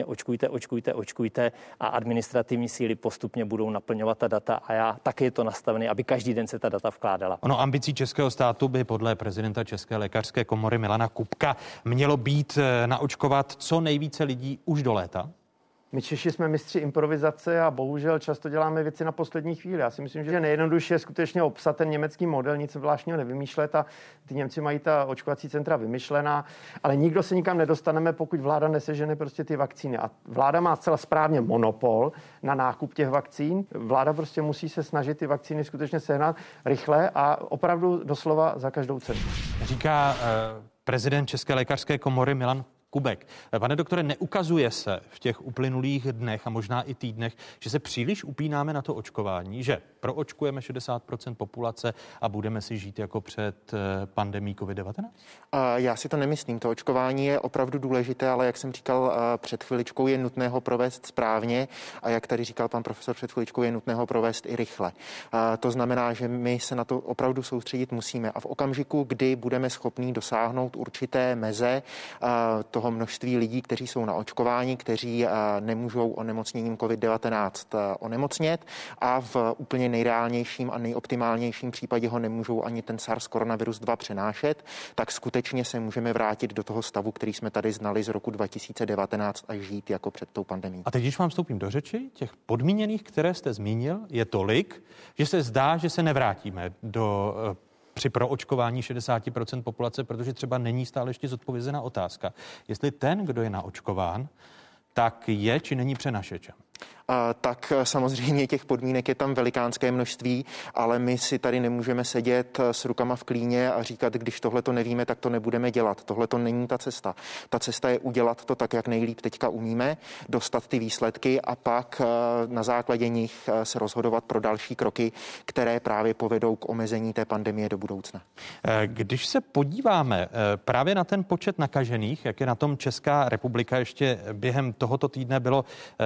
očkujte a administrativní síly postupně budou naplňovat ta data a já taky je to nastavený, aby každý den se ta data vkládala. Ono ambicí českého státu by podle prezidenta České lékařské komory Milana Kubka mělo být naočkovat co nejvíce lidí už do léta. My Češi jsme mistři improvizace a bohužel často děláme věci na poslední chvíli. Já si myslím, že nejjednodušší je skutečně obsat ten německý model, nic zvláštního nevymýšlet a ty Němci mají ta očkovací centra vymyšlená, ale nikdo se nikam nedostaneme, pokud vláda nesežene prostě ty vakcíny. A vláda má zcela správně monopol na nákup těch vakcín. Vláda prostě musí se snažit ty vakcíny skutečně sehnat rychle a opravdu doslova za každou cenu. Říká prezident České lékařské komory Milan Kubek. Pane doktore, neukazuje se v těch uplynulých dnech a možná i týdnech, že se příliš upínáme na to očkování, že proočkujeme 60% populace a budeme si žít jako před pandemií COVID-19? Já si to nemyslím. To očkování je opravdu důležité, ale jak jsem říkal před chviličkou, je nutné ho provést správně a jak tady říkal pan profesor před chviličkou, je nutné ho provést i rychle. To znamená, že my se na to opravdu soustředit musíme a v okamžiku, kdy budeme schopní dosáhnout určité meze toho množství lidí, kteří jsou na očkování, kteří nemůžou onemocněním COVID-19 onemocnět a v úplně nejreálnějším a nejoptimálnějším případě ho nemůžou ani ten SARS koronavirus 2 přenášet, tak skutečně se můžeme vrátit do toho stavu, který jsme tady znali z roku 2019 a žít jako před tou pandemií. A teď, když vám vstoupím do řeči, těch podmíněných, které jste zmínil, je tolik, že se zdá, že se nevrátíme při proočkování 60% populace, protože třeba není stále ještě zodpovězená otázka, jestli ten, kdo je naočkován, tak je či není přenašečem. Tak samozřejmě těch podmínek je tam velikánské množství, ale my si tady nemůžeme sedět s rukama v klíně a říkat, když tohle to nevíme, tak to nebudeme dělat. Tohle to není ta cesta. Ta cesta je udělat to tak, jak nejlíp teďka umíme, dostat ty výsledky a pak na základě nich se rozhodovat pro další kroky, které právě povedou k omezení té pandemie do budoucna. Když se podíváme právě na ten počet nakažených, jak je na tom Česká republika, ještě během tohoto týdne bylo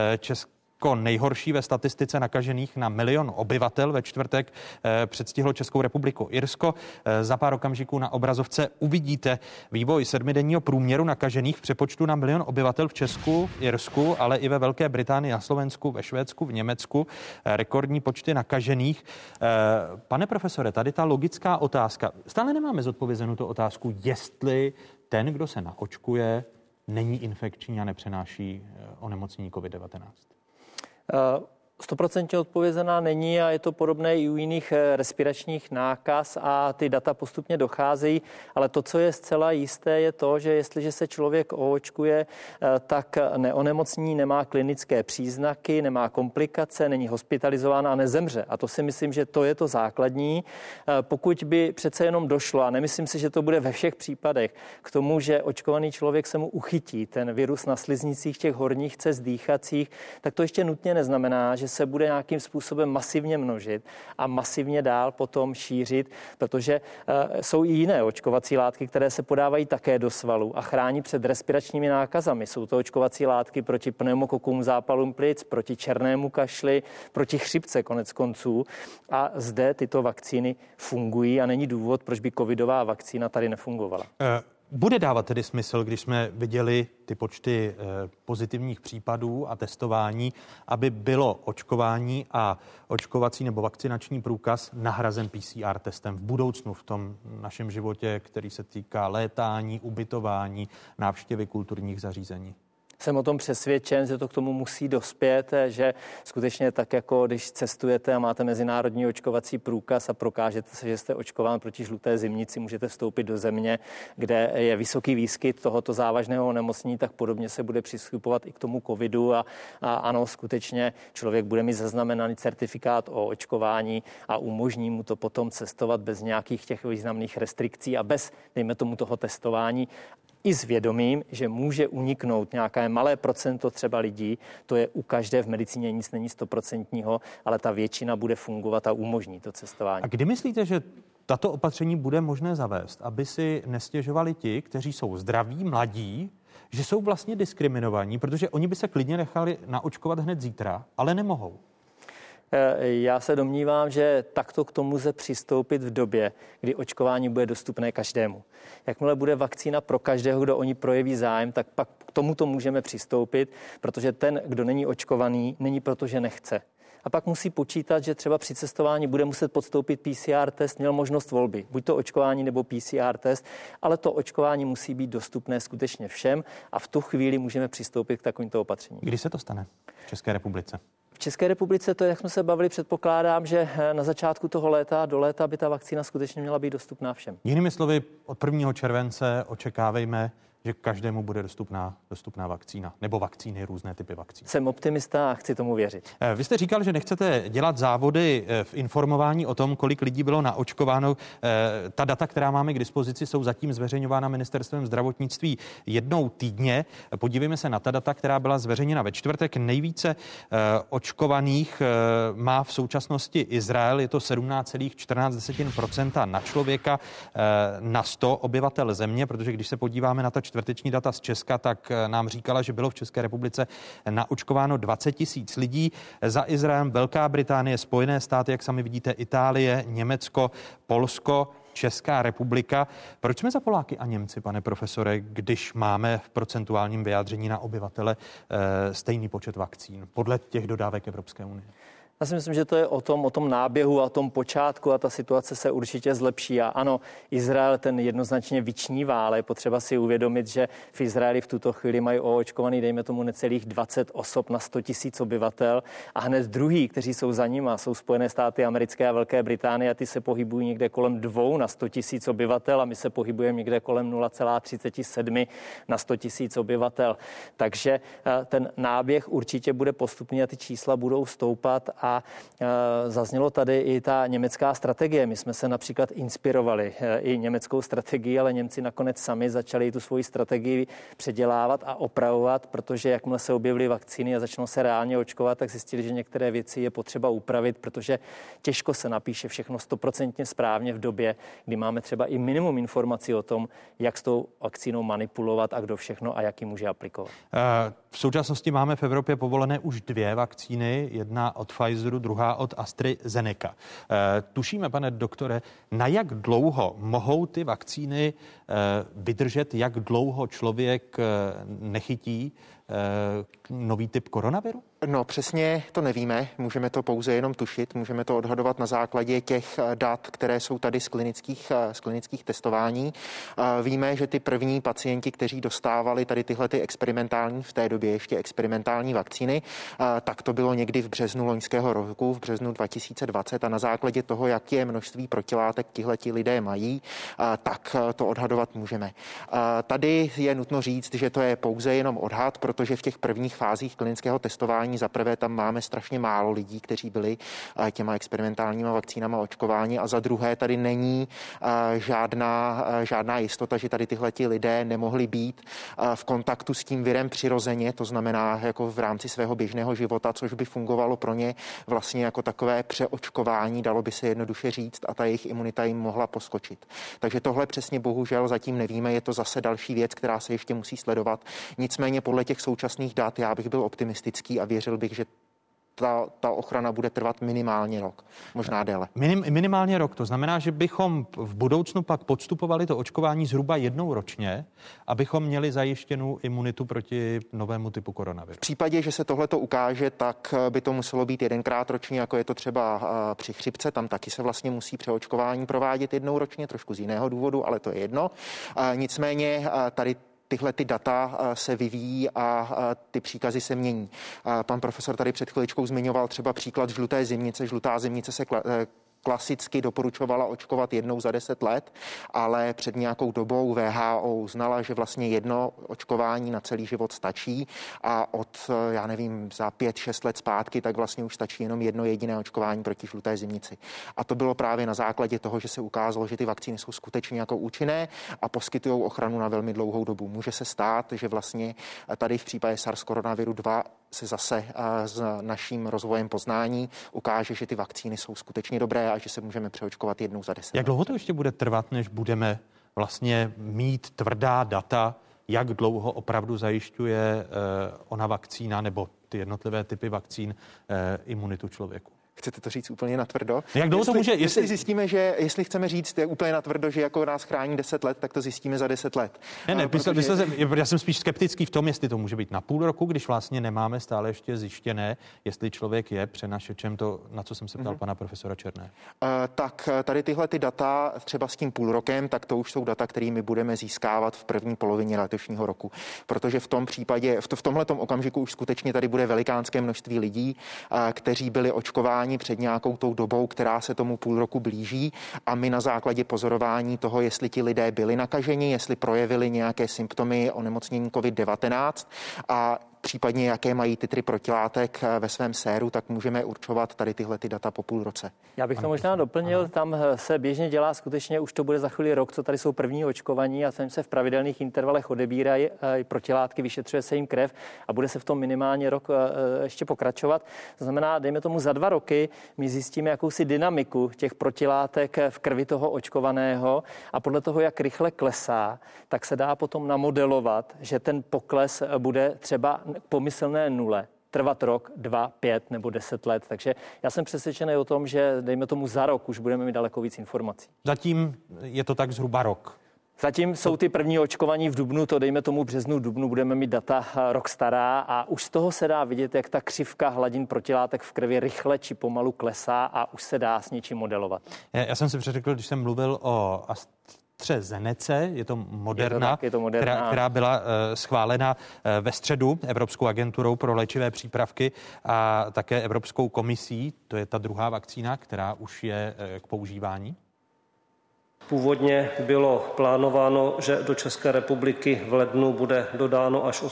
nejhorší ve statistice nakažených na 1 milion obyvatel. Ve čtvrtek předstihlo Českou republiku Irsko. Za pár okamžiků na obrazovce uvidíte vývoj 7denního průměru nakažených v přepočtu na 1 milion obyvatel v Česku, v Irsku, ale i ve Velké Británii, na Slovensku, ve Švédsku, v Německu. Rekordní počty nakažených. Pane profesore, tady ta logická otázka. Stále nemáme zodpovězenou tu otázku, jestli ten, kdo se naočkuje, není infekční a nepřenáší onemocnění COVID-19. 100% odpovězená není a je to podobné i u jiných respiračních nákaz a ty data postupně docházejí, ale to, co je zcela jisté, je to, že jestliže se člověk oočkuje, tak neonemocní, nemá klinické příznaky, nemá komplikace, není hospitalizován a nezemře. A to si myslím, že to je to základní. Pokud by přece jenom došlo, a nemyslím si, že to bude ve všech případech, k tomu, že očkovaný člověk se mu uchytí ten virus na sliznicích těch horních cest dýchacích, tak to ještě nutně neznamená, že se bude nějakým způsobem masivně množit a masivně dál potom šířit, protože jsou i jiné očkovací látky, které se podávají také do svalů a chrání před respiračními nákazami. Jsou to očkovací látky proti pneumokokům, zápalům plic, proti černému kašli, proti chřipce konec konců. A zde tyto vakcíny fungují a není důvod, proč by covidová vakcína tady nefungovala. Bude dávat tedy smysl, když jsme viděli ty počty pozitivních případů a testování, aby bylo očkování a očkovací nebo vakcinační průkaz nahrazen PCR testem v budoucnu v tom našem životě, který se týká létání, ubytování, návštěvy kulturních zařízení? Jsem o tom přesvědčen, že to k tomu musí dospět, že skutečně tak, jako když cestujete a máte mezinárodní očkovací průkaz a prokážete se, že jste očkován proti žluté zimnici, můžete vstoupit do země, kde je vysoký výskyt tohoto závažného onemocnění, tak podobně se bude přistupovat i k tomu covidu a ano, skutečně člověk bude mít zaznamenaný certifikát o očkování a umožní mu to potom cestovat bez nějakých těch významných restrikcí a bez, dejme tomu, toho testování. I s vědomím, že může uniknout nějaké malé procento třeba lidí, to je u každé, v medicíně nic není 100%, ale ta většina bude fungovat a umožní to cestování. A kdy myslíte, že tato opatření bude možné zavést, aby si nestěžovali ti, kteří jsou zdraví, mladí, že jsou vlastně diskriminovaní, protože oni by se klidně nechali naočkovat hned zítra, ale nemohou? Já se domnívám, že takto k tomu lze přistoupit v době, kdy očkování bude dostupné každému. Jakmile bude vakcína pro každého, kdo o ní projeví zájem, tak pak k tomuto můžeme přistoupit, protože ten, kdo není očkovaný, není proto, že nechce. A pak musí počítat, že třeba při cestování bude muset podstoupit PCR test, měl možnost volby, buď to očkování nebo PCR test, ale to očkování musí být dostupné skutečně všem a v tu chvíli můžeme přistoupit k takovýmto opatřením. Kdy se to stane v České republice? V České republice to, jak jsme se bavili, předpokládám, že na začátku toho léta, do léta by ta vakcína skutečně měla být dostupná všem. Jinými slovy, od 1. července očekávejme, že každému bude dostupná vakcína nebo vakcíny, různé typy vakcín. Jsem optimista a chci tomu věřit. Vy jste říkal, že nechcete dělat závody v informování o tom, kolik lidí bylo naočkováno. Ta data, která máme k dispozici, jsou zatím zveřejňována Ministerstvem zdravotnictví jednou týdně. Podívejme se na ta data, která byla zveřejněna ve čtvrtek. Nejvíce očkovaných má v současnosti Izrael, je to 17,14% na člověka na 100 obyvatel země, protože když se podíváme na ta čtvrteční data z Česka, tak nám říkala, že bylo v České republice naočkováno 20 000 lidí. Za Izraelem Velká Británie, Spojené státy, jak sami vidíte, Itálie, Německo, Polsko, Česká republika. Proč jsme za Poláky a Němci, pane profesore, když máme v procentuálním vyjádření na obyvatele stejný počet vakcín podle těch dodávek Evropské unie? Já si myslím, že to je o tom náběhu a o tom počátku a ta situace se určitě zlepší. A ano, Izrael ten jednoznačně vyčnívá, ale je potřeba si uvědomit, že v Izraeli v tuto chvíli mají oočkovaný, dejme tomu, necelých 20 osob na 100 000 obyvatel a hned druhý, kteří jsou za nima, jsou Spojené státy americké a Velké Británie a ty se pohybují někde kolem 2 na 100 000 obyvatel a my se pohybujeme někde kolem 0,37 na 100 000 obyvatel. Takže ten náběh určitě bude postupný a ty čísla budou stoupat a zaznělo tady i ta německá strategie. My jsme se například inspirovali i německou strategii, ale Němci nakonec sami začali tu svoji strategii předělávat a opravovat, protože jakmile se objevily vakcíny a začalo se reálně očkovat, tak zjistili, že některé věci je potřeba upravit, protože těžko se napíše všechno 100% správně v době, kdy máme třeba i minimum informací o tom, jak s tou vakcínou manipulovat a kdo všechno a jak ji může aplikovat. V současnosti máme v Evropě povolené už 2 vakcíny, jedna od Pfizeru, druhá od AstraZeneca. Tušíme, pane doktore, na jak dlouho mohou ty vakcíny vydržet, jak dlouho člověk nechytí nový typ koronaviru? No přesně to nevíme, můžeme to pouze jenom tušit, můžeme to odhadovat na základě těch dat, které jsou tady z klinických testování. Víme, že ty první pacienti, kteří dostávali tady tyhle ty experimentální, v té době ještě experimentální vakcíny, tak to bylo někdy v březnu loňského roku, v březnu 2020 a na základě toho, jaké množství protilátek tihleti lidé mají, tak to odhadovat můžeme. Tady je nutno říct, že to je pouze jenom odhad, protože v těch prvních fázích klinického testování očkování. Za prvé tam máme strašně málo lidí, kteří byli těma experimentálníma vakcínama očkováni, a za druhé tady není žádná jistota, že tady tyhleti lidé nemohli být v kontaktu s tím virem přirozeně, to znamená jako v rámci svého běžného života, což by fungovalo pro ně vlastně jako takové přeočkování, dalo by se jednoduše říct, a ta jejich imunita jim mohla poskočit. Takže tohle přesně bohužel zatím nevíme, je to zase další věc, která se ještě musí sledovat. Nicméně podle těch současných dat já bych byl optimistický a věřil bych, že ta ochrana bude trvat minimálně rok, možná déle. Minimálně rok, to znamená, že bychom v budoucnu pak podstupovali to očkování zhruba jednou ročně, abychom měli zajištěnou imunitu proti novému typu koronaviru. V případě, že se tohleto ukáže, tak by to muselo být jedenkrát ročně, jako je to třeba při chřipce, tam taky se vlastně musí přeočkování provádět jednou ročně, trošku z jiného důvodu, ale to je jedno. Nicméně tady tyhle ty data se vyvíjí a ty příkazy se mění. Pan profesor tady před chviličkou zmiňoval třeba příklad žluté zimnice. Žlutá zimnice se klasicky doporučovala očkovat jednou za 10 let, ale před nějakou dobou WHO uznala, že vlastně jedno očkování na celý život stačí a od, já nevím, za 5-6 let zpátky, tak vlastně už stačí jenom jedno jediné očkování proti žluté zimnici. A to bylo právě na základě toho, že se ukázalo, že ty vakcíny jsou skutečně jako účinné a poskytují ochranu na velmi dlouhou dobu. Může se stát, že vlastně tady v případě SARS koronaviru 2 se zase s naším rozvojem poznání ukáže, že ty vakcíny jsou skutečně dobré a že se můžeme přeočkovat jednou za 10 let. Jak dlouho to ještě bude trvat, než budeme vlastně mít tvrdá data, jak dlouho opravdu zajišťuje ona vakcína nebo ty jednotlivé typy vakcín imunitu člověku? Chcete to říct úplně natvrdo? Jak dlouho to může? Jestli zjistíme, že jestli chceme říct je úplně natvrdo, že jako nás chrání 10 let, tak to zjistíme za 10 let. Já jsem spíš skeptický v tom, jestli to může být na půl roku, když vlastně nemáme stále ještě zjištěné, jestli člověk je přenašečem, to, na co jsem se ptal pana profesora Černé. Tak tady tyhle ty data třeba s tím půl rokem, tak to už jsou data, kterými budeme získávat v první polovině letošního roku. Protože v tom případě, v tomhletom okamžiku už skutečně tady bude velikánské množství lidí, kteří byli očkováni před nějakou tou dobou, která se tomu půl roku blíží, a my na základě pozorování toho, jestli ti lidé byli nakaženi, jestli projevili nějaké symptomy onemocnění COVID-19 a případně jaké mají titry protilátek ve svém séru, tak můžeme určovat tady tyhle ty data po půl roce. Já bych to možná doplnil, tam se běžně dělá skutečně, už to bude za chvíli rok, co tady jsou první očkovaní a tam se v pravidelných intervalech odebírají protilátky, vyšetřuje se jim krev a bude se v tom minimálně rok ještě pokračovat. To znamená, dejme tomu za 2 roky, my zjistíme jakousi dynamiku těch protilátek v krvi toho očkovaného a podle toho, jak rychle klesá, tak se dá potom namodelovat, že ten pokles bude třeba k pomyslné nule trvat rok, 2, 5 nebo 10 let. Takže já jsem přesvědčený o tom, že dejme tomu za rok už budeme mít daleko víc informací. Zatím je to tak zhruba rok. Zatím jsou ty první očkovaní v dubnu, to dejme tomu březnu, dubnu budeme mít data rok stará a už z toho se dá vidět, jak ta křivka hladin protilátek v krvi rychle či pomalu klesá a už se dá s něčím modelovat. Já jsem si přeřekl, když jsem mluvil o AstraZenece, je to Moderna, která byla schválena ve středu Evropskou agenturou pro léčivé přípravky a také Evropskou komisí. To je ta druhá vakcína, která už je k používání. Původně bylo plánováno, že do České republiky v lednu bude dodáno až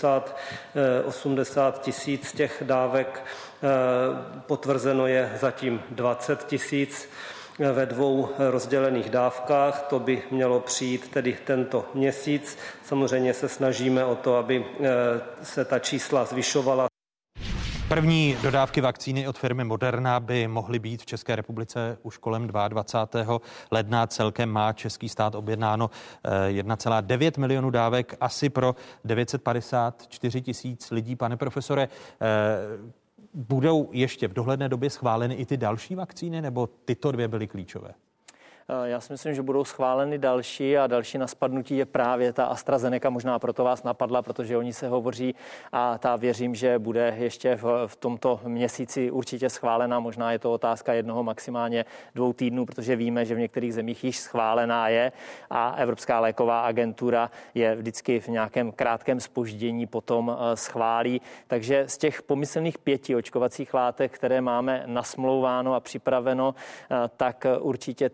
80 tisíc těch dávek. Potvrzeno je zatím 20 tisíc ve 2 rozdělených dávkách. To by mělo přijít tedy tento měsíc. Samozřejmě se snažíme o to, aby se ta čísla zvyšovala. První dodávky vakcíny od firmy Moderna by mohly být v České republice už kolem 22. ledna. Celkem má český stát objednáno 1,9 milionu dávek, asi pro 954 tisíc lidí. Pane profesore, budou ještě v dohledné době schváleny i ty další vakcíny, nebo tyto 2 byly klíčové? Já si myslím, že budou schváleny další a další na spadnutí je právě ta AstraZeneca, možná proto vás napadla, protože o ní se hovoří a ta věřím, že bude ještě v tomto měsíci určitě schválená. Možná je to otázka 1, maximálně 2 týdnů, protože víme, že v některých zemích již schválená je a Evropská léková agentura je vždycky v nějakém krátkém zpoždění potom schválí. Takže z těch pomyslných 5 očkovacích látek, které máme nasmlouváno a připraveno, tak určitě 3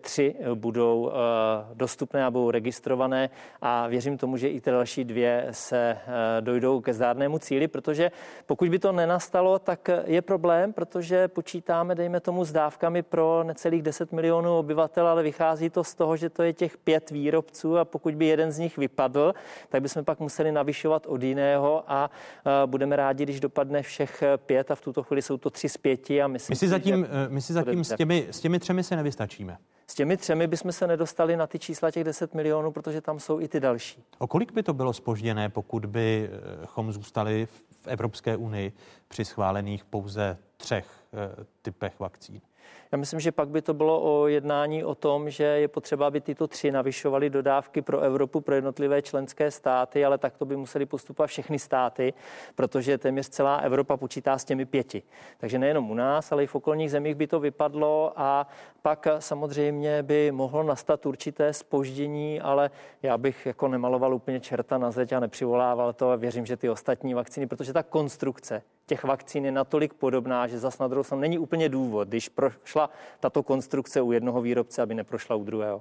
budou dostupné a budou registrované a věřím tomu, že i ty další 2 se dojdou ke zdárnému cíli, protože pokud by to nenastalo, tak je problém, protože počítáme, dejme tomu, s dávkami pro necelých 10 milionů obyvatel, ale vychází to z toho, že to je těch 5 výrobců a pokud by jeden z nich vypadl, tak bychom pak museli navyšovat od jiného a budeme rádi, když dopadne všech 5 a v tuto chvíli jsou to 3 z 5 a my si zatím s těmi 3 se nevystačíme. S těmi 3 bychom se nedostali na ty čísla těch 10 milionů, protože tam jsou i ty další. O kolik by to bylo zpožděné, pokud bychom zůstali v Evropské unii při schválených pouze 3 typech vakcín? Já myslím, že pak by to bylo o jednání o tom, že je potřeba, aby tyto 3 navyšovaly dodávky pro Evropu, pro jednotlivé členské státy, ale tak to by museli postupovat všechny státy, protože téměř celá Evropa počítá s těmi 5. Takže nejenom u nás, ale i v okolních zemích by to vypadlo a pak samozřejmě by mohlo nastat určité zpoždění, ale já bych jako nemaloval úplně čerta na zeď a nepřivolával to a věřím, že ty ostatní vakcíny, protože ta konstrukce těch vakcín je natolik podobná, že zas na druhou stranu není úplně důvod, když prošla tato konstrukce u jednoho výrobce, aby neprošla u druhého.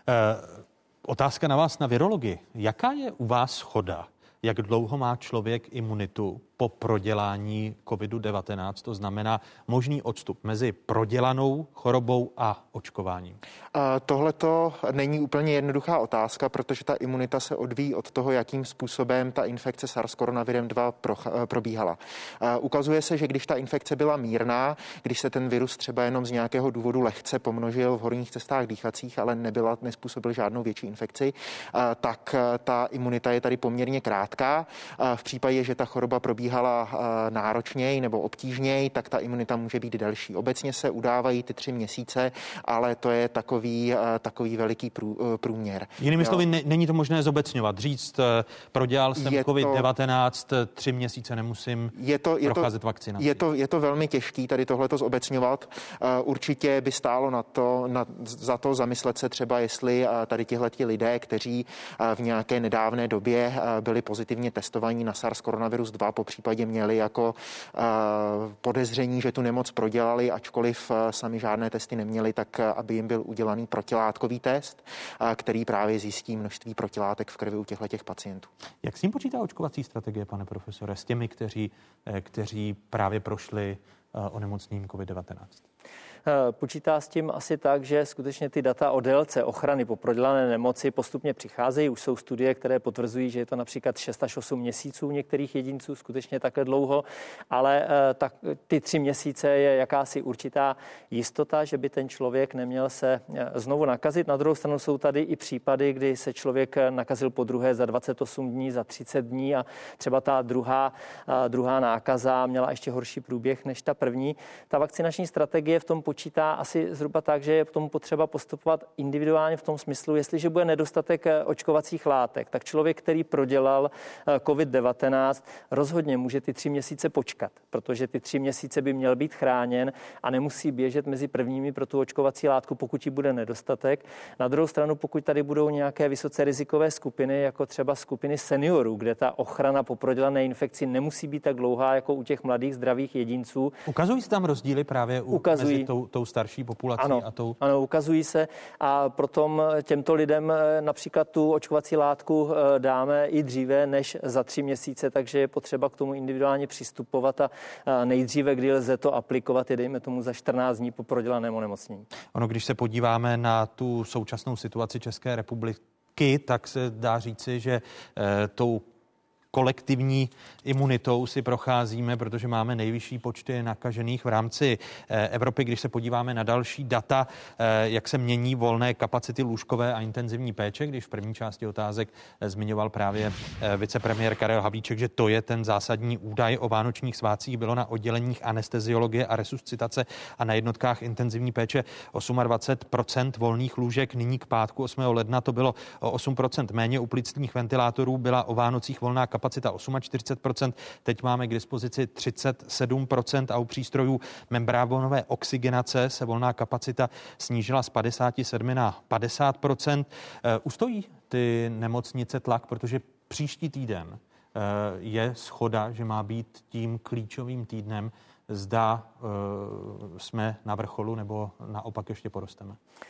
Otázka na vás na virologii. Jaká je u vás shoda? Jak dlouho má člověk imunitu po prodělání COVID-19, to znamená možný odstup mezi prodělanou chorobou a očkováním? Tohle to není úplně jednoduchá otázka, protože ta imunita se odvíjí od toho, jakým způsobem ta infekce SARS-CoV-2 probíhala. Ukazuje se, že když ta infekce byla mírná, když se ten virus třeba jenom z nějakého důvodu lehce pomnožil v horních cestách dýchacích, ale nespůsobil žádnou větší infekci, tak ta imunita je tady poměrně krátká. V případě, že ta choroba probíhala náročněji nebo obtížněji, tak ta imunita může být delší. Obecně se udávají ty 3 měsíce, ale to je takový veliký průměr. Jinými slovy, není to možné zobecňovat. Říct, prodělal jsem COVID-19, 3 měsíce nemusím procházet vakcinací. Je to velmi těžký tady tohleto zobecňovat. Určitě by stálo za to zamyslet se třeba, jestli tady tihleti lidé, kteří v nějaké nedávné době byli pozitivně testovaní na SARS-CoV-2, po případě měli jako podezření, že tu nemoc prodělali, ačkoliv sami žádné testy neměli, tak aby jim byl udělaný protilátkový test, který právě zjistí množství protilátek v krvi u těchto pacientů. Jak s tím počítá očkovací strategie, pane profesore, s těmi, kteří právě prošli onemocněním COVID-19? Počítá s tím asi tak, že skutečně ty data o délce ochrany po prodělané nemoci postupně přicházejí. Už jsou studie, které potvrzují, že je to například 6 až 8 měsíců některých jedinců, skutečně takhle dlouho, ale ty 3 měsíce je jakási určitá jistota, že by ten člověk neměl se znovu nakazit. Na druhou stranu jsou tady i případy, kdy se člověk nakazil podruhé za 28 dní, za 30 dní a třeba ta druhá nákaza měla ještě horší průběh než ta první. Ta vakcinační strategie v tom počítá asi zhruba tak, že je v tom potřeba postupovat individuálně v tom smyslu, jestliže bude nedostatek očkovacích látek, tak člověk, který prodělal COVID-19, rozhodně může ty 3 měsíce počkat, protože ty 3 měsíce by měl být chráněn a nemusí běžet mezi prvními pro tu očkovací látku, pokud jí bude nedostatek. Na druhou stranu, pokud tady budou nějaké vysoce rizikové skupiny, jako třeba skupiny seniorů, kde ta ochrana po prodělané infekci nemusí být tak dlouhá jako u těch mladých zdravých jedinců. Ukazují se tam rozdíly právě mezi tou starší populací a tou... Ano, ukazují se a proto těmto lidem například tu očkovací látku dáme i dříve než za 3 měsíce, takže je potřeba k tomu individuálně přistupovat a nejdříve, kdy lze to aplikovat, je dejme tomu za 14 dní po prodělaném onemocnění. Ono, když se podíváme na tu současnou situaci České republiky, tak se dá říci, že tou kolektivní imunitou si procházíme, protože máme nejvyšší počty nakažených v rámci Evropy. Když se podíváme na další data, jak se mění volné kapacity lůžkové a intenzivní péče, když v první části otázek zmiňoval právě vicepremiér Karel Havlíček, že to je ten zásadní údaj o vánočních svátcích, bylo na odděleních anesteziologie a resuscitace a na jednotkách intenzivní péče 28% volných lůžek. Nyní k pátku 8. ledna to bylo o 8% méně. U plicních ventilátorů byla o Vánocích volná kapacita 48%, teď máme k dispozici 37% a u přístrojů membranové oxygenace se volná kapacita snížila z 57 na 50%. Ustojí ty nemocnice tlak, protože příští týden je shoda, že má být tím klíčovým týdnem, zda jsme na vrcholu nebo naopak ještě porosteme.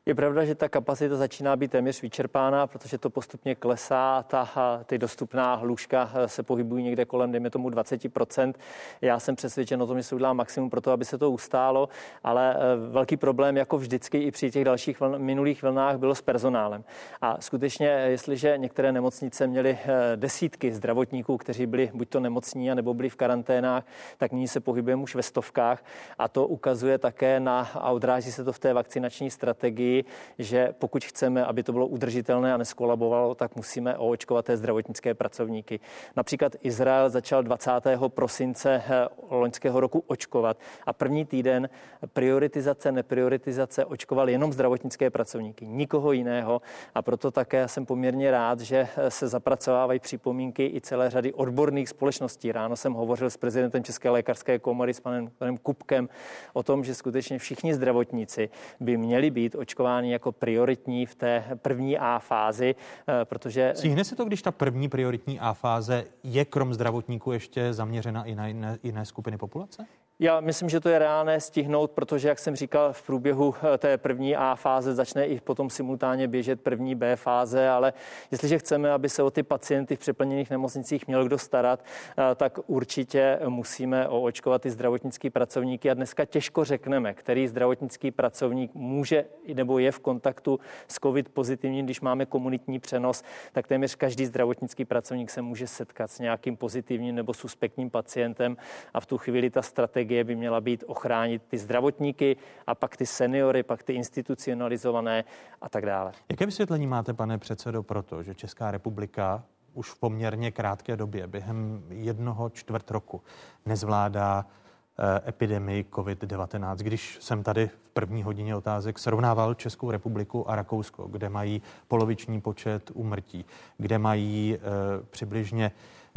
Je pravda, že ta kapacita začíná být téměř vyčerpána, protože to postupně klesá. Ty dostupná lůžka se pohybují někde kolem, dejme tomu 20%. Já jsem přesvědčen o tom, že se udělá maximum pro to, aby se to ustálo, ale velký problém, jako vždycky i při těch dalších minulých vlnách, bylo s personálem. A skutečně, jestliže některé nemocnice měly desítky zdravotníků, kteří byli buď to nemocní, nebo byli v karanténách, tak nyní se pohybujeme už ve stovkách a to ukazuje také a odráží se to v té vakcinační strategii, že pokud chceme, aby to bylo udržitelné a neskolabovalo, tak musíme oočkovat té zdravotnické pracovníky. Například Izrael začal 20. prosince loňského roku očkovat a první týden prioritizace, neprioritizace očkoval jenom zdravotnické pracovníky, nikoho jiného, a proto také jsem poměrně rád, že se zapracovávají připomínky i celé řady odborných společností. Ráno jsem hovořil s prezidentem České lékařské komory, s panem Kupkem, o tom, že skutečně všichni zdravotníci by měli být očkováni jako prioritní v té první A fázi, protože... Stihne se to, když ta první prioritní A fáze je krom zdravotníků ještě zaměřena i na jiné skupiny populace? Já myslím, že to je reálné stihnout, protože, jak jsem říkal, v průběhu té první A fáze začne i potom simultánně běžet první B fáze, ale jestliže chceme, aby se o ty pacienty v přeplněných nemocnicích měl kdo starat, tak určitě musíme oočkovat ty zdravotnický pracovníky a dneska těžko řekneme, který zdravotnický pracovník může nebo je v kontaktu s COVID pozitivním, když máme komunitní přenos, tak téměř každý zdravotnický pracovník se může setkat s nějakým pozitivním nebo suspektním pacientem a v tu chvíli ta strategie by měla být ochránit ty zdravotníky a pak ty seniory, pak ty institucionalizované a tak dále. Jaké vysvětlení máte, pane předsedo, proto, že Česká republika už v poměrně krátké době, během 1/4 roku, nezvládá epidemii COVID-19. Když jsem tady v první hodině otázek srovnával Českou republiku a Rakousko, kde mají poloviční počet úmrtí, kde mají přibližně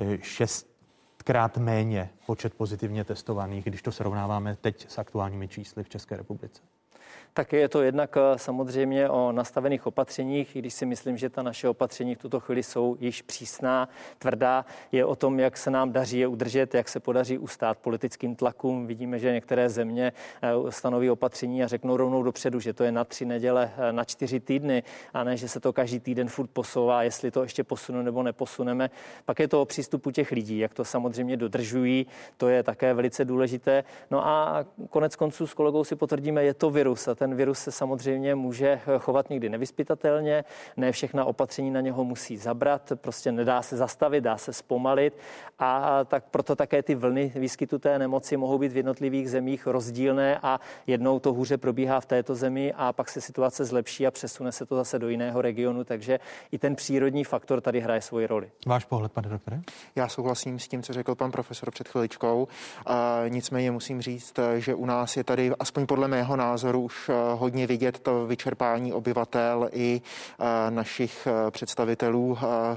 6krát méně počet pozitivně testovaných, když to srovnáváme teď s aktuálními čísly v České republice. Tak je to jednak samozřejmě o nastavených opatřeních, i když si myslím, že ta naše opatření v tuto chvíli jsou již přísná, tvrdá. Je o tom, jak se nám daří je udržet, jak se podaří ustát politickým tlakům. Vidíme, že některé země stanoví opatření a řeknou rovnou dopředu, že to je na 3 neděle, na 4 týdny, a ne, že se to každý týden furt posouvá, jestli to ještě posunu nebo neposuneme. Pak je to o přístupu těch lidí, jak to samozřejmě dodržují, to je také velice důležité. No a konec konců s kolegou si potvrdíme, je to virus a ten virus se samozřejmě může chovat někdy nevyzpytatelně, ne všechna opatření na něho musí zabrat, prostě nedá se zastavit, dá se zpomalit a tak proto také ty vlny výskytu té nemoci mohou být v jednotlivých zemích rozdílné a jednou to hůře probíhá v této zemi a pak se situace zlepší a přesune se to zase do jiného regionu, takže i ten přírodní faktor tady hraje svoji roli. Váš pohled, pane doktore? Já souhlasím s tím, co řekl pan profesor před chviličkou. Nicméně musím říct, že u nás je tady, aspoň podle mého názoru, už hodně vidět to vyčerpání obyvatel i našich představitelů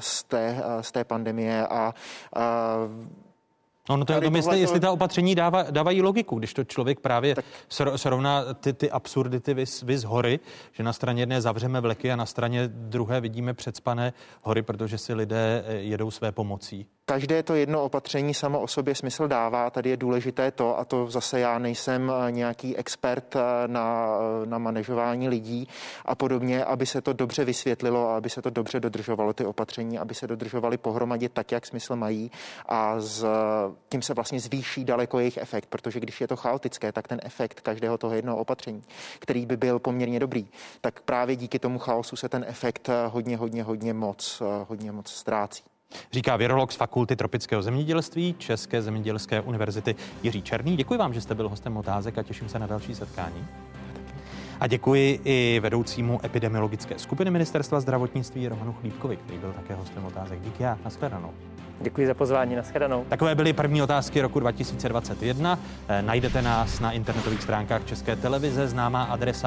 z té pandemie a no to je o tom, jestli ta opatření dávají logiku, když to člověk právě srovná ty absurdity vys hory, že na straně jedné zavřeme vleky a na straně druhé vidíme předspané hory, protože si lidé jedou své pomocí. Každé to jedno opatření samo o sobě smysl dává. Tady je důležité to, a to zase já nejsem nějaký expert na manažování lidí a podobně, aby se to dobře vysvětlilo a aby se to dobře dodržovalo, ty opatření, aby se dodržovaly pohromadě tak, jak smysl mají a tím se vlastně zvýší daleko jejich efekt, protože když je to chaotické, tak ten efekt každého toho jednoho opatření, který by byl poměrně dobrý, tak právě díky tomu chaosu se ten efekt hodně moc ztrácí. Říká virolog z Fakulty tropického zemědělství České zemědělské univerzity Jiří Černý. Děkuji vám, že jste byl hostem Otázek a těším se na další setkání. A děkuji i vedoucímu epidemiologické skupiny Ministerstva zdravotnictví Romanu Chlípkovi, který byl také hostem Otázek. Díky a nashledanou. Děkuji za pozvání, nashledanou. Takové byly první otázky roku 2021. Najdete nás na internetových stránkách České televize, známá adresa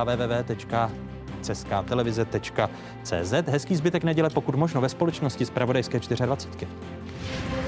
www.ceskatelevize.cz. Hezký zbytek neděle, pokud možno ve společnosti zpravodajské 24.